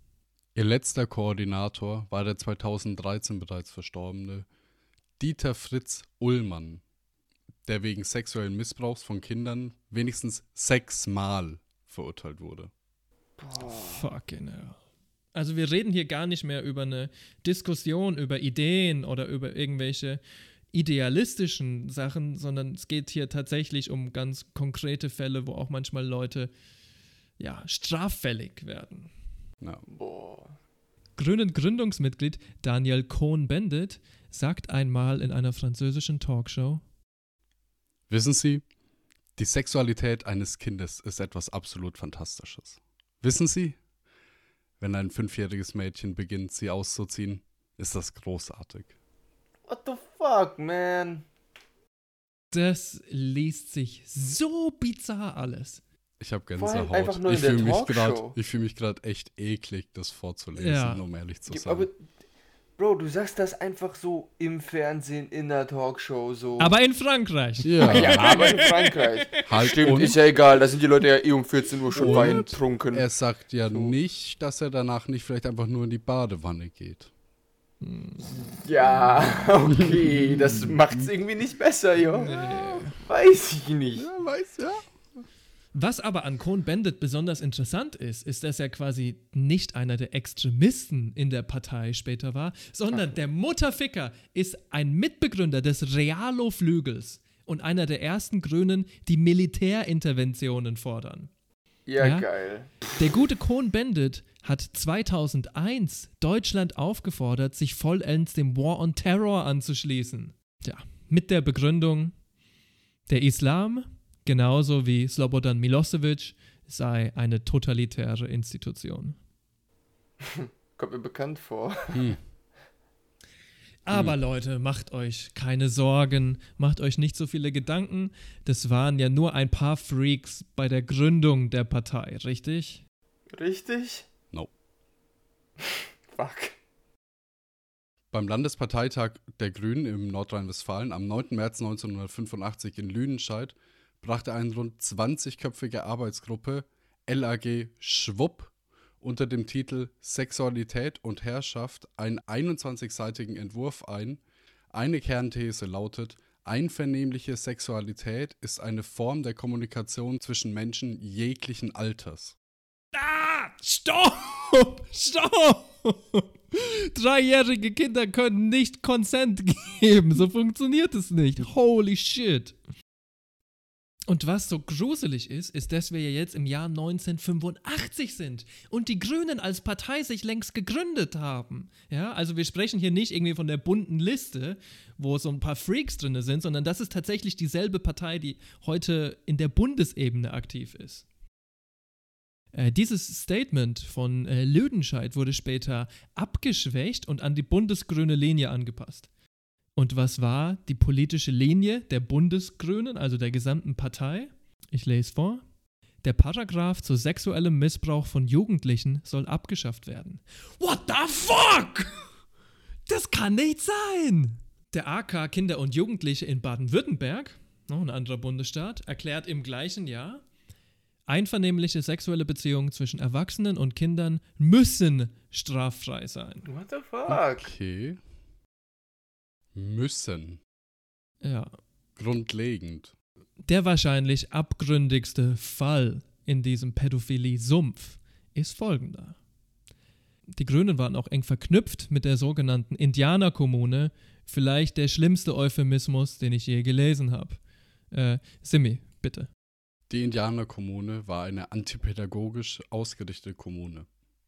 Ihr letzter Koordinator war der zweitausenddreizehn bereits verstorbene Dieter Fritz Ullmann, der wegen sexuellen Missbrauchs von Kindern wenigstens sechsmal verurteilt wurde. Boah. Fucking hell. Also wir reden hier gar nicht mehr über eine Diskussion, über Ideen oder über irgendwelche idealistischen Sachen, sondern es geht hier tatsächlich um ganz konkrete Fälle, wo auch manchmal Leute ja, straffällig werden. Ja. Boah. Grünen Gründungsmitglied Daniel Cohn-Bendit sagt einmal in einer französischen Talkshow: Wissen Sie, die Sexualität eines Kindes ist etwas absolut Fantastisches. Wissen Sie, wenn ein fünfjähriges Mädchen beginnt, sie auszuziehen, ist das großartig. What the fuck, man? Das liest sich so bizarr alles. Ich habe Vor allem einfach Gänsehaut. nur in Ich der fühle mich Talkshow. gerade, ich fühle mich gerade echt eklig, das vorzulesen, Ja. um ehrlich zu Ja, sein. aber, Bro, du sagst das einfach so im Fernsehen, in der Talkshow, so. Aber in Frankreich. Ja, Ja, aber in Frankreich. halt Stimmt, und ist ja egal, da sind die Leute ja eh um vierzehn Uhr schon Und Wein trunken. er sagt ja So. nicht, dass er danach nicht vielleicht einfach nur in die Badewanne geht. Ja, okay, das macht's irgendwie nicht besser, jo. Nee. Weiß ich nicht. Ja, weiß, ja. Was aber an Cohn-Bendit besonders interessant ist, ist, dass er quasi nicht einer der Extremisten in der Partei später war, sondern der Mutterficker ist ein Mitbegründer des Realo-Flügels und einer der ersten Grünen, die Militärinterventionen fordern. Ja, ja? Geil. Der gute Cohn-Bendit hat zweitausendeins Deutschland aufgefordert, sich vollends dem War on Terror anzuschließen. Ja, mit der Begründung, der Islam, genauso wie Slobodan Milosevic, sei eine totalitäre Institution. Kommt mir bekannt vor. Hm. Aber Leute, macht euch keine Sorgen, macht euch nicht so viele Gedanken. Das waren ja nur ein paar Freaks bei der Gründung der Partei, richtig? Richtig? No. Fuck. Beim Landesparteitag der Grünen im Nordrhein-Westfalen am neunten März neunzehnhundertfünfundachtzig in Lüdenscheid brachte eine rund zwanzigköpfige Arbeitsgruppe L A G Schwupp unter dem Titel Sexualität und Herrschaft einen einundzwanzigseitigen Entwurf ein. Eine Kernthese lautet: Einvernehmliche Sexualität ist eine Form der Kommunikation zwischen Menschen jeglichen Alters. Ah, stopp! Stopp! Dreijährige Kinder können nicht Consent geben. So funktioniert es nicht. Holy shit. Und was so gruselig ist, ist, dass wir ja jetzt im Jahr neunzehnhundertfünfundachtzig sind und die Grünen als Partei sich längst gegründet haben. Ja, also wir sprechen hier nicht irgendwie von der bunten Liste, wo so ein paar Freaks drin sind, sondern das ist tatsächlich dieselbe Partei, die heute in der Bundesebene aktiv ist. Äh, dieses Statement von äh, Lüdenscheid wurde später abgeschwächt und an die bundesgrüne Linie angepasst. Und was war die politische Linie der Bundesgrünen, also der gesamten Partei? Ich lese vor. Der Paragraph zu sexuellem Missbrauch von Jugendlichen soll abgeschafft werden. What the fuck? Das kann nicht sein! Der A K Kinder und Jugendliche in Baden-Württemberg, noch ein anderer Bundesstaat, erklärt im gleichen Jahr, einvernehmliche sexuelle Beziehungen zwischen Erwachsenen und Kindern müssen straffrei sein. What the fuck? Okay. Müssen. Ja. Grundlegend. Der wahrscheinlich abgründigste Fall in diesem Pädophilie-Sumpf ist folgender. Die Grünen waren auch eng verknüpft mit der sogenannten Indianerkommune, vielleicht der schlimmste Euphemismus, den ich je gelesen habe. Äh, Simi, bitte. Die Indianerkommune war eine antipädagogisch ausgerichtete Kommune.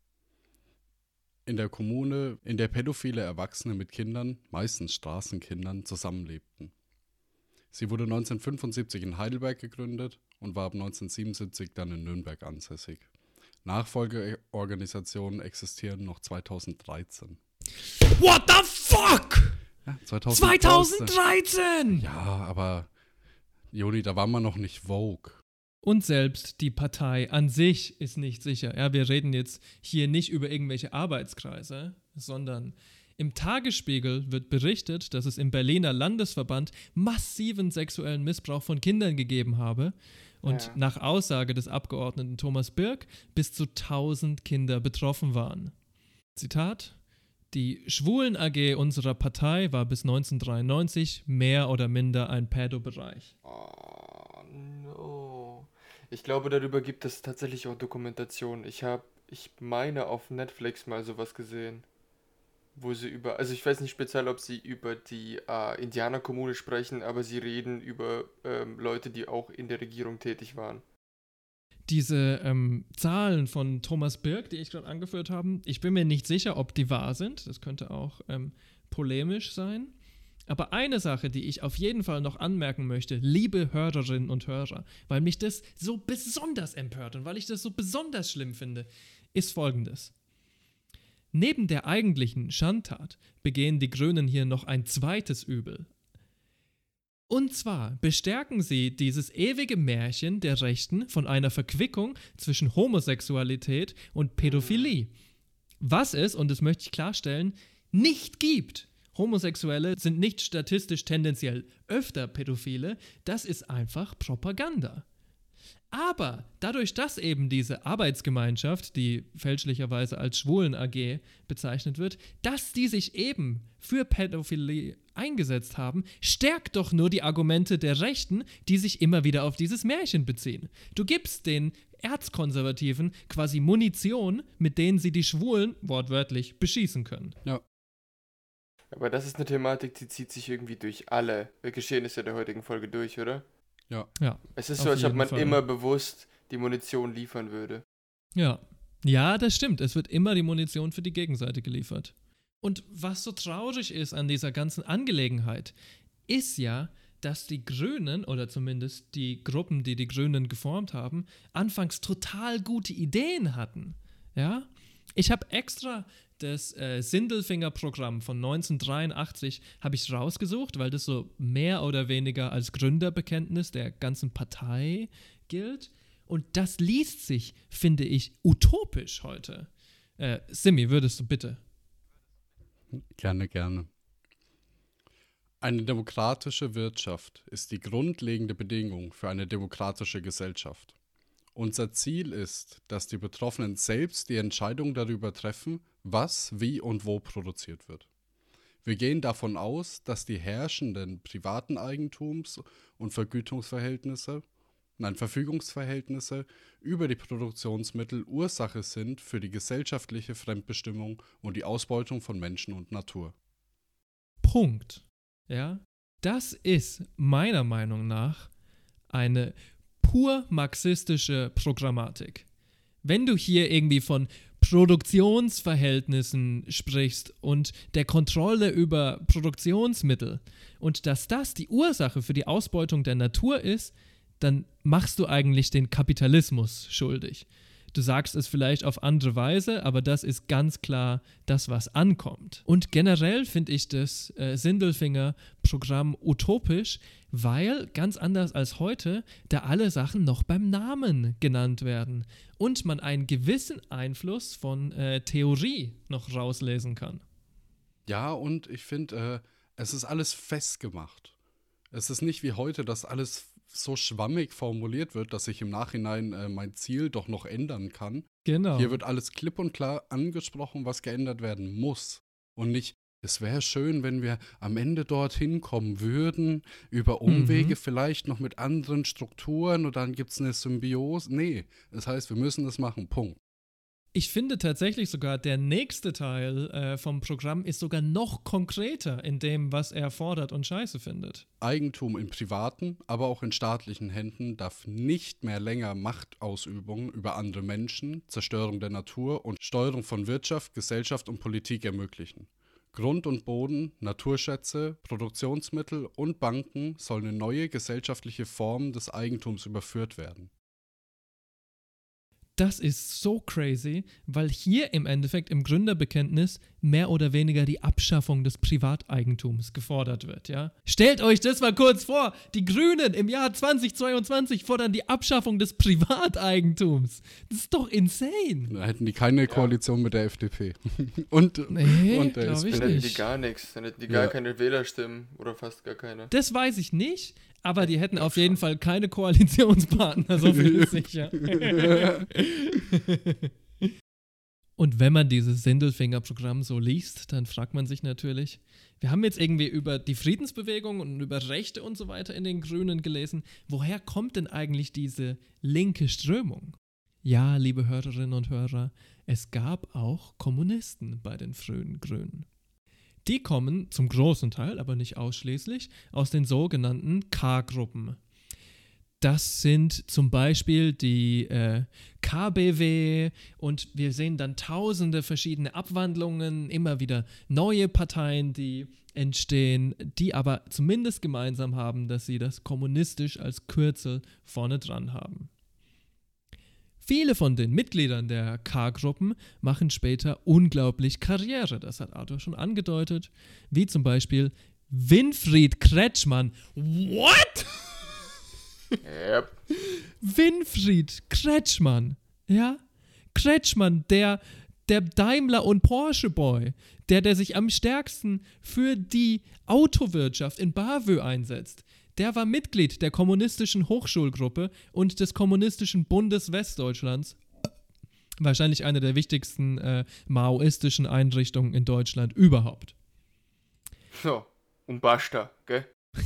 In der Kommune, in der pädophile Erwachsene mit Kindern, meistens Straßenkindern, zusammenlebten. Sie wurde neunzehnhundertfünfundsiebzig in Heidelberg gegründet und war ab neunzehnhundertsiebenundsiebzig dann in Nürnberg ansässig. Nachfolgeorganisationen existieren noch zweitausenddreizehn. What the fuck? Ja, zweitausenddreizehn. zweitausenddreizehn! Ja, aber Joni, da war man noch nicht Vogue. Und selbst die Partei an sich ist nicht sicher. Ja, wir reden jetzt hier nicht über irgendwelche Arbeitskreise, sondern im Tagesspiegel wird berichtet, dass es im Berliner Landesverband massiven sexuellen Missbrauch von Kindern gegeben habe und ja. nach Aussage des Abgeordneten Thomas Birk bis zu tausend Kinder betroffen waren. Zitat: Die Schwulen-A G unserer Partei war bis neunzehnhundertdreiundneunzig mehr oder minder ein Pädo-Bereich. Oh, no. Ich glaube, darüber gibt es tatsächlich auch Dokumentationen. Ich habe, ich meine, auf Netflix mal sowas gesehen, wo sie über, also ich weiß nicht speziell, ob sie über die äh, Indianerkommune sprechen, aber sie reden über ähm, Leute, die auch in der Regierung tätig waren. Diese ähm, Zahlen von Thomas Birk, die ich gerade angeführt habe, ich bin mir nicht sicher, ob die wahr sind. Das könnte auch ähm, polemisch sein. Aber eine Sache, die ich auf jeden Fall noch anmerken möchte, liebe Hörerinnen und Hörer, weil mich das so besonders empört und weil ich das so besonders schlimm finde, ist Folgendes. Neben der eigentlichen Schandtat begehen die Grünen hier noch ein zweites Übel. Und zwar bestärken sie dieses ewige Märchen der Rechten von einer Verquickung zwischen Homosexualität und Pädophilie. Was es, und das möchte ich klarstellen, nicht gibt. Homosexuelle sind nicht statistisch tendenziell öfter Pädophile, das ist einfach Propaganda. Aber dadurch, dass eben diese Arbeitsgemeinschaft, die fälschlicherweise als Schwulen-A G bezeichnet wird, dass die sich eben für Pädophilie eingesetzt haben, stärkt doch nur die Argumente der Rechten, die sich immer wieder auf dieses Märchen beziehen. Du gibst den Erzkonservativen quasi Munition, mit denen sie die Schwulen wortwörtlich beschießen können. Ja. Aber das ist eine Thematik, die zieht sich irgendwie durch alle Geschehnisse der heutigen Folge durch, oder? Ja. Ja. Es ist auf so, als ob jeden man Fall. immer bewusst die Munition liefern würde. Ja. Ja, das stimmt. Es wird immer die Munition für die Gegenseite geliefert. Und was so traurig ist an dieser ganzen Angelegenheit, ist ja, dass die Grünen, oder zumindest die Gruppen, die die Grünen geformt haben, anfangs total gute Ideen hatten. Ja? Ich habe extra das äh, Sindelfinger-Programm von neunzehnhundertdreiundachtzig habe ich rausgesucht, weil das so mehr oder weniger als Gründerbekenntnis der ganzen Partei gilt. Und das liest sich, finde ich, utopisch heute. Äh, Simi, würdest du bitte? Gerne, gerne. Eine demokratische Wirtschaft ist die grundlegende Bedingung für eine demokratische Gesellschaft. Unser Ziel ist, dass die Betroffenen selbst die Entscheidung darüber treffen, was, wie und wo produziert wird. Wir gehen davon aus, dass die herrschenden privaten Eigentums- und Vergütungsverhältnisse, nein, Verfügungsverhältnisse über die Produktionsmittel Ursache sind für die gesellschaftliche Fremdbestimmung und die Ausbeutung von Menschen und Natur. Punkt. Ja, das ist meiner Meinung nach eine pur marxistische Programmatik. Wenn du hier irgendwie von Produktionsverhältnissen sprichst und der Kontrolle über Produktionsmittel und dass das die Ursache für die Ausbeutung der Natur ist, dann machst du eigentlich den Kapitalismus schuldig. Du sagst es vielleicht auf andere Weise, aber das ist ganz klar das, was ankommt. Und generell finde ich das äh, Sindelfinger-Programm utopisch, weil, ganz anders als heute, da alle Sachen noch beim Namen genannt werden und man einen gewissen Einfluss von äh, Theorie noch rauslesen kann. Ja, und ich finde, äh, es ist alles festgemacht. Es ist nicht wie heute, dass alles so schwammig formuliert wird, dass ich im Nachhinein äh, mein Ziel doch noch ändern kann. Genau. Hier wird alles klipp und klar angesprochen, was geändert werden muss. Und nicht, es wäre schön, wenn wir am Ende dorthin kommen würden, über Umwege Mhm. vielleicht noch mit anderen Strukturen und dann gibt es eine Symbiose. Nee, das heißt, wir müssen das machen, Punkt. Ich finde tatsächlich sogar, der nächste Teil äh, vom Programm ist sogar noch konkreter in dem, was er fordert und scheiße findet. Eigentum in privaten, aber auch in staatlichen Händen darf nicht mehr länger Machtausübung über andere Menschen, Zerstörung der Natur und Steuerung von Wirtschaft, Gesellschaft und Politik ermöglichen. Grund und Boden, Naturschätze, Produktionsmittel und Banken sollen in neue gesellschaftliche Formen des Eigentums überführt werden. Das ist so crazy, weil hier im Endeffekt im Gründerbekenntnis mehr oder weniger die Abschaffung des Privateigentums gefordert wird, ja? Stellt euch das mal kurz vor, die Grünen im Jahr zweitausendzweiundzwanzig fordern die Abschaffung des Privateigentums. Das ist doch insane. Da hätten die keine Koalition mit der F D P. und, Nee, und der glaub S P. ich Dann hätten die nicht. gar nichts. Dann hätten die gar Ja. keine Wählerstimmen oder fast gar keine. Das weiß ich nicht, aber die hätten auf jeden Fall keine Koalitionspartner, so viel ist sicher. Und wenn man dieses Sindelfinger-Programm so liest, dann fragt man sich natürlich, wir haben jetzt irgendwie über die Friedensbewegung und über Rechte und so weiter in den Grünen gelesen, woher kommt denn eigentlich diese linke Strömung? Ja, liebe Hörerinnen und Hörer, es gab auch Kommunisten bei den frühen Grünen. Die kommen zum großen Teil, aber nicht ausschließlich, aus den sogenannten K-Gruppen. Das sind zum Beispiel die äh, K B W und wir sehen dann tausende verschiedene Abwandlungen, immer wieder neue Parteien, die entstehen, die aber zumindest gemeinsam haben, dass sie das kommunistisch als Kürzel vorne dran haben. Viele von den Mitgliedern der K-Gruppen machen später unglaublich Karriere, das hat Arthur schon angedeutet, wie zum Beispiel Winfried Kretschmann. What? Yep. Winfried Kretschmann, ja? Kretschmann, der, der Daimler- und Porsche-Boy, der, der sich am stärksten für die Autowirtschaft in Bavö einsetzt, der war Mitglied der kommunistischen Hochschulgruppe und des kommunistischen Bundes Westdeutschlands. Wahrscheinlich eine der wichtigsten äh, maoistischen Einrichtungen in Deutschland überhaupt. So, und basta, gell?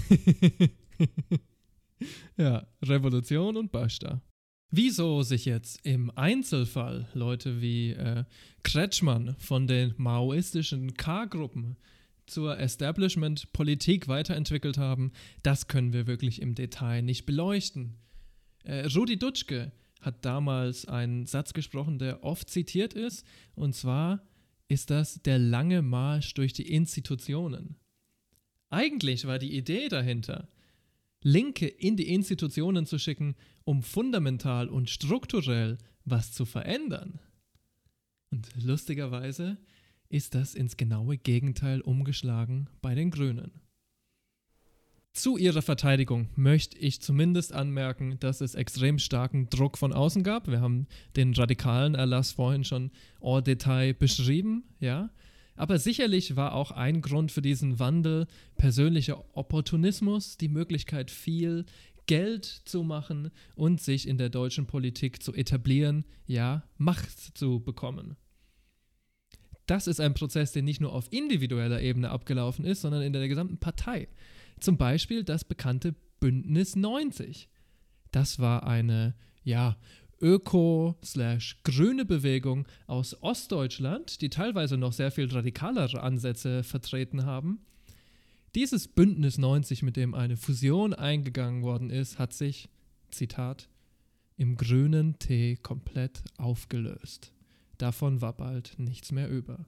Ja, Revolution und basta. Wieso sich jetzt im Einzelfall Leute wie äh, Kretschmann von den maoistischen K-Gruppen zur Establishment-Politik weiterentwickelt haben, das können wir wirklich im Detail nicht beleuchten. Äh, Rudi Dutschke hat damals einen Satz gesprochen, der oft zitiert ist, und zwar ist das der lange Marsch durch die Institutionen. Eigentlich war die Idee dahinter, Linke in die Institutionen zu schicken, um fundamental und strukturell was zu verändern. Und lustigerweise ist das ins genaue Gegenteil umgeschlagen bei den Grünen. Zu ihrer Verteidigung möchte ich zumindest anmerken, dass es extrem starken Druck von außen gab. Wir haben den radikalen Erlass vorhin schon en Detail beschrieben, ja. Aber sicherlich war auch ein Grund für diesen Wandel persönlicher Opportunismus, die Möglichkeit, viel Geld zu machen und sich in der deutschen Politik zu etablieren, ja, Macht zu bekommen. Das ist ein Prozess, der nicht nur auf individueller Ebene abgelaufen ist, sondern in der gesamten Partei. Zum Beispiel das bekannte Bündnis neunzig. Das war eine, ja, öko-grüne Bewegung aus Ostdeutschland, die teilweise noch sehr viel radikalere Ansätze vertreten haben. Dieses Bündnis neunzig, mit dem eine Fusion eingegangen worden ist, hat sich, Zitat, im grünen Tee komplett aufgelöst. Davon war bald nichts mehr über.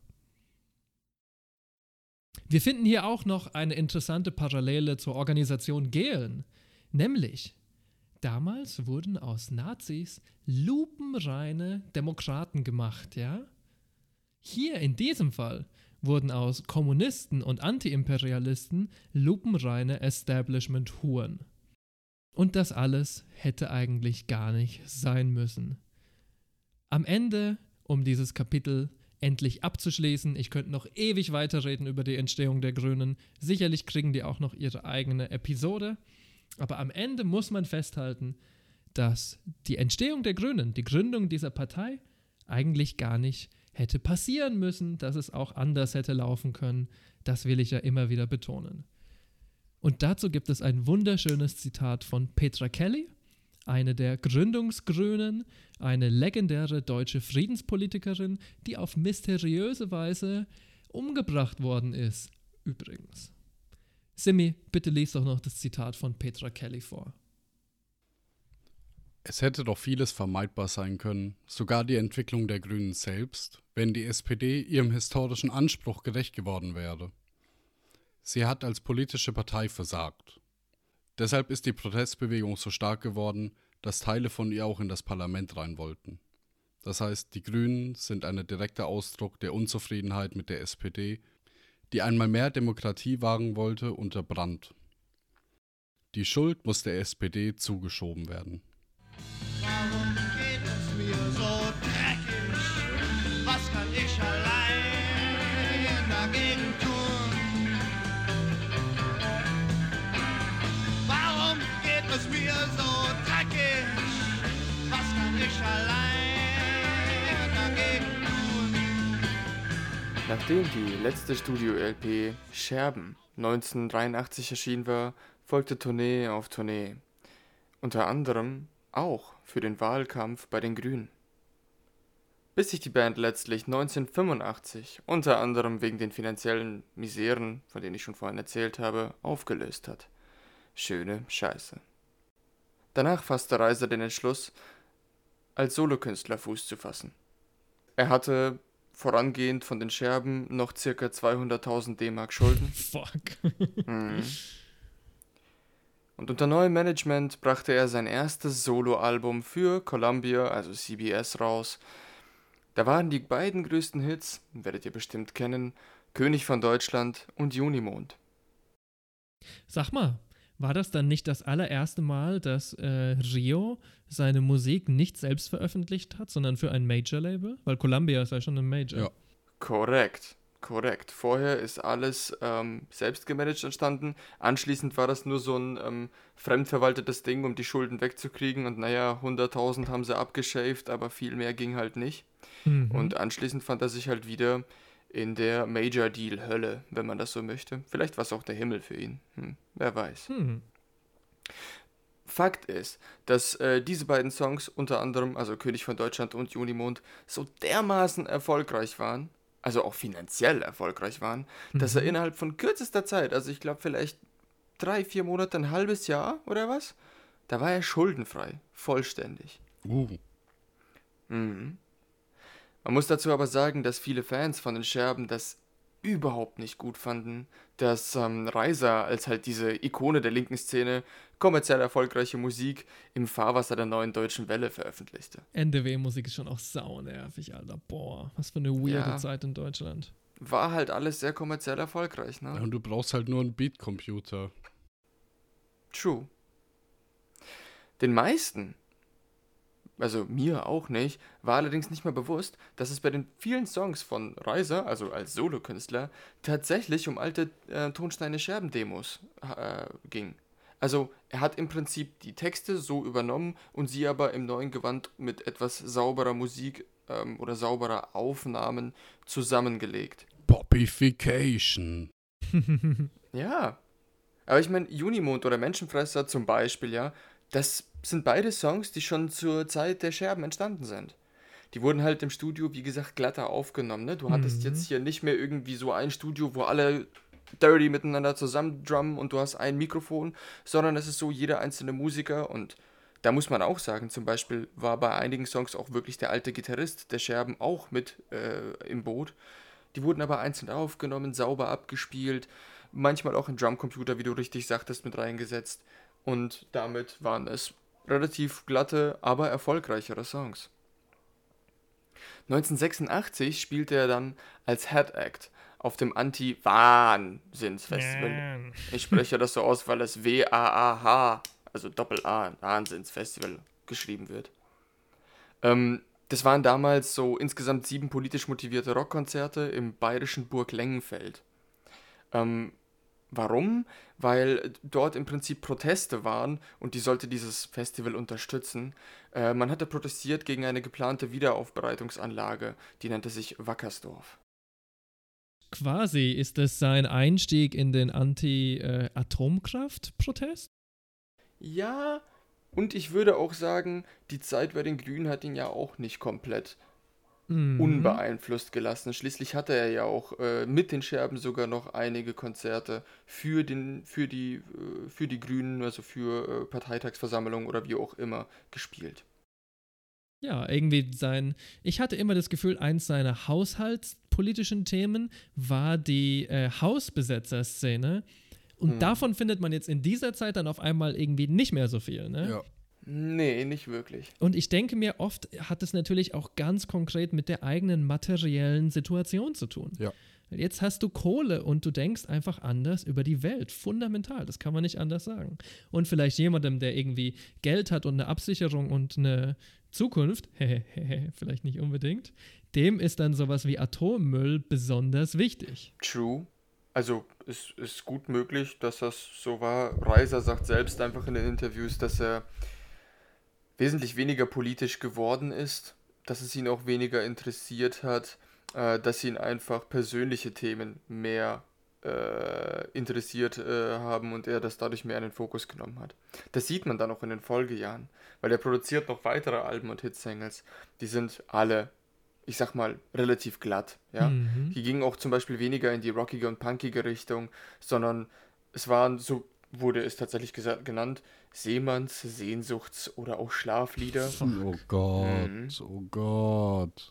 Wir finden hier auch noch eine interessante Parallele zur Organisation Gehlen, nämlich damals wurden aus Nazis lupenreine Demokraten gemacht, ja? Hier in diesem Fall wurden aus Kommunisten und Antiimperialisten lupenreine Establishment-Huren. Und das alles hätte eigentlich gar nicht sein müssen. Am Ende, um dieses Kapitel endlich abzuschließen, ich könnte noch ewig weiterreden über die Entstehung der Grünen, sicherlich kriegen die auch noch ihre eigene Episode, aber am Ende muss man festhalten, dass die Entstehung der Grünen, die Gründung dieser Partei, eigentlich gar nicht hätte passieren müssen, dass es auch anders hätte laufen können. Das will ich ja immer wieder betonen. Und dazu gibt es ein wunderschönes Zitat von Petra Kelly, eine der Gründungsgrünen, eine legendäre deutsche Friedenspolitikerin, die auf mysteriöse Weise umgebracht worden ist, übrigens. Simi, bitte lies doch noch das Zitat von Petra Kelly vor. Es hätte doch vieles vermeidbar sein können, sogar die Entwicklung der Grünen selbst, wenn die S P D ihrem historischen Anspruch gerecht geworden wäre. Sie hat als politische Partei versagt. Deshalb ist die Protestbewegung so stark geworden, dass Teile von ihr auch in das Parlament rein wollten. Das heißt, die Grünen sind ein direkter Ausdruck der Unzufriedenheit mit der S P D, die einmal mehr Demokratie wagen wollte unter Brandt. Die Schuld muss der S P D zugeschoben werden. Warum geht es mir so dreckig? Was kann ich allein dagegen tun? Warum geht es mir so dreckig? Was kann ich allein dagegen tun? Nachdem die letzte Studio-L P Scherben neunzehnhundertdreiundachtzig erschienen war, folgte Tournee auf Tournee. Unter anderem auch für den Wahlkampf bei den Grünen. Bis sich die Band letztlich neunzehnhundertfünfundachtzig, unter anderem wegen den finanziellen Miseren, von denen ich schon vorhin erzählt habe, aufgelöst hat. Schöne Scheiße. Danach fasste Reiser den Entschluss, als Solokünstler Fuß zu fassen. Er hatte vorangehend von den Scherben noch ca. zweihunderttausend D-Mark Schulden. Fuck. Mhm. Und unter neuem Management brachte er sein erstes Soloalbum für Columbia, also C B S, raus. Da waren die beiden größten Hits, werdet ihr bestimmt kennen, König von Deutschland und Junimond. Sag mal, war das dann nicht das allererste Mal, dass äh, Rio seine Musik nicht selbst veröffentlicht hat, sondern für ein Major-Label? Weil Columbia ist ja schon ein Major. Ja. Korrekt, Korrekt. Vorher ist alles ähm, selbst gemanagt entstanden. Anschließend war das nur so ein ähm, fremdverwaltetes Ding, um die Schulden wegzukriegen. Und naja, hunderttausend haben sie abgeschäft, aber viel mehr ging halt nicht. Mhm. Und anschließend fand er sich halt wieder in der Major-Deal-Hölle, wenn man das so möchte. Vielleicht war es auch der Himmel für ihn. Hm, wer weiß. Hm. Fakt ist, dass äh, diese beiden Songs unter anderem, also König von Deutschland und Junimond, so dermaßen erfolgreich waren, also auch finanziell erfolgreich waren, Mhm. dass er innerhalb von kürzester Zeit, also ich glaube vielleicht drei, vier Monate, ein halbes Jahr oder was, da war er schuldenfrei, vollständig. Uh. Mhm. Man muss dazu aber sagen, dass viele Fans von den Scherben das überhaupt nicht gut fanden, dass ähm, Reiser als halt diese Ikone der linken Szene kommerziell erfolgreiche Musik im Fahrwasser der neuen deutschen Welle veröffentlichte. N D W-Musik ist schon auch saunervig, Alter. Boah, was für eine weirde Ja. Zeit in Deutschland. War halt alles sehr kommerziell erfolgreich, Ja, ne? und du brauchst halt nur einen Beatcomputer. True. Den meisten, also mir auch nicht, war allerdings nicht mehr bewusst, dass es bei den vielen Songs von Reiser, also als Solokünstler, tatsächlich um alte äh, Tonsteine-Scherben-Demos äh, ging. Also er hat im Prinzip die Texte so übernommen und sie aber im neuen Gewand mit etwas sauberer Musik ähm, oder sauberer Aufnahmen zusammengelegt. Popification. Ja, aber ich meine, Junimond oder Menschenfresser zum Beispiel, ja, das sind beide Songs, die schon zur Zeit der Scherben entstanden sind. Die wurden halt im Studio, wie gesagt, glatter aufgenommen, ne? Du hattest Mhm. jetzt hier nicht mehr irgendwie so ein Studio, wo alle dirty miteinander zusammen drummen und du hast ein Mikrofon, sondern es ist so jeder einzelne Musiker und da muss man auch sagen, zum Beispiel war bei einigen Songs auch wirklich der alte Gitarrist der Scherben auch mit äh, im Boot. Die wurden aber einzeln aufgenommen, sauber abgespielt, manchmal auch in Drumcomputer, wie du richtig sagtest, mit reingesetzt und damit waren es relativ glatte, aber erfolgreichere Songs. neunzehnhundertsechsundachtzig spielte er dann als Head Act auf dem Anti-Wahnsinns-Festival. Ich spreche das so aus, weil es W A A H, also Doppel-A, Wahnsinns-Festival, geschrieben wird. Ähm, das waren damals so insgesamt sieben politisch motivierte Rockkonzerte im bayerischen Burg Lengenfeld. Ähm, warum? Weil dort im Prinzip Proteste waren und die sollte dieses Festival unterstützen. Äh, man hatte protestiert gegen eine geplante Wiederaufbereitungsanlage, die nannte sich Wackersdorf. Quasi ist das sein Einstieg in den Anti-Atomkraft-Protest? Ja, und ich würde auch sagen, die Zeit bei den Grünen hat ihn ja auch nicht komplett Mhm. unbeeinflusst gelassen. Schließlich hatte er ja auch äh, mit den Scherben sogar noch einige Konzerte für, den, für, die, äh, für die Grünen, also für äh, Parteitagsversammlungen oder wie auch immer, gespielt. Ja, irgendwie sein. Ich hatte immer das Gefühl, eins seiner haushaltspolitischen Themen war die äh, Hausbesetzerszene. Und Hm. davon findet man jetzt in dieser Zeit dann auf einmal irgendwie nicht mehr so viel, ne? Ja. Nee, nicht wirklich. Und ich denke mir, oft hat es natürlich auch ganz konkret mit der eigenen materiellen Situation zu tun. Ja. Weil jetzt hast du Kohle und du denkst einfach anders über die Welt. Fundamental, das kann man nicht anders sagen. Und vielleicht jemandem, der irgendwie Geld hat und eine Absicherung und eine Zukunft, vielleicht nicht unbedingt, dem ist dann sowas wie Atommüll besonders wichtig. True. Also es ist gut möglich, dass das so war. Reiser sagt selbst einfach in den Interviews, dass er wesentlich weniger politisch geworden ist, dass es ihn auch weniger interessiert hat, äh, dass ihn einfach persönliche Themen mehr äh, interessiert äh, haben und er das dadurch mehr in den Fokus genommen hat. Das sieht man dann auch in den Folgejahren, weil er produziert noch weitere Alben und Hitsingles. Die sind alle, ich sag mal, relativ glatt. Ja? Mhm. Die gingen auch zum Beispiel weniger in die rockige und punkige Richtung, sondern es waren, so wurde es tatsächlich gesa- genannt, Seemanns-, Sehnsuchts- oder auch Schlaflieder. Oh Gott, Mhm. oh Gott.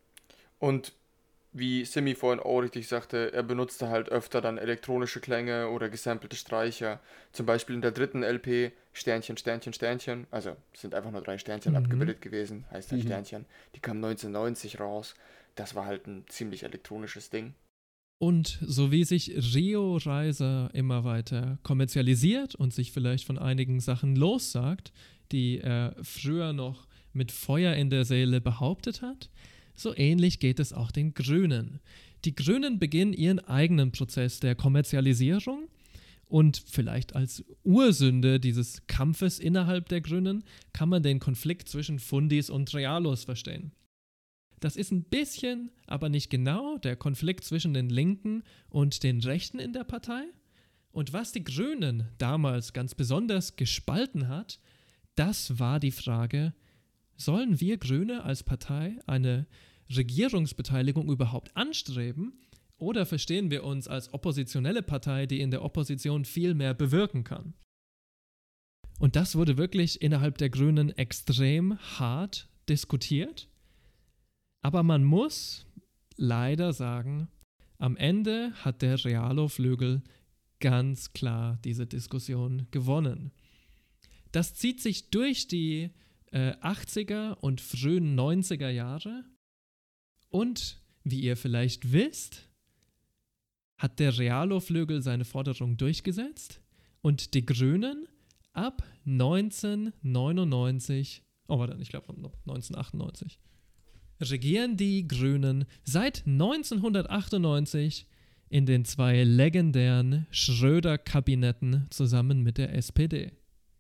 Und wie Simi vorhin auch richtig sagte, er benutzte halt öfter dann elektronische Klänge oder gesampelte Streicher. Zum Beispiel in der dritten L P Sternchen, Sternchen, Sternchen. Also es sind einfach nur drei Sternchen Mhm. abgebildet gewesen, heißt halt Mhm. Sternchen. Die kam neunzehnhundertneunzig raus. Das war halt ein ziemlich elektronisches Ding. Und so wie sich Rio Reiser immer weiter kommerzialisiert und sich vielleicht von einigen Sachen lossagt, die er früher noch mit Feuer in der Seele behauptet hat, so ähnlich geht es auch den Grünen. Die Grünen beginnen ihren eigenen Prozess der Kommerzialisierung und vielleicht als Ursünde dieses Kampfes innerhalb der Grünen kann man den Konflikt zwischen Fundis und Realos verstehen. Das ist ein bisschen, aber nicht genau, der Konflikt zwischen den Linken und den Rechten in der Partei. Und was die Grünen damals ganz besonders gespalten hat, das war die Frage, sollen wir Grüne als Partei eine Regierungsbeteiligung überhaupt anstreben oder verstehen wir uns als oppositionelle Partei, die in der Opposition viel mehr bewirken kann? Und das wurde wirklich innerhalb der Grünen extrem hart diskutiert. Aber man muss leider sagen, am Ende hat der Realo-Flügel ganz klar diese Diskussion gewonnen. Das zieht sich durch die äh, achtziger und frühen neunziger Jahre und, wie ihr vielleicht wisst, hat der Realo-Flügel seine Forderung durchgesetzt und die Grünen ab neunzehnhundertneunundneunzig, oh warte, ich glaube neunzehnhundertachtundneunzig, regieren die Grünen seit neunzehnhundertachtundneunzig in den zwei legendären Schröder-Kabinetten zusammen mit der S P D.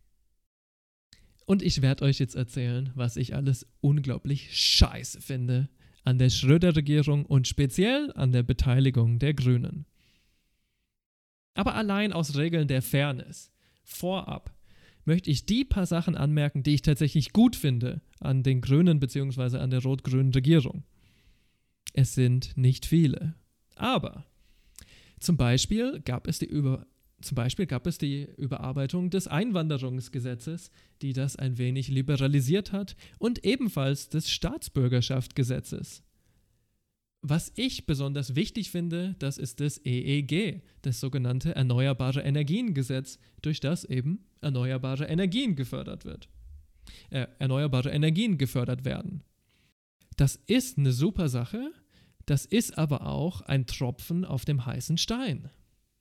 Und ich werde euch jetzt erzählen, was ich alles unglaublich scheiße finde an der Schröder-Regierung und speziell an der Beteiligung der Grünen. Aber allein aus Regeln der Fairness, vorab, möchte ich die paar Sachen anmerken, die ich tatsächlich gut finde an den Grünen bzw. an der rot-grünen Regierung. Es sind nicht viele. Aber zum Beispiel gab es die, Über- zum Beispiel gab es die Überarbeitung des Einwanderungsgesetzes, die das ein wenig liberalisiert hat, und ebenfalls des Staatsbürgerschaftsgesetzes. Was ich besonders wichtig finde, das ist das E E G, das sogenannte Erneuerbare Energien-Gesetz, durch das eben erneuerbare Energien gefördert wird. Äh, erneuerbare Energien gefördert werden. Das ist eine super Sache, das ist aber auch ein Tropfen auf dem heißen Stein.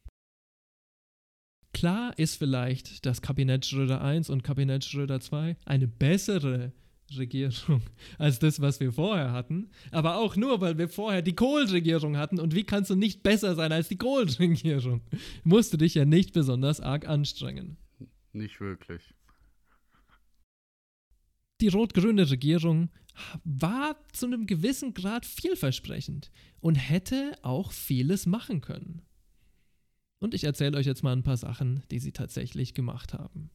Klar ist vielleicht das Kabinett Schröder eins und Kabinett Schröder zwei eine bessere Regierung als das, was wir vorher hatten, aber auch nur, weil wir vorher die Kohl-Regierung hatten und wie kannst du nicht besser sein als die Kohl-Regierung? Musst du dich ja nicht besonders arg anstrengen. Nicht wirklich. Die rot-grüne Regierung war zu einem gewissen Grad vielversprechend und hätte auch vieles machen können. Und ich erzähle euch jetzt mal ein paar Sachen, die sie tatsächlich gemacht haben.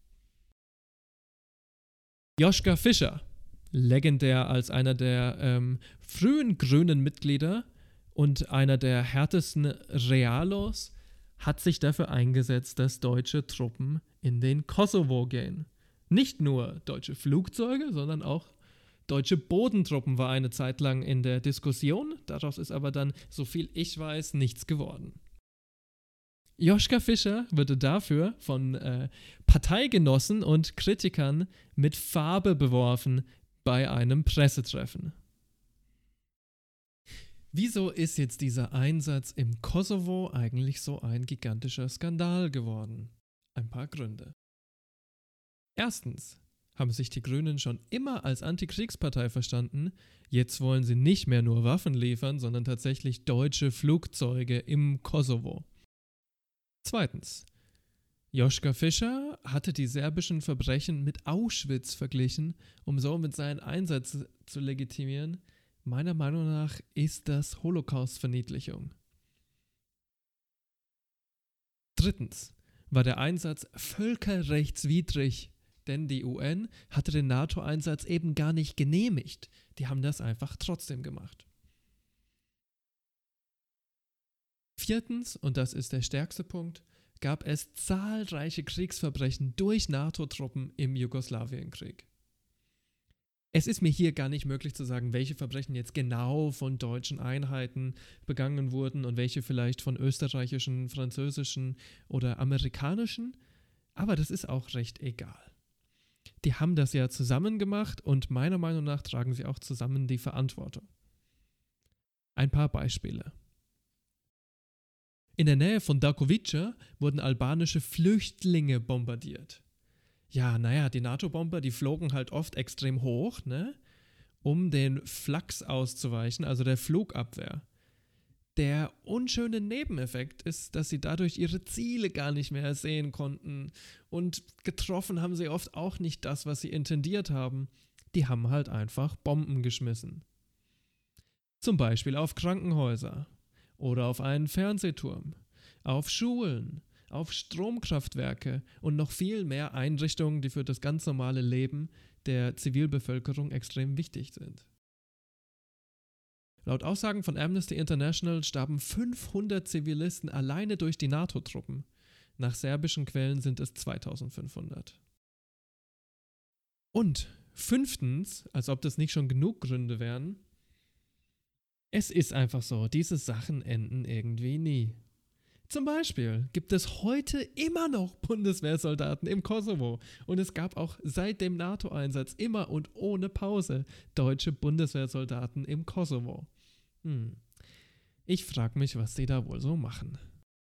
Joschka Fischer, legendär als einer der ähm, frühen grünen Mitglieder und einer der härtesten Realos, hat sich dafür eingesetzt, dass deutsche Truppen in den Kosovo gehen. Nicht nur deutsche Flugzeuge, sondern auch deutsche Bodentruppen war eine Zeit lang in der Diskussion. Daraus ist aber dann, so viel ich weiß, nichts geworden. Joschka Fischer wurde dafür von äh, Parteigenossen und Kritikern mit Farbe beworfen bei einem Pressetreffen. Wieso ist jetzt dieser Einsatz im Kosovo eigentlich so ein gigantischer Skandal geworden? Ein paar Gründe. Erstens haben sich die Grünen schon immer als Antikriegspartei verstanden. Jetzt wollen sie nicht mehr nur Waffen liefern, sondern tatsächlich deutsche Flugzeuge im Kosovo. Zweitens, Joschka Fischer hatte die serbischen Verbrechen mit Auschwitz verglichen, um so mit seinen Einsatz zu legitimieren. Meiner Meinung nach ist das Holocaust-Verniedlichung. Drittens war der Einsatz völkerrechtswidrig, denn die U N hatte den NATO-Einsatz eben gar nicht genehmigt. Die haben das einfach trotzdem gemacht. Viertens, und das ist der stärkste Punkt, gab es zahlreiche Kriegsverbrechen durch NATO-Truppen im Jugoslawienkrieg. Es ist mir hier gar nicht möglich zu sagen, welche Verbrechen jetzt genau von deutschen Einheiten begangen wurden und welche vielleicht von österreichischen, französischen oder amerikanischen, aber das ist auch recht egal. Die haben das ja zusammen gemacht und meiner Meinung nach tragen sie auch zusammen die Verantwortung. Ein paar Beispiele. In der Nähe von Đakovica wurden albanische Flüchtlinge bombardiert. Ja, naja, die NATO-Bomber, die flogen halt oft extrem hoch, ne, um den Flaks auszuweichen, also der Flugabwehr. Der unschöne Nebeneffekt ist, dass sie dadurch ihre Ziele gar nicht mehr sehen konnten. Und getroffen haben sie oft auch nicht das, was sie intendiert haben. Die haben halt einfach Bomben geschmissen. Zum Beispiel auf Krankenhäuser oder auf einen Fernsehturm, auf Schulen, auf Stromkraftwerke und noch viel mehr Einrichtungen, die für das ganz normale Leben der Zivilbevölkerung extrem wichtig sind. Laut Aussagen von Amnesty International starben fünfhundert Zivilisten alleine durch die NATO-Truppen. Nach serbischen Quellen sind es zweitausendfünfhundert. Und fünftens, als ob das nicht schon genug Gründe wären, es ist einfach so, diese Sachen enden irgendwie nie. Zum Beispiel gibt es heute immer noch Bundeswehrsoldaten im Kosovo und es gab auch seit dem NATO-Einsatz immer und ohne Pause deutsche Bundeswehrsoldaten im Kosovo. Hm. Ich frage mich, was die da wohl so machen.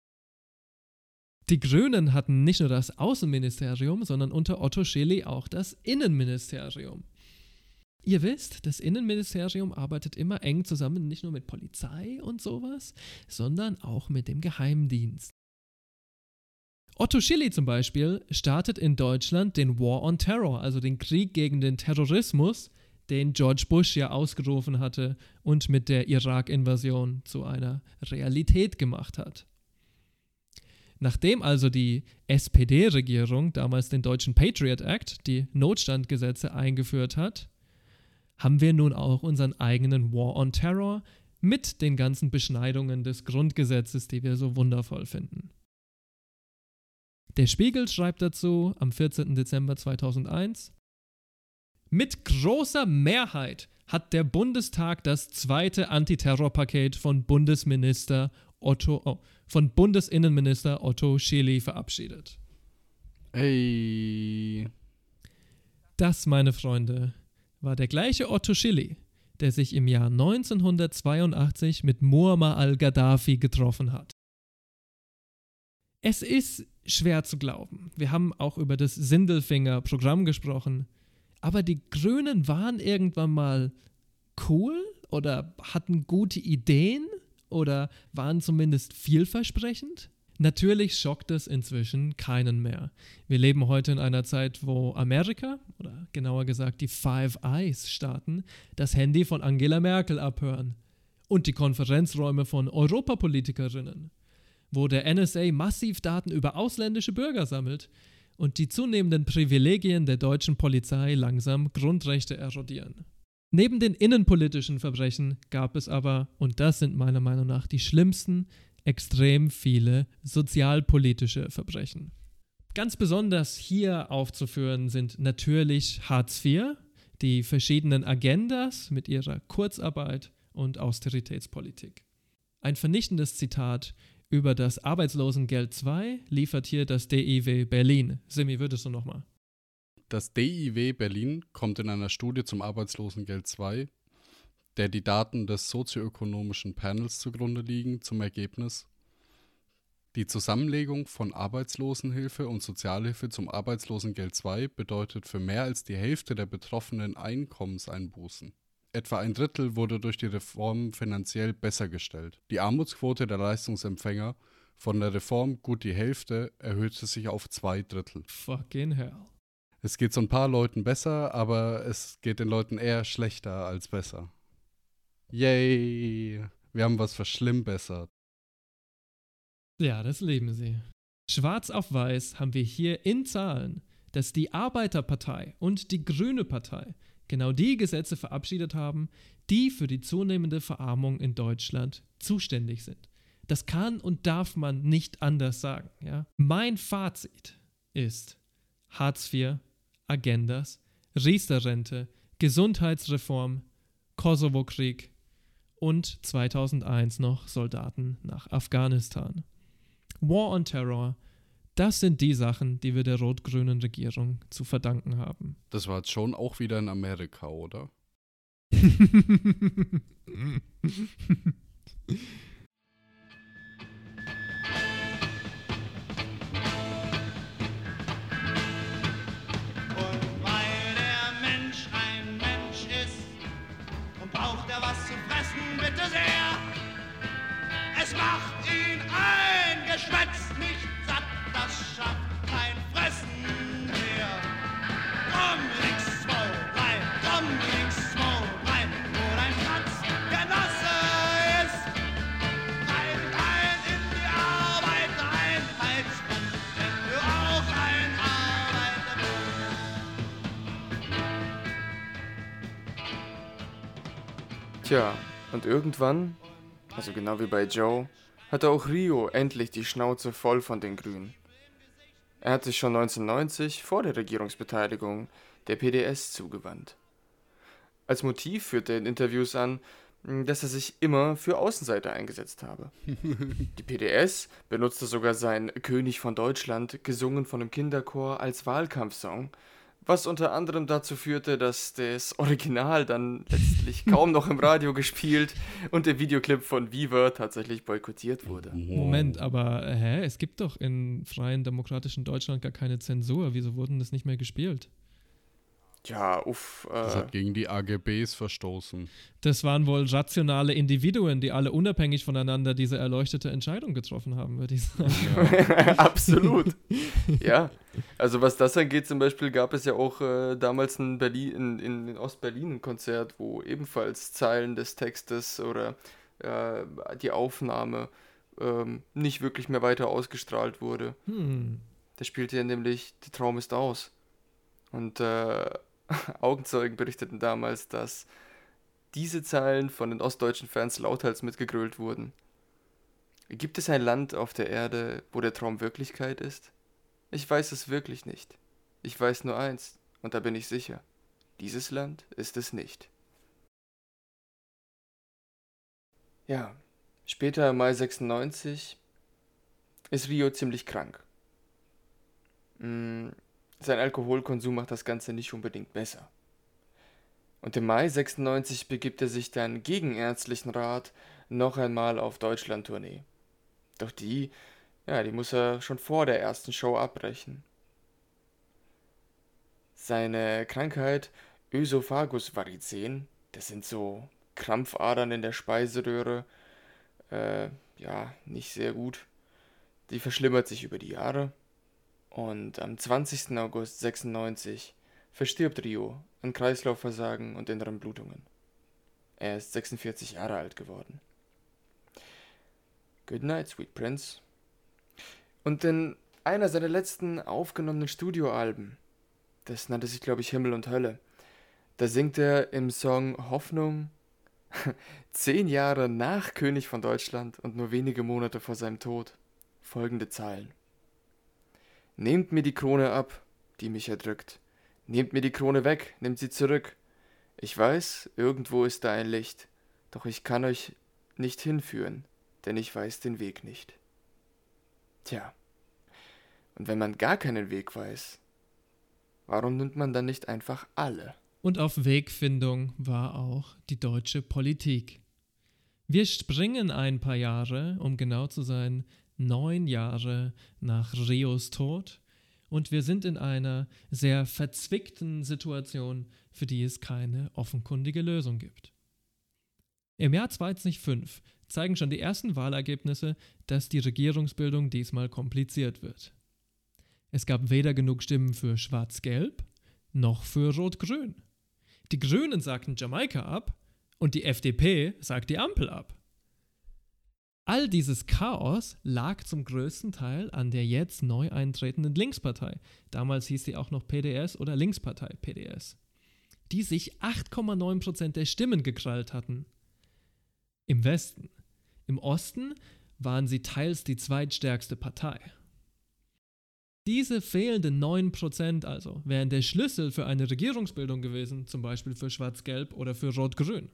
Die Grünen hatten nicht nur das Außenministerium, sondern unter Otto Schily auch das Innenministerium. Ihr wisst, das Innenministerium arbeitet immer eng zusammen, nicht nur mit Polizei und sowas, sondern auch mit dem Geheimdienst. Otto Schily zum Beispiel startet in Deutschland den War on Terror, also den Krieg gegen den Terrorismus, den George Bush ja ausgerufen hatte und mit der Irak-Invasion zu einer Realität gemacht hat. Nachdem also die S P D-Regierung damals den deutschen Patriot Act, die Notstandgesetze, eingeführt hat, haben wir nun auch unseren eigenen War on Terror mit den ganzen Beschneidungen des Grundgesetzes, die wir so wundervoll finden. Der Spiegel schreibt dazu am vierzehnten Dezember zweitausendeins: Mit großer Mehrheit hat der Bundestag das zweite Antiterrorpaket von Bundesminister Otto, oh, von Bundesinnenminister Otto Schily verabschiedet. Ey. Das, meine Freunde, war der gleiche Otto Schily, der sich im Jahr neunzehnhundertzweiundachtzig mit Muammar al-Gaddafi getroffen hat. Es ist schwer zu glauben. Wir haben auch über das Sindelfinger-Programm gesprochen. Aber die Grünen waren irgendwann mal cool oder hatten gute Ideen oder waren zumindest vielversprechend. Natürlich schockt es inzwischen keinen mehr. Wir leben heute in einer Zeit, wo Amerika, oder genauer gesagt die Five Eyes Staaten, das Handy von Angela Merkel abhören und die Konferenzräume von Europapolitikerinnen, wo der N S A massiv Daten über ausländische Bürger sammelt und die zunehmenden Privilegien der deutschen Polizei langsam Grundrechte erodieren. Neben den innenpolitischen Verbrechen gab es aber, und das sind meiner Meinung nach die schlimmsten, extrem viele sozialpolitische Verbrechen. Ganz besonders hier aufzuführen sind natürlich Hartz vier, die verschiedenen Agendas mit ihrer Kurzarbeit und Austeritätspolitik. Ein vernichtendes Zitat über das Arbeitslosengeld zwei liefert hier das D I W Berlin. Simi, würdest du nochmal? Das D I W Berlin kommt in einer Studie zum Arbeitslosengeld zwei, der die Daten des sozioökonomischen Panels zugrunde liegen, zum Ergebnis: Die Zusammenlegung von Arbeitslosenhilfe und Sozialhilfe zum Arbeitslosengeld zwei bedeutet für mehr als die Hälfte der Betroffenen Einkommenseinbußen. Etwa ein Drittel wurde durch die Reform finanziell besser gestellt. Die Armutsquote der Leistungsempfänger von der Reform, gut die Hälfte, erhöhte sich auf zwei Drittel. Fucking hell. Es geht so ein paar Leuten besser, aber es geht den Leuten eher schlechter als besser. Yay, wir haben was verschlimmbessert. Ja, das leben sie. Schwarz auf weiß haben wir hier in Zahlen, dass die Arbeiterpartei und die Grüne Partei genau die Gesetze verabschiedet haben, die für die zunehmende Verarmung in Deutschland zuständig sind. Das kann und darf man nicht anders sagen. Ja? Mein Fazit ist: Hartz vier, Agendas, Riester-Rente, Gesundheitsreform, Kosovo-Krieg und zweitausendeins noch Soldaten nach Afghanistan. War on Terror, das sind die Sachen, die wir der rot-grünen Regierung zu verdanken haben. Das war jetzt schon auch wieder in Amerika, oder? Tja, und irgendwann, also genau wie bei Joe, hatte auch Rio endlich die Schnauze voll von den Grünen. Er hat sich schon neunzehnhundertneunzig, vor der Regierungsbeteiligung, der P D S zugewandt. Als Motiv führte er in Interviews an, dass er sich immer für Außenseiter eingesetzt habe. Die P D S benutzte sogar sein König von Deutschland, gesungen von einem Kinderchor, als Wahlkampfsong, was unter anderem dazu führte, dass das Original dann letztlich kaum noch im Radio gespielt und der Videoclip von Viva tatsächlich boykottiert wurde. Moment, aber äh, hä? Es gibt doch in freien demokratischen Deutschland gar keine Zensur. Wieso wurden das nicht mehr gespielt? Ja, uff. Äh, Das hat gegen die A G Bs verstoßen. Das waren wohl rationale Individuen, die alle unabhängig voneinander diese erleuchtete Entscheidung getroffen haben, würde ich sagen. Ja. Absolut. Ja, also was das angeht, zum Beispiel gab es ja auch äh, damals in, Berlin, in, in Ostberlin ein Konzert, wo ebenfalls Zeilen des Textes oder äh, die Aufnahme ähm, nicht wirklich mehr weiter ausgestrahlt wurde. Hm. Da spielte ja nämlich "Der Traum ist aus". Und äh, Augenzeugen berichteten damals, dass diese Zeilen von den ostdeutschen Fans lauthals mitgegrölt wurden. Gibt es ein Land auf der Erde, wo der Traum Wirklichkeit ist? Ich weiß es wirklich nicht. Ich weiß nur eins, und da bin ich sicher. Dieses Land ist es nicht. Ja, später im Mai sechsundneunzig ist Rio ziemlich krank. Mm. Sein Alkoholkonsum macht das Ganze nicht unbedingt besser. Und im Mai sechsundneunzig begibt er sich dann gegen ärztlichen Rat noch einmal auf Deutschland-Tournee. Doch die, ja, die muss er schon vor der ersten Show abbrechen. Seine Krankheit Ösophagus-Varizen, das sind so Krampfadern in der Speiseröhre, äh, ja, nicht sehr gut. Die verschlimmert sich über die Jahre. Und am zwanzigsten August sechsundneunzig verstirbt Rio an Kreislaufversagen und inneren Blutungen. Er ist sechsundvierzig Jahre alt geworden. Good night, sweet prince. Und in einer seiner letzten aufgenommenen Studioalben, das nannte sich, glaube ich, Himmel und Hölle, da singt er im Song Hoffnung zehn Jahre nach König von Deutschland und nur wenige Monate vor seinem Tod folgende Zeilen. Nehmt mir die Krone ab, die mich erdrückt. Nehmt mir die Krone weg, nehmt sie zurück. Ich weiß, irgendwo ist da ein Licht, doch ich kann euch nicht hinführen, denn ich weiß den Weg nicht. Tja, und wenn man gar keinen Weg weiß, warum nimmt man dann nicht einfach alle? Und auf Wegfindung war auch die deutsche Politik. Wir springen ein paar Jahre, um genau zu sein, neun Jahre nach Rios Tod, und wir sind in einer sehr verzwickten Situation, für die es keine offenkundige Lösung gibt. Im Jahr zweitausendfünf zeigen schon die ersten Wahlergebnisse, dass die Regierungsbildung diesmal kompliziert wird. Es gab weder genug Stimmen für Schwarz-Gelb noch für Rot-Grün. Die Grünen sagten Jamaika ab und die F D P sagt die Ampel ab. All dieses Chaos lag zum größten Teil an der jetzt neu eintretenden Linkspartei, damals hieß sie auch noch P D S oder Linkspartei P D S, die sich acht Komma neun Prozent der Stimmen gekrallt hatten. Im Westen. Im Osten waren sie teils die zweitstärkste Partei. Diese fehlenden neun Prozent also wären der Schlüssel für eine Regierungsbildung gewesen, zum Beispiel für Schwarz-Gelb oder für Rot-Grün.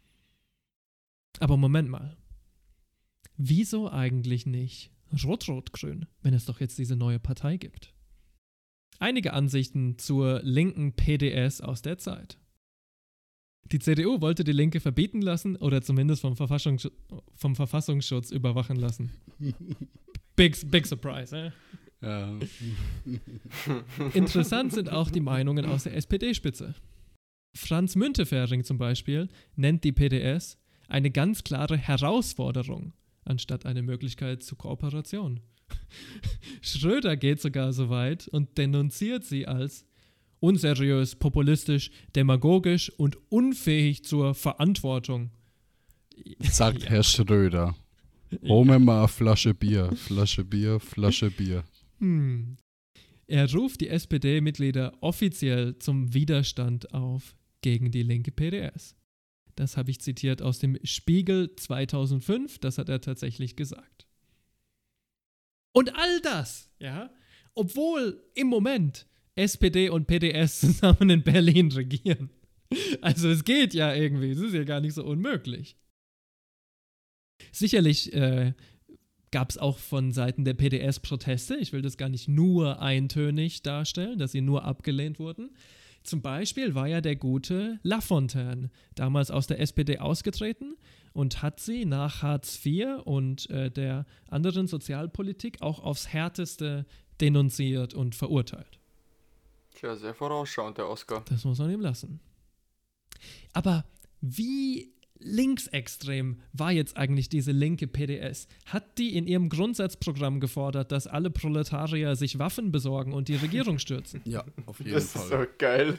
Aber Moment mal. Wieso eigentlich nicht Rot-Rot-Grün, wenn es doch jetzt diese neue Partei gibt? Einige Ansichten zur linken P D S aus der Zeit. Die C D U wollte die Linke verbieten lassen oder zumindest vom, Verfassungs- vom Verfassungsschutz überwachen lassen. Big, big surprise, eh? Ja. Interessant sind auch die Meinungen aus der S P D-Spitze. Franz Müntefering zum Beispiel nennt die P D S eine ganz klare Herausforderung, anstatt eine Möglichkeit zur Kooperation. Schröder geht sogar so weit und denunziert sie als unseriös, populistisch, demagogisch und unfähig zur Verantwortung. Sagt Ja. Herr Schröder. Hol mir mal eine Flasche Bier, Flasche Bier, Flasche Bier. Hm. Er ruft die S P D-Mitglieder offiziell zum Widerstand auf gegen die linke P D S. Das habe ich zitiert aus dem Spiegel zweitausendfünf. Das hat er tatsächlich gesagt. Und all das, ja, obwohl im Moment S P D und P D S zusammen in Berlin regieren. Also es geht ja irgendwie, es ist ja gar nicht so unmöglich. Sicherlich äh, gab es auch von Seiten der P D S Proteste. Ich will das gar nicht nur eintönig darstellen, dass sie nur abgelehnt wurden. Zum Beispiel war ja der gute Lafontaine damals aus der S P D ausgetreten und hat sie nach Hartz vier und äh, der anderen Sozialpolitik auch aufs Härteste denunziert und verurteilt. Tja, sehr vorausschauend, der Oscar. Das muss man ihm lassen. Aber wie linksextrem war jetzt eigentlich diese linke P D S? Hat die in ihrem Grundsatzprogramm gefordert, dass alle Proletarier sich Waffen besorgen und die Regierung stürzen? Ja, auf jeden das Fall. Das ist so geil.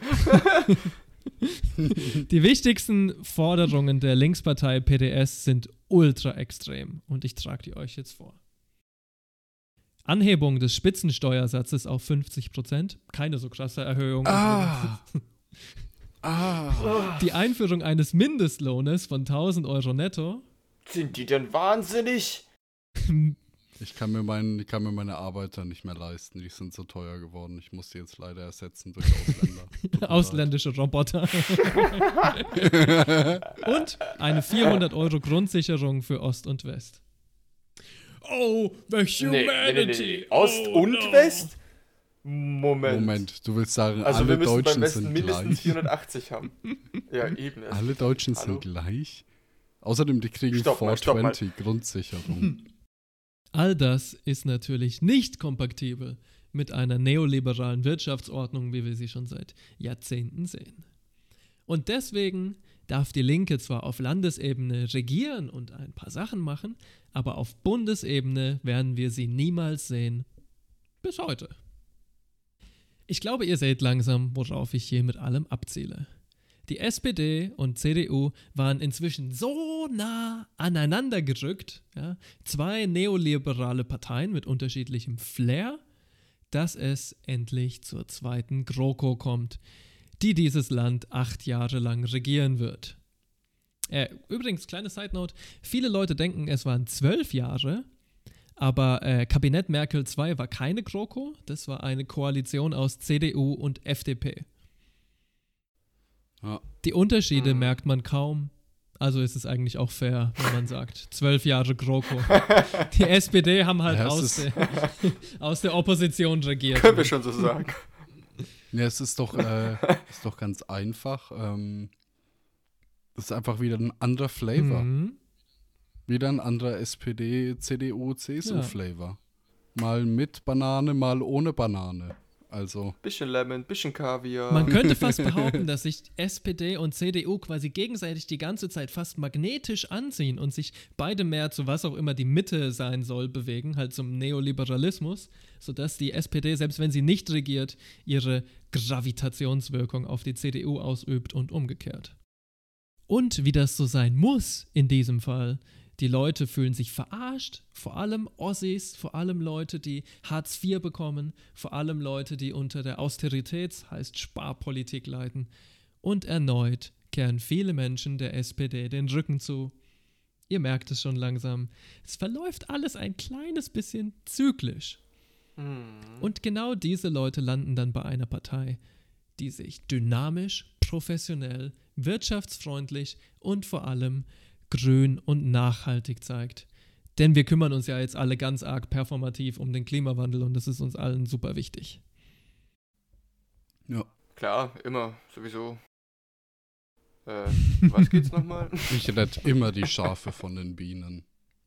Die wichtigsten Forderungen der Linkspartei P D S sind ultra extrem und ich trage die euch jetzt vor. Anhebung des Spitzensteuersatzes auf fünfzig Prozent, keine so krasse Erhöhung. Ah. Ah. Die Einführung eines Mindestlohnes von tausend Euro netto. Sind die denn wahnsinnig? Ich kann mir, mein, ich kann mir meine Arbeiter nicht mehr leisten. Die sind so teuer geworden. Ich muss die jetzt leider ersetzen durch Ausländer. Ausländische Roboter. Und eine vierhundert Euro Grundsicherung für Ost und West. Oh, the humanity. Nee, nee, nee, nee. Ost oh, und no. West? Moment. Moment, du willst sagen, also alle wir müssen Deutschen beim Westen sind mindestens gleich. vierhundertachtzig haben. Ja, eben. Alle Deutschen Hallo? sind gleich? Außerdem, die kriegen Stopp mal, stopp mal. vierhundertzwanzig Grundsicherung. All das ist natürlich nicht kompatibel mit einer neoliberalen Wirtschaftsordnung, wie wir sie schon seit Jahrzehnten sehen. Und deswegen darf die Linke zwar auf Landesebene regieren und ein paar Sachen machen, aber auf Bundesebene werden wir sie niemals sehen. Bis heute. Ich glaube, ihr seht langsam, worauf ich hier mit allem abziele. Die S P D und C D U waren inzwischen so nah aneinander gerückt, ja, zwei neoliberale Parteien mit unterschiedlichem Flair, dass es endlich zur zweiten GroKo kommt, die dieses Land acht Jahre lang regieren wird. Äh, übrigens, kleine Side-Note, viele Leute denken, es waren zwölf Jahre, aber äh, Kabinett Merkel zwei war keine GroKo, das war eine Koalition aus C D U und F D P. Ja. Die Unterschiede Mhm. merkt man kaum, also ist es eigentlich auch fair, wenn man sagt, zwölf Jahre GroKo. Die S P D haben halt Ja, es aus, ist- der, aus der Opposition regiert. Können wir schon so sagen. Ja, es ist doch, äh, ist doch ganz einfach. Ähm, das ist einfach wieder ein anderer Flavor. Mhm. Wieder ein anderer S P D, C D U, C S U-Flavor. Mal mit Banane, mal ohne Banane. Also, Bisschen Lemon, bisschen Kaviar. Man könnte fast behaupten, dass sich S P D und C D U quasi gegenseitig die ganze Zeit fast magnetisch anziehen und sich beide mehr zu was auch immer die Mitte sein soll bewegen, halt zum Neoliberalismus, sodass die S P D, selbst wenn sie nicht regiert, ihre Gravitationswirkung auf die C D U ausübt und umgekehrt. Und wie das so sein muss in diesem Fall, die Leute fühlen sich verarscht, vor allem Ossis, vor allem Leute, die Hartz vier bekommen, vor allem Leute, die unter der Austeritäts-, heißt Sparpolitik leiden. Und erneut kehren viele Menschen der S P D den Rücken zu. Ihr merkt es schon langsam, es verläuft alles ein kleines bisschen zyklisch. Und genau diese Leute landen dann bei einer Partei, die sich dynamisch, professionell, wirtschaftsfreundlich und vor allem grün und nachhaltig zeigt. Denn wir kümmern uns ja jetzt alle ganz arg performativ um den Klimawandel und das ist uns allen super wichtig. ja. Klar, immer, sowieso. Äh, was geht's nochmal? Ich rette immer die Schafe von den Bienen.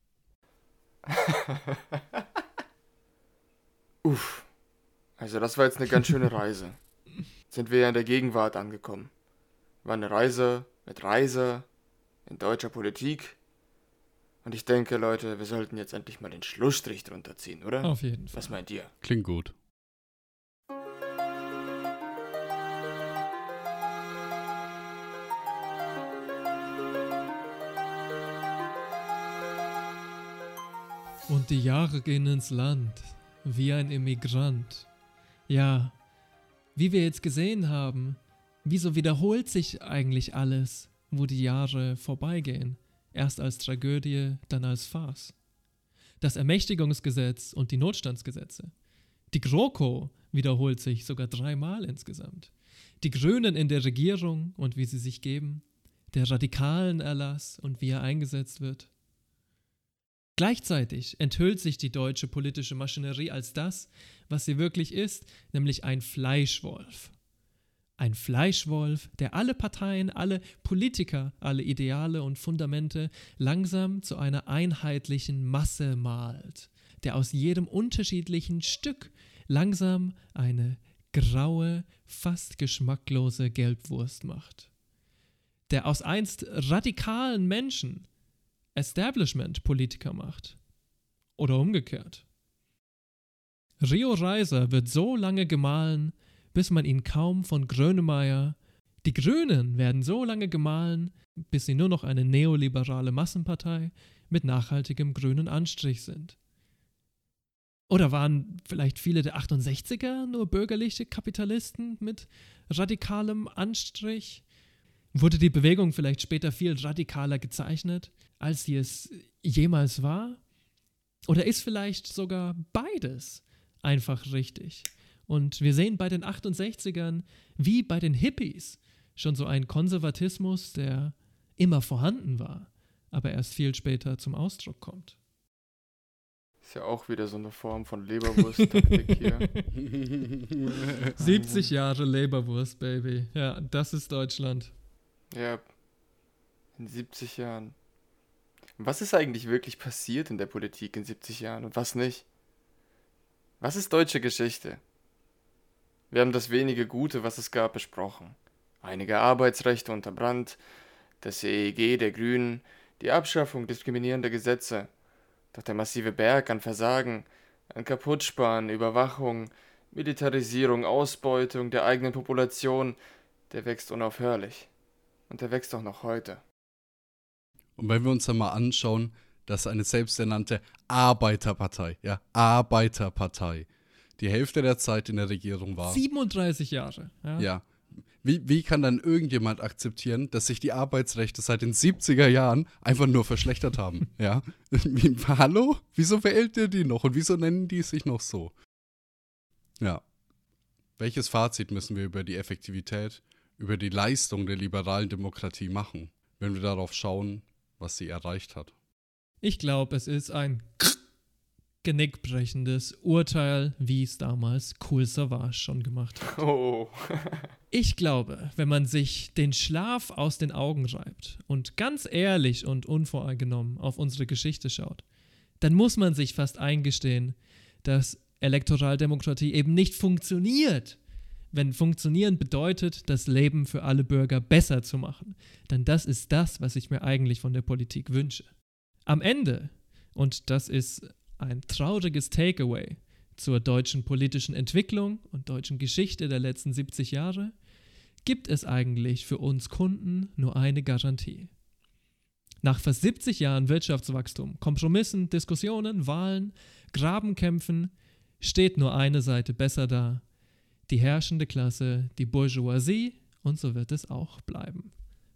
Uff. Also das war jetzt eine ganz schöne Reise. Jetzt sind wir ja in der Gegenwart angekommen. War eine Reise mit Reise in deutscher Politik. Und ich denke, Leute, wir sollten jetzt endlich mal den Schlussstrich drunter ziehen, oder? Auf jeden Fall. Was meint ihr? Klingt gut. Und die Jahre gehen ins Land, wie ein Immigrant. Ja, wie wir jetzt gesehen haben, wieso wiederholt sich eigentlich alles? wo die Jahre vorbeigehen. Erst als Tragödie, dann als Farce. Das Ermächtigungsgesetz und die Notstandsgesetze. Die GroKo wiederholt sich sogar dreimal insgesamt. Die Grünen in der Regierung und wie sie sich geben. Der radikalen Erlass und wie er eingesetzt wird. Gleichzeitig enthüllt sich die deutsche politische Maschinerie als das, was sie wirklich ist, nämlich ein Fleischwolf. Ein Fleischwolf, der alle Parteien, alle Politiker, alle Ideale und Fundamente langsam zu einer einheitlichen Masse malt, der aus jedem unterschiedlichen Stück langsam eine graue, fast geschmacklose Gelbwurst macht. Der aus einst radikalen Menschen Establishment-Politiker macht. Oder umgekehrt. Rio Reiser wird so lange gemahlen, bis man ihn kaum von Grönemeyer, die Grünen werden so lange gemahlen, bis sie nur noch eine neoliberale Massenpartei mit nachhaltigem grünen Anstrich sind. Oder waren vielleicht viele der achtundsechziger nur bürgerliche Kapitalisten mit radikalem Anstrich? Wurde die Bewegung vielleicht später viel radikaler gezeichnet, als sie es jemals war? Oder ist vielleicht sogar beides einfach richtig? Und wir sehen bei den achtundsechzigern, wie bei den Hippies, schon so einen Konservatismus, der immer vorhanden war, aber erst viel später zum Ausdruck kommt. Ist ja auch wieder so eine Form von Leberwurst-Taktik hier. siebzig Jahre Leberwurst, Baby. Ja, das ist Deutschland. Ja, in siebzig Jahren. Was ist eigentlich wirklich passiert in der Politik in siebzig Jahren und was nicht? Was ist deutsche Geschichte? Wir haben das wenige Gute, was es gab, besprochen. Einige Arbeitsrechte unter Brandt, das E E G der Grünen, die Abschaffung diskriminierender Gesetze. Doch der massive Berg an Versagen, an Kaputtsparen, Überwachung, Militarisierung, Ausbeutung der eigenen Population, der wächst unaufhörlich. Und der wächst auch noch heute. Und wenn wir uns dann mal anschauen, dass eine selbsternannte Arbeiterpartei, ja, Arbeiterpartei, die Hälfte der Zeit in der Regierung war. siebenunddreißig Jahre. Ja. Ja. Wie, wie kann dann irgendjemand akzeptieren, dass sich die Arbeitsrechte seit den siebziger Jahren einfach nur verschlechtert haben? Ja. Wie, hallo? Wieso wählt ihr die noch? Und wieso nennen die sich noch so? Ja. Welches Fazit müssen wir über die Effektivität, über die Leistung der liberalen Demokratie machen, wenn wir darauf schauen, was sie erreicht hat? Ich glaube, es ist ein genickbrechendes Urteil, wie es damals Cool Savage schon gemacht hat. Oh. Ich glaube, wenn man sich den Schlaf aus den Augen reibt und ganz ehrlich und unvoreingenommen auf unsere Geschichte schaut, dann muss man sich fast eingestehen, dass Elektoraldemokratie eben nicht funktioniert. Wenn funktionieren bedeutet, das Leben für alle Bürger besser zu machen, dann das ist das, was ich mir eigentlich von der Politik wünsche. Am Ende, und das ist ein trauriges Takeaway zur deutschen politischen Entwicklung und deutschen Geschichte der letzten siebzig Jahre, gibt es eigentlich für uns Kunden nur eine Garantie. Nach fast siebzig Jahren Wirtschaftswachstum, Kompromissen, Diskussionen, Wahlen, Grabenkämpfen steht nur eine Seite besser da. Die herrschende Klasse, die Bourgeoisie, und so wird es auch bleiben.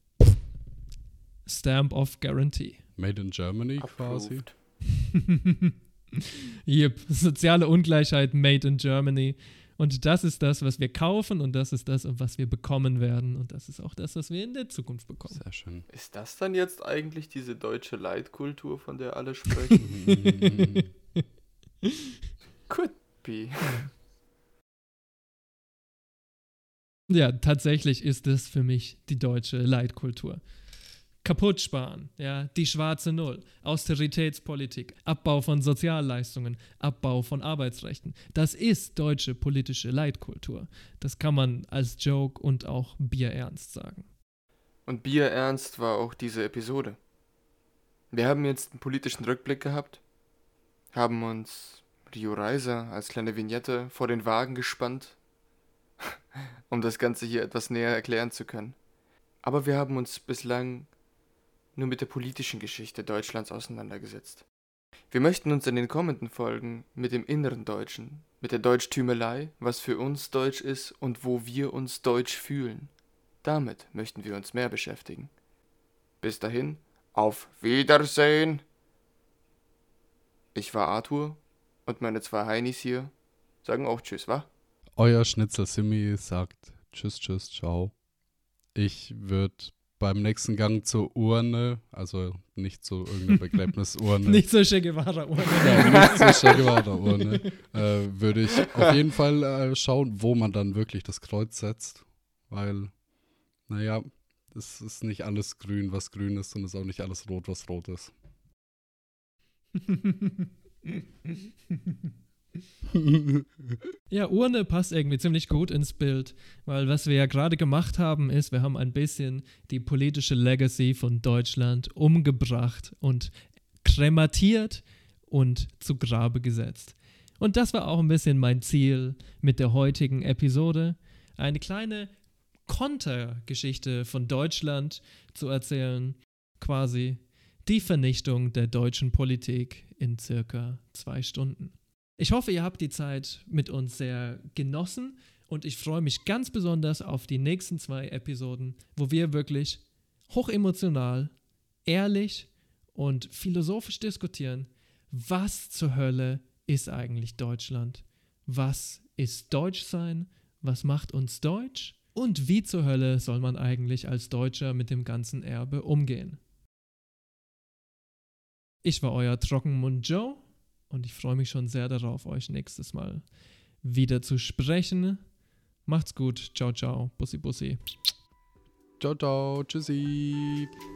Stamp of Guarantee. Made in Germany quasi. Yep, soziale Ungleichheit made in Germany. Und das ist das, was wir kaufen und das ist das, was wir bekommen werden. Und das ist auch das, was wir in der Zukunft bekommen. Sehr schön. Ist das dann jetzt eigentlich diese deutsche Leitkultur, von der alle sprechen? Could be. Ja, tatsächlich ist es für mich die deutsche Leitkultur. Kaputt sparen, ja, die schwarze Null, Austeritätspolitik, Abbau von Sozialleistungen, Abbau von Arbeitsrechten. Das ist deutsche politische Leitkultur. Das kann man als Joke und auch bierernst sagen. Und bierernst war auch diese Episode. Wir haben jetzt einen politischen Rückblick gehabt, haben uns Rio Reiser als kleine Vignette vor den Wagen gespannt, um das Ganze hier etwas näher erklären zu können. Aber wir haben uns bislang nur mit der politischen Geschichte Deutschlands auseinandergesetzt. Wir möchten uns in den kommenden Folgen mit dem inneren Deutschen, mit der Deutschtümelei, was für uns Deutsch ist und wo wir uns deutsch fühlen. Damit möchten wir uns mehr beschäftigen. Bis dahin, auf Wiedersehen. Ich war Arthur und meine zwei Heinis hier sagen auch Tschüss, wa? Euer Schnitzel Simi sagt Tschüss, Tschüss, ciao. Ich würde beim nächsten Gang zur Urne, also nicht zu irgendeiner Begräbnisurne. Nicht zur Che Guevara-Urne. Ja, nicht zur Che Guevara-Urne. äh, würde ich auf jeden Fall äh, schauen, wo man dann wirklich das Kreuz setzt. Weil, naja, es ist nicht alles grün, was grün ist, und es ist auch nicht alles rot, was rot ist. Ja, Urne passt irgendwie ziemlich gut ins Bild, weil was wir ja gerade gemacht haben, ist, wir haben ein bisschen die politische Legacy von Deutschland umgebracht und krematiert und zu Grabe gesetzt. Und das war auch ein bisschen mein Ziel mit der heutigen Episode, eine kleine Kontergeschichte von Deutschland zu erzählen, quasi die Vernichtung der deutschen Politik in circa zwei Stunden. Ich hoffe, ihr habt die Zeit mit uns sehr genossen und ich freue mich ganz besonders auf die nächsten zwei Episoden, wo wir wirklich hochemotional, ehrlich und philosophisch diskutieren, was zur Hölle ist eigentlich Deutschland? Was ist Deutschsein? Was macht uns deutsch? Und wie zur Hölle soll man eigentlich als Deutscher mit dem ganzen Erbe umgehen? Ich war euer Trockenmund Joe und ich freue mich schon sehr darauf, euch nächstes Mal wieder zu sprechen. Macht's gut. Ciao, ciao. Bussi, bussi. Ciao, ciao. Tschüssi.